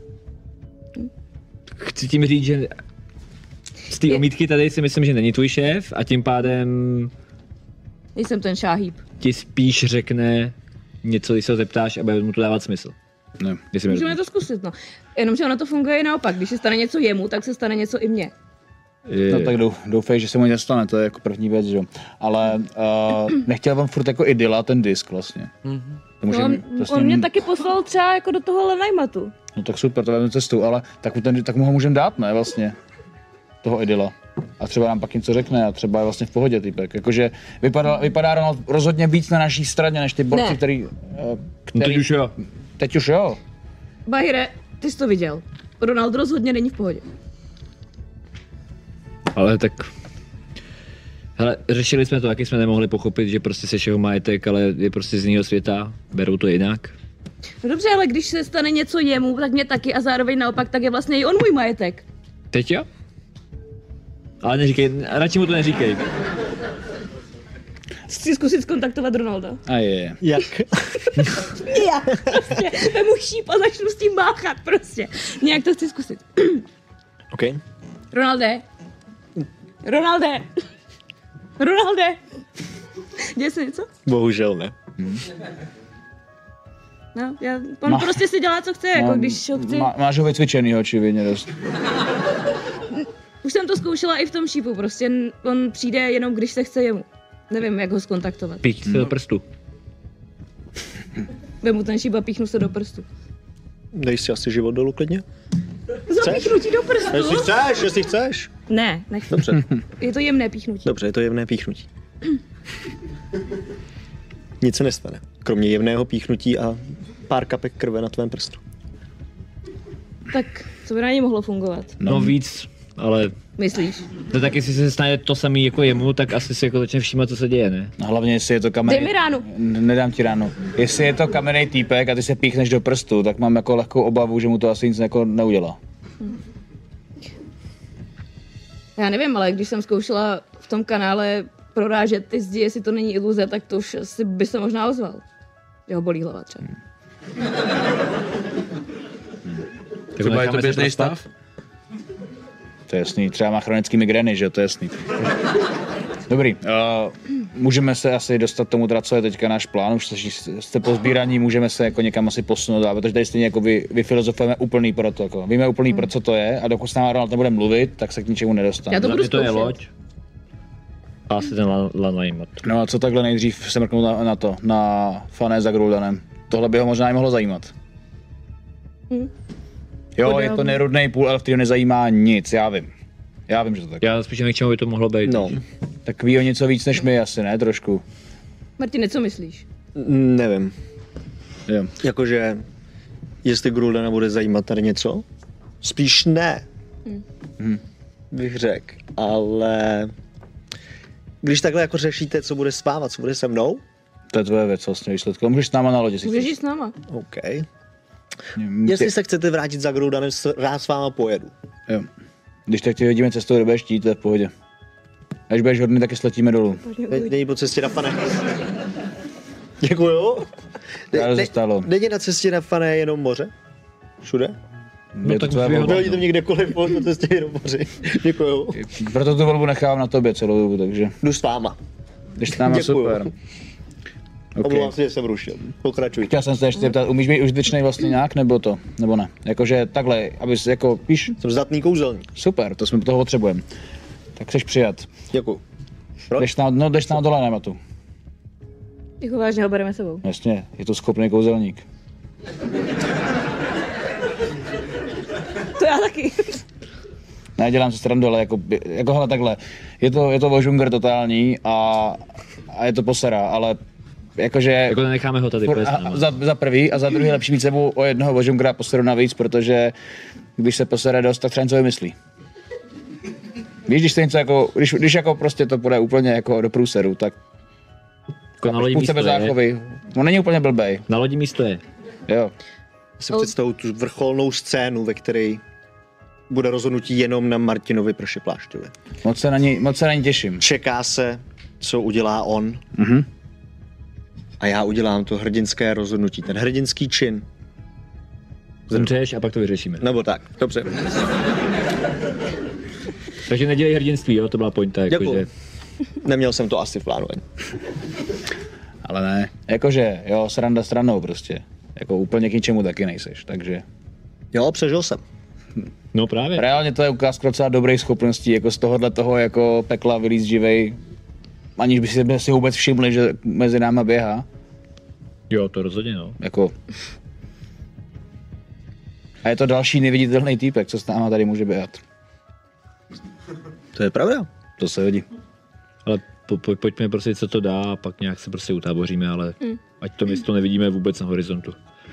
chci tím říct, že z té omítky tady si myslím, že není tvůj šéf a tím pádem nejsem ten šáhýb. Ti spíš řekne něco, když se ho zeptáš a bude mu to dávat smysl. Ne. Můžeme to zkusit, no. Jenomže ono to funguje i naopak, když se stane něco jemu, tak se stane něco i mně. Je... No tak doufej, že se mu něco stane, to je jako první věc, že? Ale uh, nechtěl vám furt jako idyla ten disk vlastně. Mm-hmm. To můžem, on, to on mě taky poslal třeba jako do toho Levnajmatu. No tak super, to vezmu cestu, ale tak, ten, tak mu ho můžeme dát, ne vlastně, toho idyla. A třeba nám pak něco řekne a třeba je vlastně v pohodě týpek. Jakože vypadá, vypadá Ronald rozhodně víc na naší straně, než ty borci, který, který... Teď už jo. Teď už jo. Bahire, ty jsi to viděl. Ronald rozhodně není v pohodě. Ale tak... Hele, řešili jsme to, taky jsme nemohli pochopit, že prostě seš jeho majetek, ale je prostě z jiného světa, berou to jinak. No dobře, ale když se stane něco jemu, tak mě taky a zároveň naopak, tak je vlastně i on můj majetek. Teď jo? Ale neříkej, radši mu to neříkej. Chci zkusit skontaktovat Ronalda. A je. Jak? Já prostě vemu šíp a začnu s tím máchat prostě. Nějak to chci zkusit. OK. Ronalde. Ronalde. Ronalde. Děje se něco? Bohužel ne. Hmm. No, já, on má, prostě si dělá, co chce, jako když ho chci. Má, máš ho vycvičenýho, očividně dost. Už jsem to zkoušela i v tom šípu, prostě on přijde jenom, když se chce jemu. Nevím, jak ho skontaktovat. Pích se do prstu. Vemu ten šíp a píchnu se do prstu. Dej si asi život dolů klidně. Zapíchnutí do prstu? Jestli chceš, jestli chceš. Ne, nechci. Dobře. Je to jemné píchnutí. Dobře, je to jemné píchnutí. Nic se nestane, kromě jemného píchnutí a pár kapek krve na tvém prstu. Tak, co by na něj mohlo fungovat? No, no víc, ale... Myslíš? To tak, jestli se stane to samý jako jemu, tak asi si jako začne všímat, co se děje, ne? No, hlavně, jestli je to kamerej... Dej mi ránu. Nedám ti ránu. Jestli je to kamerej týpek a ty se píchneš do prstu, tak mám jako lehkou obavu, že mu to asi nic jako neudělá. Hmm. Já nevím, ale když jsem zkoušela v tom kanále prorážet ty zdi, jestli to není iluze, tak to už asi by se možná ozval. Jeho bolí hlava třeba. Hmm. Třeba je to běžný stav? To je jasný, třeba má chronický migrény, že jo, to je jasný. Dobrý, uh, můžeme se asi dostat tomu, teda, co je teďka náš plán, už jste po sbíraní, můžeme se jako někam asi posunout, ale protože tady stejně jako vy, vyfilozofujeme úplný pro to, jako. Víme úplný pro co to je a dokud s náma Ronald nebude mluvit, tak se k ničemu nedostane. Já to budu to je zkoušet. loď. A asi ten lan najímat. No a co takhle nejdřív se mrknout na, na to, na fané za Gruldanem. Tohle by ho možná i mohlo zajímat. Hm. Jo, Podám. je to nerudnej půl elf, který ho nezajímá nic, já vím. Já vím, že to tak. Já spíš nevím, k čemu by to mohlo být. No, Tak ví o něco víc než my asi, ne? Trošku. Martine, co myslíš? nevím. Jo. Jakože, jestli Gruldana bude zajímat tady něco? Spíš ne. Hm. Bych řekl, ale když takhle jako řešíte, co bude spávat, co bude se mnou? To je tvoje věc vlastně výsledku. Můžeš s náma na lodi si Můžeš chceš. jít s náma. OK. Hm, Jestli tě- se chcete vrátit za Gruldanem, s- rád s váma pojedu. Jo. Když tak ti vidíme cestou, kde budeš chtít, to je v pohodě. Až budeš hodný, taky sletíme dolů. Ne- Není po cestě na Fané. Děkuju. Ne- Ale ne- zůstalo. Není na cestě na Fané jenom moře? Všude? No, je to tak tvoje musí volba. Bylo to mě kdekoliv, po po cestě jenom moři. Děkuju. Proto tu volbu nechávám na tobě celou dobu, takže Jdu s váma. když s náma Děkuju. super. Omlouvám Okay. se, že jsem rušil. Pokračuj. Chtěl jsem se ještě zeptat, umíš být užitečný vlastně nějak, nebo to, nebo ne? Jakože takhle, abys jako, víš, Jsem zdatný kouzelník. super, to jsme toho potřebujeme. Tak chceš přijat. Děkuju. Proč? Jdeš na, no, jdeš na dole nematu. Jako vážně ho bereme sebou. Jasně, je to schopný kouzelník. To já taky. Ne, dělám si srandu, ale jako, jako hele, takhle, je to, je to vožunger totální a, a je to posera, ale jakože... Jako necháme ho tady furt- pojít s a, náma. za, za prvý a za druhý lepší mít sebou o jednoho vožungera poseru navíc, protože když se posere dost, tak třeba něco vymyslí. Víš, když se něco jako, když, když jako prostě to půjde úplně jako do průseru, tak Jako na lodi půjď místo sebe je. záchovy. On není úplně blbej, Na lodi místo je. jo. Si představuji tu vrcholnou scénu, ve které bude rozhodnutí jenom na Martinovi Prošeplášťovi. Moc se na ní, moc se na ní těším. Čeká se, co udělá on, Mhm. a já udělám to hrdinské rozhodnutí, ten hrdinský čin. Zemřeš a pak to vyřešíme. Nebo tak, dobře. Takže nedělej hrdinství, jo, to byla pointa, Děkuju. jakože... Neměl jsem to asi v plánu. Ale ne, jakože, jo, sranda stranou prostě. Jako úplně k ničemu taky nejseš, takže... Jo, přežil jsem. No právě. Reálně to je ukázka docela dobrých schopností, jako z tohohle toho jako pekla vylíz živej, aniž by si, by si vůbec všimli, že mezi náma běhá, Jo, to rozhodně, no. jako... A je to další neviditelný týpek, co s náma tady může běhat. To je pravda. To se vidí. Ale po, po, pojďme prostě, co to dá a pak nějak se prostě utáboříme, ale mm. ať to město nevidíme vůbec na horizontu.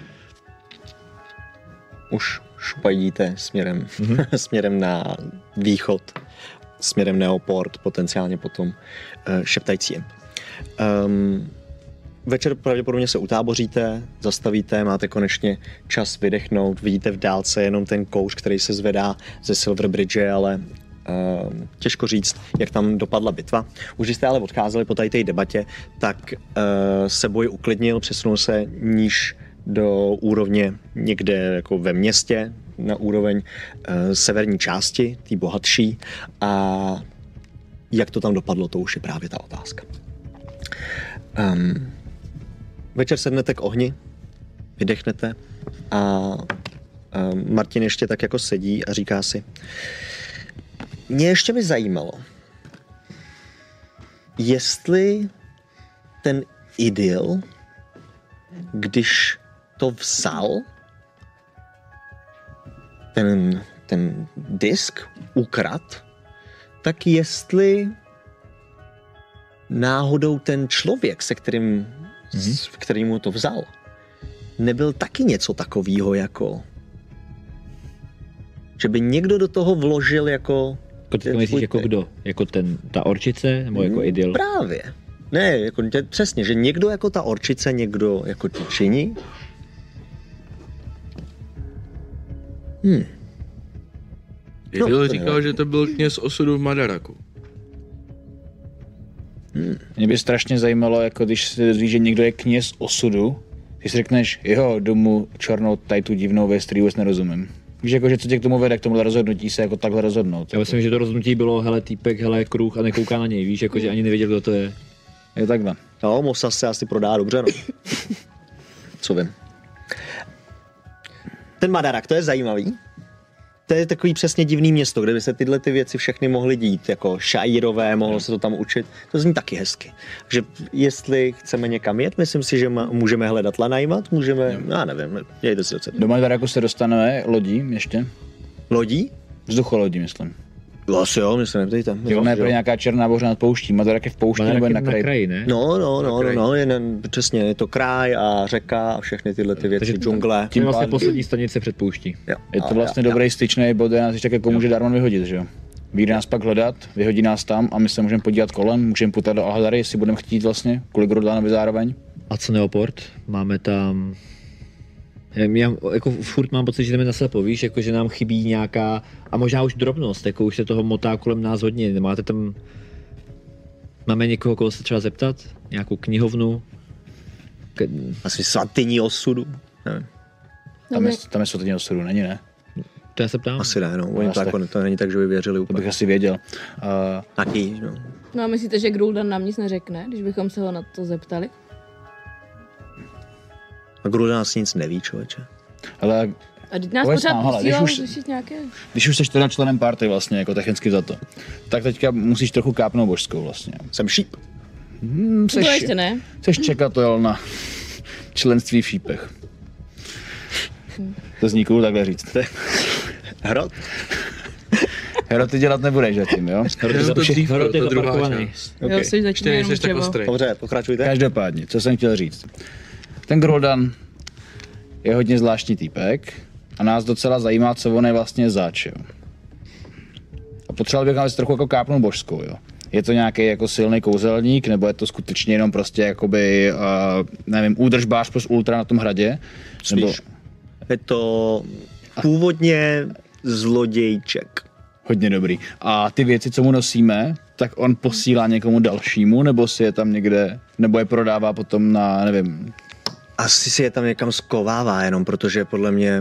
Už šupajíte směrem, mm-hmm. směrem na východ, směrem Neoport, potenciálně potom uh, šeptající. Um, večer pravděpodobně se utáboříte, zastavíte, máte konečně čas vydechnout, vidíte v dálce jenom ten kouř, který se zvedá ze Silver Bridge, ale uh, těžko říct, jak tam dopadla bitva. Už když jste ale odcházeli po tady té debatě, tak uh, se boj uklidnil, přesunul se níž do úrovně někde jako ve městě, na úroveň uh, severní části, té bohatší, a jak to tam dopadlo, to už je právě ta otázka. Um, večer sednete k ohni, vydechnete a um, Martin ještě tak jako sedí a říká si, mě ještě by zajímalo, jestli ten idyl, když to vzal, ten, ten disk ukrad, tak jestli náhodou ten člověk, se kterým, mm-hmm. s kterým mu to vzal, nebyl taky něco takového jako, že by někdo do toho vložil jako... Jako ty myslíš jako kdo? Jako ten, ta orčice? Nebo jako Hmm, idyl? Právě. Ne, jako tě, přesně, že někdo jako ta orčice, někdo jako ti činí. Hmm. Idyl No, to říkal, nevadí. že to byl kněz osudu v Madaraku. Mě by strašně zajímalo, jako když se dozví, že někdo je kněz osudu, když si řekneš, jo, jdu mu čornout tady tu divnou věc, který vůbec nerozumím. Víš, jako, že co tě k tomu vede, k tomu rozhodnutí se jako takhle rozhodnout. Já myslím, že to rozhodnutí bylo, hele, týpek, hele, kruh a nekouká na něj, víš, jako, že ani nevěděl, kdo to je. Je takhle. No, Mosa se asi prodá dobře, no. Co vím. Ten Madarak, to je zajímavý. To je takový přesně divný město, kde by se tyhle ty věci všechny mohly dít, jako šaírové, mohlo se to tam učit. To zní taky hezky. Takže jestli chceme někam jet, myslím si, že ma, můžeme hledat Lanajmat, můžeme, já nevím, dějte si docela. Do Madaraku se dostaneme lodí ještě. Lodí? Vzducholodí, myslím. Asi jo, mě se neptejte. Jo, ne, pro nějaká černá bouře nad pouští. Madarak je v poušti Madarak nebo je na kraji? kraji, ne? No, no, no, no, kraj. no, je, přesně, je to kraj a řeka a všechny tyhle ty věci, Takže džungle. Tím vlastně pádem- poslední stanice před pouští. Jo. Je to A- vlastně a- dobrý styčný bod, kde nás ještě tak jako může Darman vyhodit, že jo? Vyjde nás pak hledat, vyhodí nás tam a my se můžeme podívat kolem, můžeme putovat do Alhadary, jestli budeme chtít vlastně, kvůli Grodlánovi zároveň. A co Neoport? Máme tam... Já jako furt mám pocit, že jdeme na slepo, víš, jako že nám chybí nějaká, a možná už drobnost, jako už se toho motá kolem nás hodně, nemáte tam... Máme někoho, koho se třeba zeptat? Nějakou knihovnu? K... Asi svatyní osudu. Nevím. Tam je, tam je svatý osudu, není, ne? To já se ptám. Asi ne, no. Oni to, Asi. jako, to není tak, že by věřili To úplně. bych asi věděl. Uh, Taky, no. No a myslíte, že Gruldan nám nic neřekne, když bychom se ho na to zeptali? A Gruda nás nic neví, člověče. ale A teď nás Pojď pořád sám, hele, posílal když už- řešit nějaké... když už jsi teda členem party vlastně, jako technicky za to, tak teďka musíš trochu kápnout božskou vlastně. Jsem šíp. Hmm, To ještě ne. Chceš čekat to jel na členství v šípech. To zní cool takhle říct. Hrot? Hero, ty dělat nebudeš zatím, jo? Je to dřív, Hrot je to druhá zaparkovaný. část. Jo, Okay. jsi zatím Ještě jenom nejsi tak dřevo. ostrý. Dobře, pokračujte. Každopádně, co jsem chtěl říct. Ten Groldan je hodně zvláštní týpek a nás docela zajímá, co on je vlastně zač, jo. A potřeboval bych ale trochu jako kápnout božskou, jo. Je to nějaký jako silný kouzelník, nebo je to skutečně jenom prostě jakoby, uh, nevím, údržbář plus ultra na tom hradě? Nebo Spíš. Je to původně zlodějček. hodně dobrý. A ty věci, co mu nosíme, tak on posílá někomu dalšímu, nebo si je tam někde, nebo je prodává potom na, nevím, Asi si je tam někam skovává jenom, protože podle mě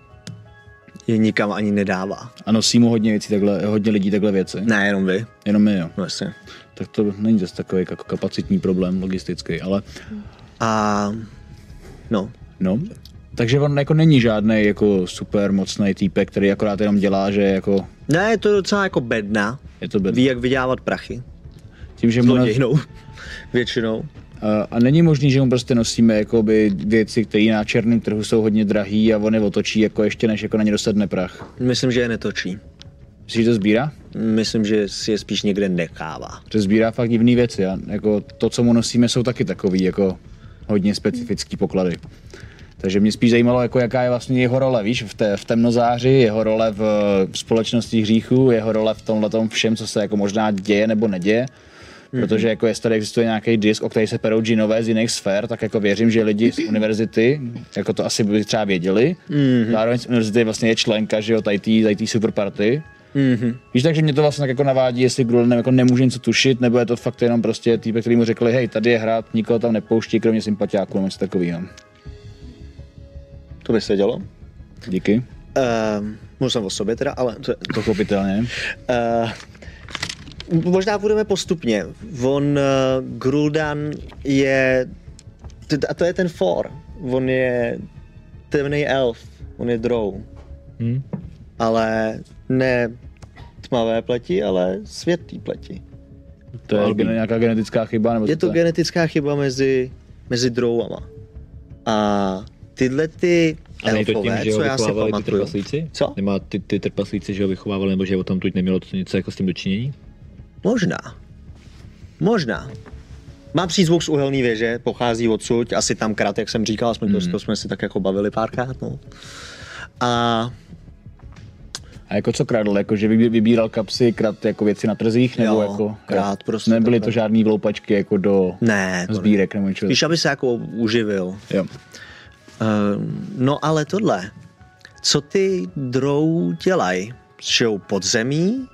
je nikam ani nedává. a nosí mu hodně věcí, takhle, hodně lidí takhle věci. Ne, jenom vy. Jenom my, jo. No jasně. Tak to není zase takový jako kapacitní problém logistický, ale A no, no. Takže on jako není žádný jako super mocný týpek, který akorát jenom dělá, že jako ne, je to docela jako bedna. je to bedna. Ví, jak vydělávat prachy. Tím, že mu nos, Zlodějnou. Většinou. a, a není možný, že mu prostě nosíme jakoby věci, které na černém trhu jsou hodně drahý a on je otočí jako ještě než jako na ně dosadne prach. Myslím, že je netočí. Myslíš, že to sbírá? Myslím, že si je spíš někde nechává. Že sbírá fakt divný věci a jako to, co mu nosíme, jsou taky takový jako hodně specifický poklady. Takže mě spíš zajímalo, jako jaká je vlastně jeho role, víš, v, té, v temnozáři, jeho role v, v společnosti hříchu, jeho role v tomhletom všem, co se jako možná děje nebo neděje. Protože jako jestli tady existuje nějaký disk, o který se perou džinové z jiných sfér, tak jako věřím, že lidi z univerzity, jako to asi by třeba věděli. Mm-hmm. Zároveň z univerzity vlastně je členka, že jo, tady tý, tady tý superparty. Mm-hmm. Víš, takže mě to vlastně tak jako navádí, jestli Grulden jako nemůže něco tušit, nebo je to fakt jenom prostě týpek, který mu řekli, hej, tady je hrát, nikoho tam nepouští, kromě sympatiáků, nebo něco takového. To by se dělo. Díky. Uh, mluvil jsem o sobě teda, ale to, Pochopitelně. uh, možná budeme postupně. On, uh, Gruldan je, a to je ten for, on je temný elf, on je drow. Hm? Ale ne tmavé pleti, ale světlý pleti. To je gen- nějaká genetická chyba, nebo Je co to genetická chyba mezi, mezi drouama. A tyhle ty A není to tím, elfové, že ho co já si vychovávali ty pamatuju. trpaslíci? Co? Nemá ty, ty trpaslíci, že ho vychovávali, nebo že ho tam tuď nemělo to něco jako s tím dočinění? Možná. Možná. Má přízvuk z uhelný věže, pochází odsud, asi tam krat, jak jsem říkal, aspoň to, to jsme si tak jako bavili párkrát. No. A A jako co kradl, jako že vybí- vybíral kapsy, krad jako věci na trzích, nebo Jo, jako krát prostě nebyly takhle. to žádný vloupačky jako do ne, to ne. sbírek nebo něčeho. Spíš, aby se jako uživil. Jo. Uh, no ale tohle, co ty drou dělají? Jsou pod zemí,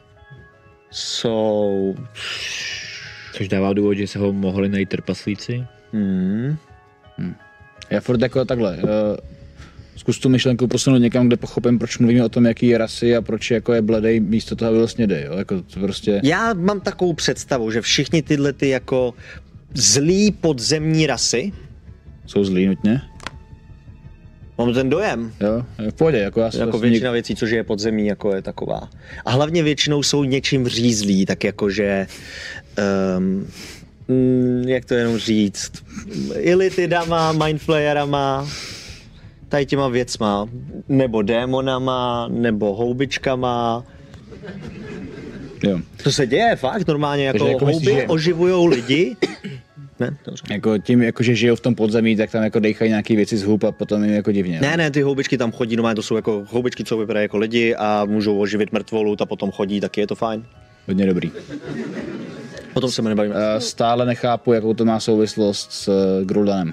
jsou... Což dává důvod, že se ho mohli najít trpaslíci. Hmm. Já furt jako takhle, uh, Zkus tu myšlenku posunout někam, kde pochopím, proč mluvíme o tom, jaký je rasy a proč jako je bledej místo toho, aby byl snědej, jo? Jako to prostě... Já mám takovou představu, že všichni tyhle ty jako zlý podzemní rasy, Jsou zlý nutně. mám ten dojem, Jo, v pohodě, jako já si jako vlastně většina věcí, co je podzemí, jako je taková. A hlavně většinou jsou něčím vřízlí, tak jakože, um, mm, jak to jenom říct, ilitidama, mindflayerama, tady těma věcma, nebo démonama, nebo houbičkama. Jo. To se děje fakt normálně, jako, Takže jako houby myslíš, že- oživujou lidi. Ne, dobře. Jako tím, jako, že žijou v tom podzemí, tak tam jako dejchají nějaký věci z hub a potom jim jako divně. Ne, ne, ty houbičky tam chodí, normálně to jsou jako houbičky, co vypadají jako lidi a můžou oživit mrtvolu, ta potom chodí, taky je to fajn. Hodně dobrý. Potom se mi nebavíme. Uh, stále nechápu, jakou to má souvislost s uh, Gruldanem.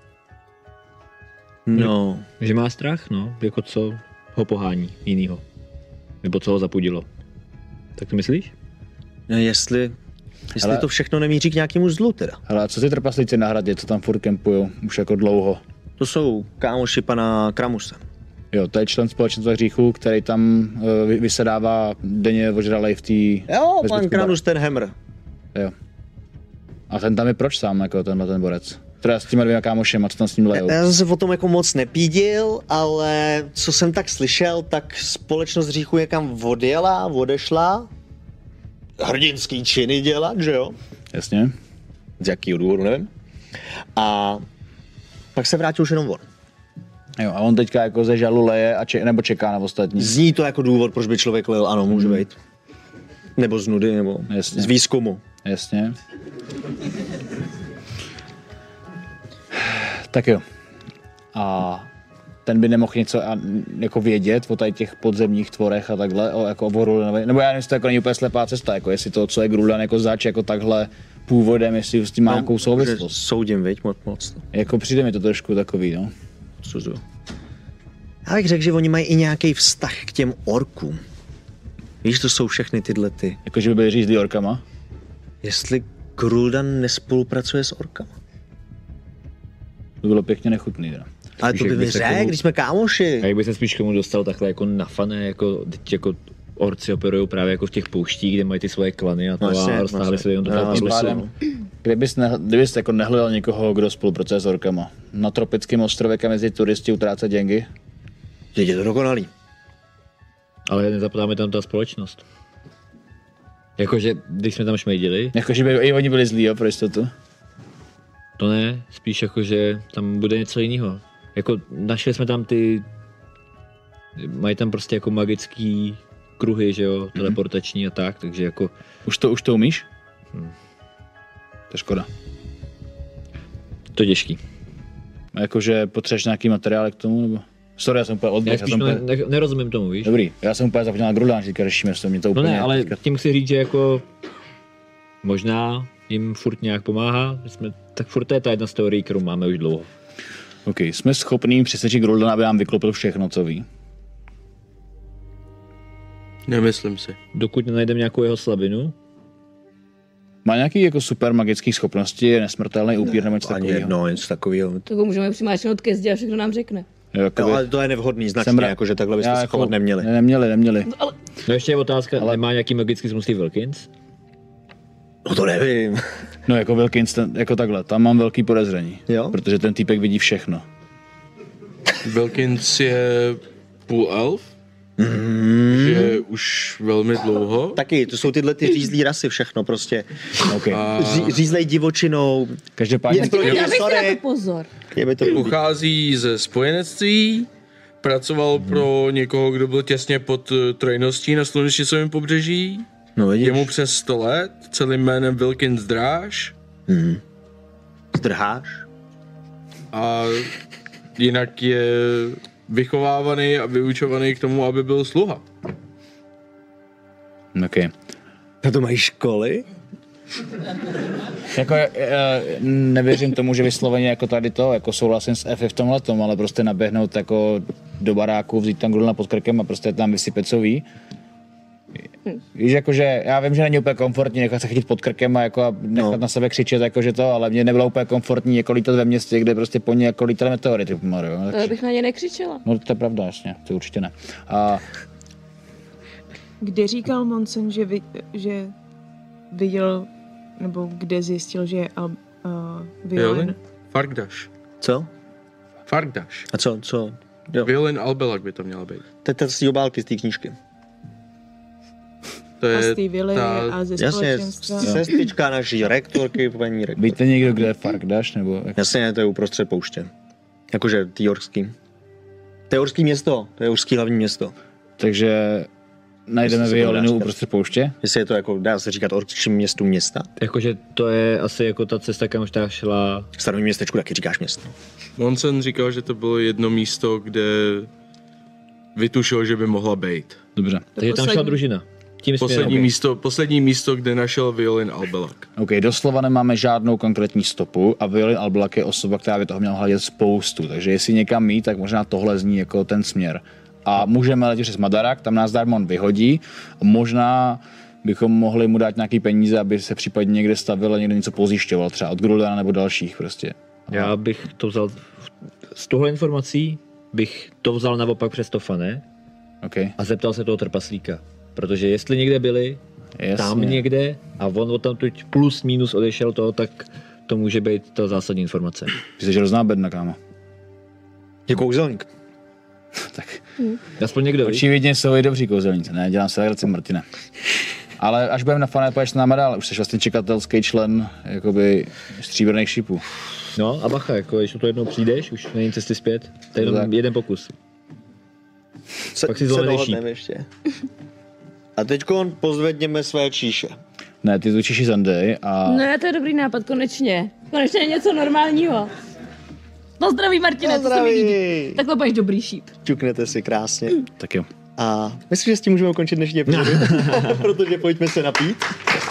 No, Že má strach, no, jako co ho pohání jinýho. Nebo co ho zapudilo. Tak to myslíš? no jestli, jestli Ale- to všechno nemíří k nějakému zlu teda. Hele, a co ty trpaslíci na hradě, co tam furt kempujou, už jako dlouho? To jsou kámoši pana Kramuse. Jo, to je člen společenstva hříchů, který tam uh, vy- vysedává denně ožralej v té... Jo, ve pan zbytku Kramus ten Hemr. Jo. A ten tam je proč sám, jako tenhle ten borec? Teda s těma dvěma kámošema, co tam s ním lejou. Já jsem se o tom jako moc nepídil, ale co jsem tak slyšel, tak společnost hříchu někam odjela, odešla. Hrdinský činy dělat, že jo? Jasně. Z jakýho důvodu, nevím. A pak se vrátil už jenom on. Jo, a on teďka jako ze žalu leje a če- nebo čeká na ostatní. Zní to jako důvod, proč by člověk lil, ano, může být. Nebo z nudy, nebo Jasně. z výzkumu. Jasně. Tak jo. A ten by nemohl něco a, jako vědět o tady těch podzemních tvorech a takhle, o, jako o Grulanovi. Nebo já nevím, jestli to jako není úplně slepá cesta, jako jestli to, co je Gruldan jako zač, jako takhle původem, jestli s tím má No, nějakou souvislost. Soudím, viď, moc, moc. Jako přijde mi to trošku takový, no. Odsuzuju. Já bych řekl, že oni mají i nějaký vztah k těm orkům. Víš, to jsou všechny tyhle ty. Jako, že by byli řízlí orkama. Jestli Gruldan nespolupracuje s orkama. To bylo pěkně nechutný, teda. Ale to Spíš by jak mi by se řekl, komu- když jsme kámoši. A jak by se spíš k tomu dostal takhle jako nafané, jako, teď jako orci operují právě jako v těch pouštích, kde mají ty svoje klany a to No, jasně, a roztáhli jasně. se jenom do No, toho tím lesu. pádem- no. Kdybys, ne, kdybys jako nehledal někoho, kdo spolupracuje s orkama. Na tropickém ostrově, kam jezdí turisti utrácet děngy. Teď je to dokonalý. Ale nezapadáme tam ta společnost. Jakože, když jsme tam šmejdili, Jako, že by i oni byli zlí, jo, pro jistotu. to ne, spíš jako, že tam bude něco jiného. Jako našli jsme tam ty, mají tam prostě jako magický kruhy, že jo, teleportační a tak, takže jako, Už to, už to umíš? Hmm. To je škoda. to je těžký. A jakože potřebuješ nějaký materiál k tomu, nebo? Sorry, já jsem úplně Já odběh. Já spíš jsem ne, úplně... ne, nerozumím tomu, víš? Dobrý, já jsem úplně zapomněl na Gruldan, že teďka řešíme, že mě to No úplně... ne, ale teďka... tím chci říct, že jako možná jim furt nějak pomáhá, my jsme, tak furt to je ta jedna z teorií, kterou máme už dlouho. OK, jsme schopní přesvědčit Gruldana, aby nám vyklopil všechno, co ví. Nemyslím si. Dokud nenajdeme nějakou jeho slabinu, Má nějaký jako super magický schopnosti, je nesmrtelný upír nebo něco Ani takového. jedno, nic takového. Tak ho můžeme přimáčknout ke zdi a všechno nám řekne. Jo, jakoby... No, ale to je nevhodný značně, Jsem ra- jako, že takhle byste Já se chovat neměli. Ne, neměli, neměli. no ještě je otázka, ale... nemá nějaký magický zmysl Wilkins? No to nevím. No jako Wilkins, ten, jako takhle, tam mám velký podezření. Jo? Protože ten týpek vidí všechno. Wilkins je půl elf, mm. že už velmi dlouho. Taky, to jsou tyhle ty řízlý rasy všechno prostě. Okay. A Ří, řízlej divočinou. Každopádně... Nic proti, Já bych si na sorry. to pozor. Je by to pochází ze spojenectví, pracoval Mhm. pro někoho, kdo byl těsně pod eh, trojností na slunečnicovém pobřeží. No vidíš. Je mu přes sto let, celým jménem Wilkins Dráž Zdrháš? a jinak je vychovávaný a vyučovaný k tomu, aby byl sluha. Okay. Na to mají školy? Jako, e, nevěřím tomu, že vysloveně jako tady to, jako souhlasím s F v tomhletom, ale prostě naběhnout jako do baráku, vzít tam Grulana pod krkem a prostě tam vysypet, co ví. Víš, jakože já vím, že není úplně komfortní nechat se chytit pod krkem a jako nechat no. na sebe křičet, jakože to, ale mě nebylo úplně komfortní jako lítat ve městě, kde prostě po ní jako lítaly meteority. Jo, takže... bych na ně nekřičela. No to je pravda, jasně, to určitě ne. A... Kde říkal Monsen, že, vy, že viděl, nebo kde zjistil, že je uh, Violin? Farkdash. Co? Farkdash. A co, co? Jo. Violin Albelak by to měla být. To je z té obálky, z té knížky. To je a z té vily ta... a ze jasně, společenstva. sestička naší rektorky, paní rektorky. Víte někdo, kde je Farkdash, nebo... Jasně, to je uprostřed pouště. Jakože ty jorský. To je jorský město, to je jorský hlavní město. Takže najdeme Violinu uprostřed pouště? Jestli je to jako, dá se říkat orčím městu města. Jakože to je asi jako ta cesta, kam už ta šla. V starovém městečku taky říkáš město. Monsen říkal, že to bylo jedno místo, kde vytušil, že by mohla být. Dobře. Takže tam šla družina. Tím poslední, směrem. místo, poslední místo, kde našel Violin Albelak. OK, doslova nemáme žádnou konkrétní stopu a Violin Albelak je osoba, která by toho měla hledět spoustu, takže jestli někam mít, tak možná tohle zní jako ten směr. A můžeme letět přes Madarak, tam nás Darmon vyhodí, možná bychom mohli mu dát nějaký peníze, aby se případně někde stavil a někde něco pozjišťoval, třeba od Gruldana nebo dalších prostě. Já bych to vzal, z tohle informací bych to vzal naopak přes to Fane okay. a zeptal se toho trpaslíka. Protože jestli někde byli, Jasně. tam někde a on odtamtud plus minus odešel toho, tak to může být ta zásadní informace. Ty jsi hrozná bedna, kámo. Je kouzelník. Tak. Hmm. Aspoň někdo, očividně jsou i dobří kouzelníci, ne, dělám se legraci, Martine. Ale až budeme na Fané, pojď s náma dál, už jsi vlastně čekatelský člen jakoby stříbrných šipů. No a bacha, jako, když to jednou přijdeš, už není cesty zpět, to je jenom jeden pokus. Se, Pak si se zlomenej dohodneme ještě. A teďkon pozvedněme své číše. Ne, ty tu číši Sunday a... Ne, to je dobrý nápad, konečně. Konečně je něco normálního. No zdraví, Martine, to se mi líbí. Takhle budeš dobrý šíp. Čuknete si krásně. Tak jo. A myslím, že s tím můžeme ukončit dnešní epizodu, protože pojďme se napít.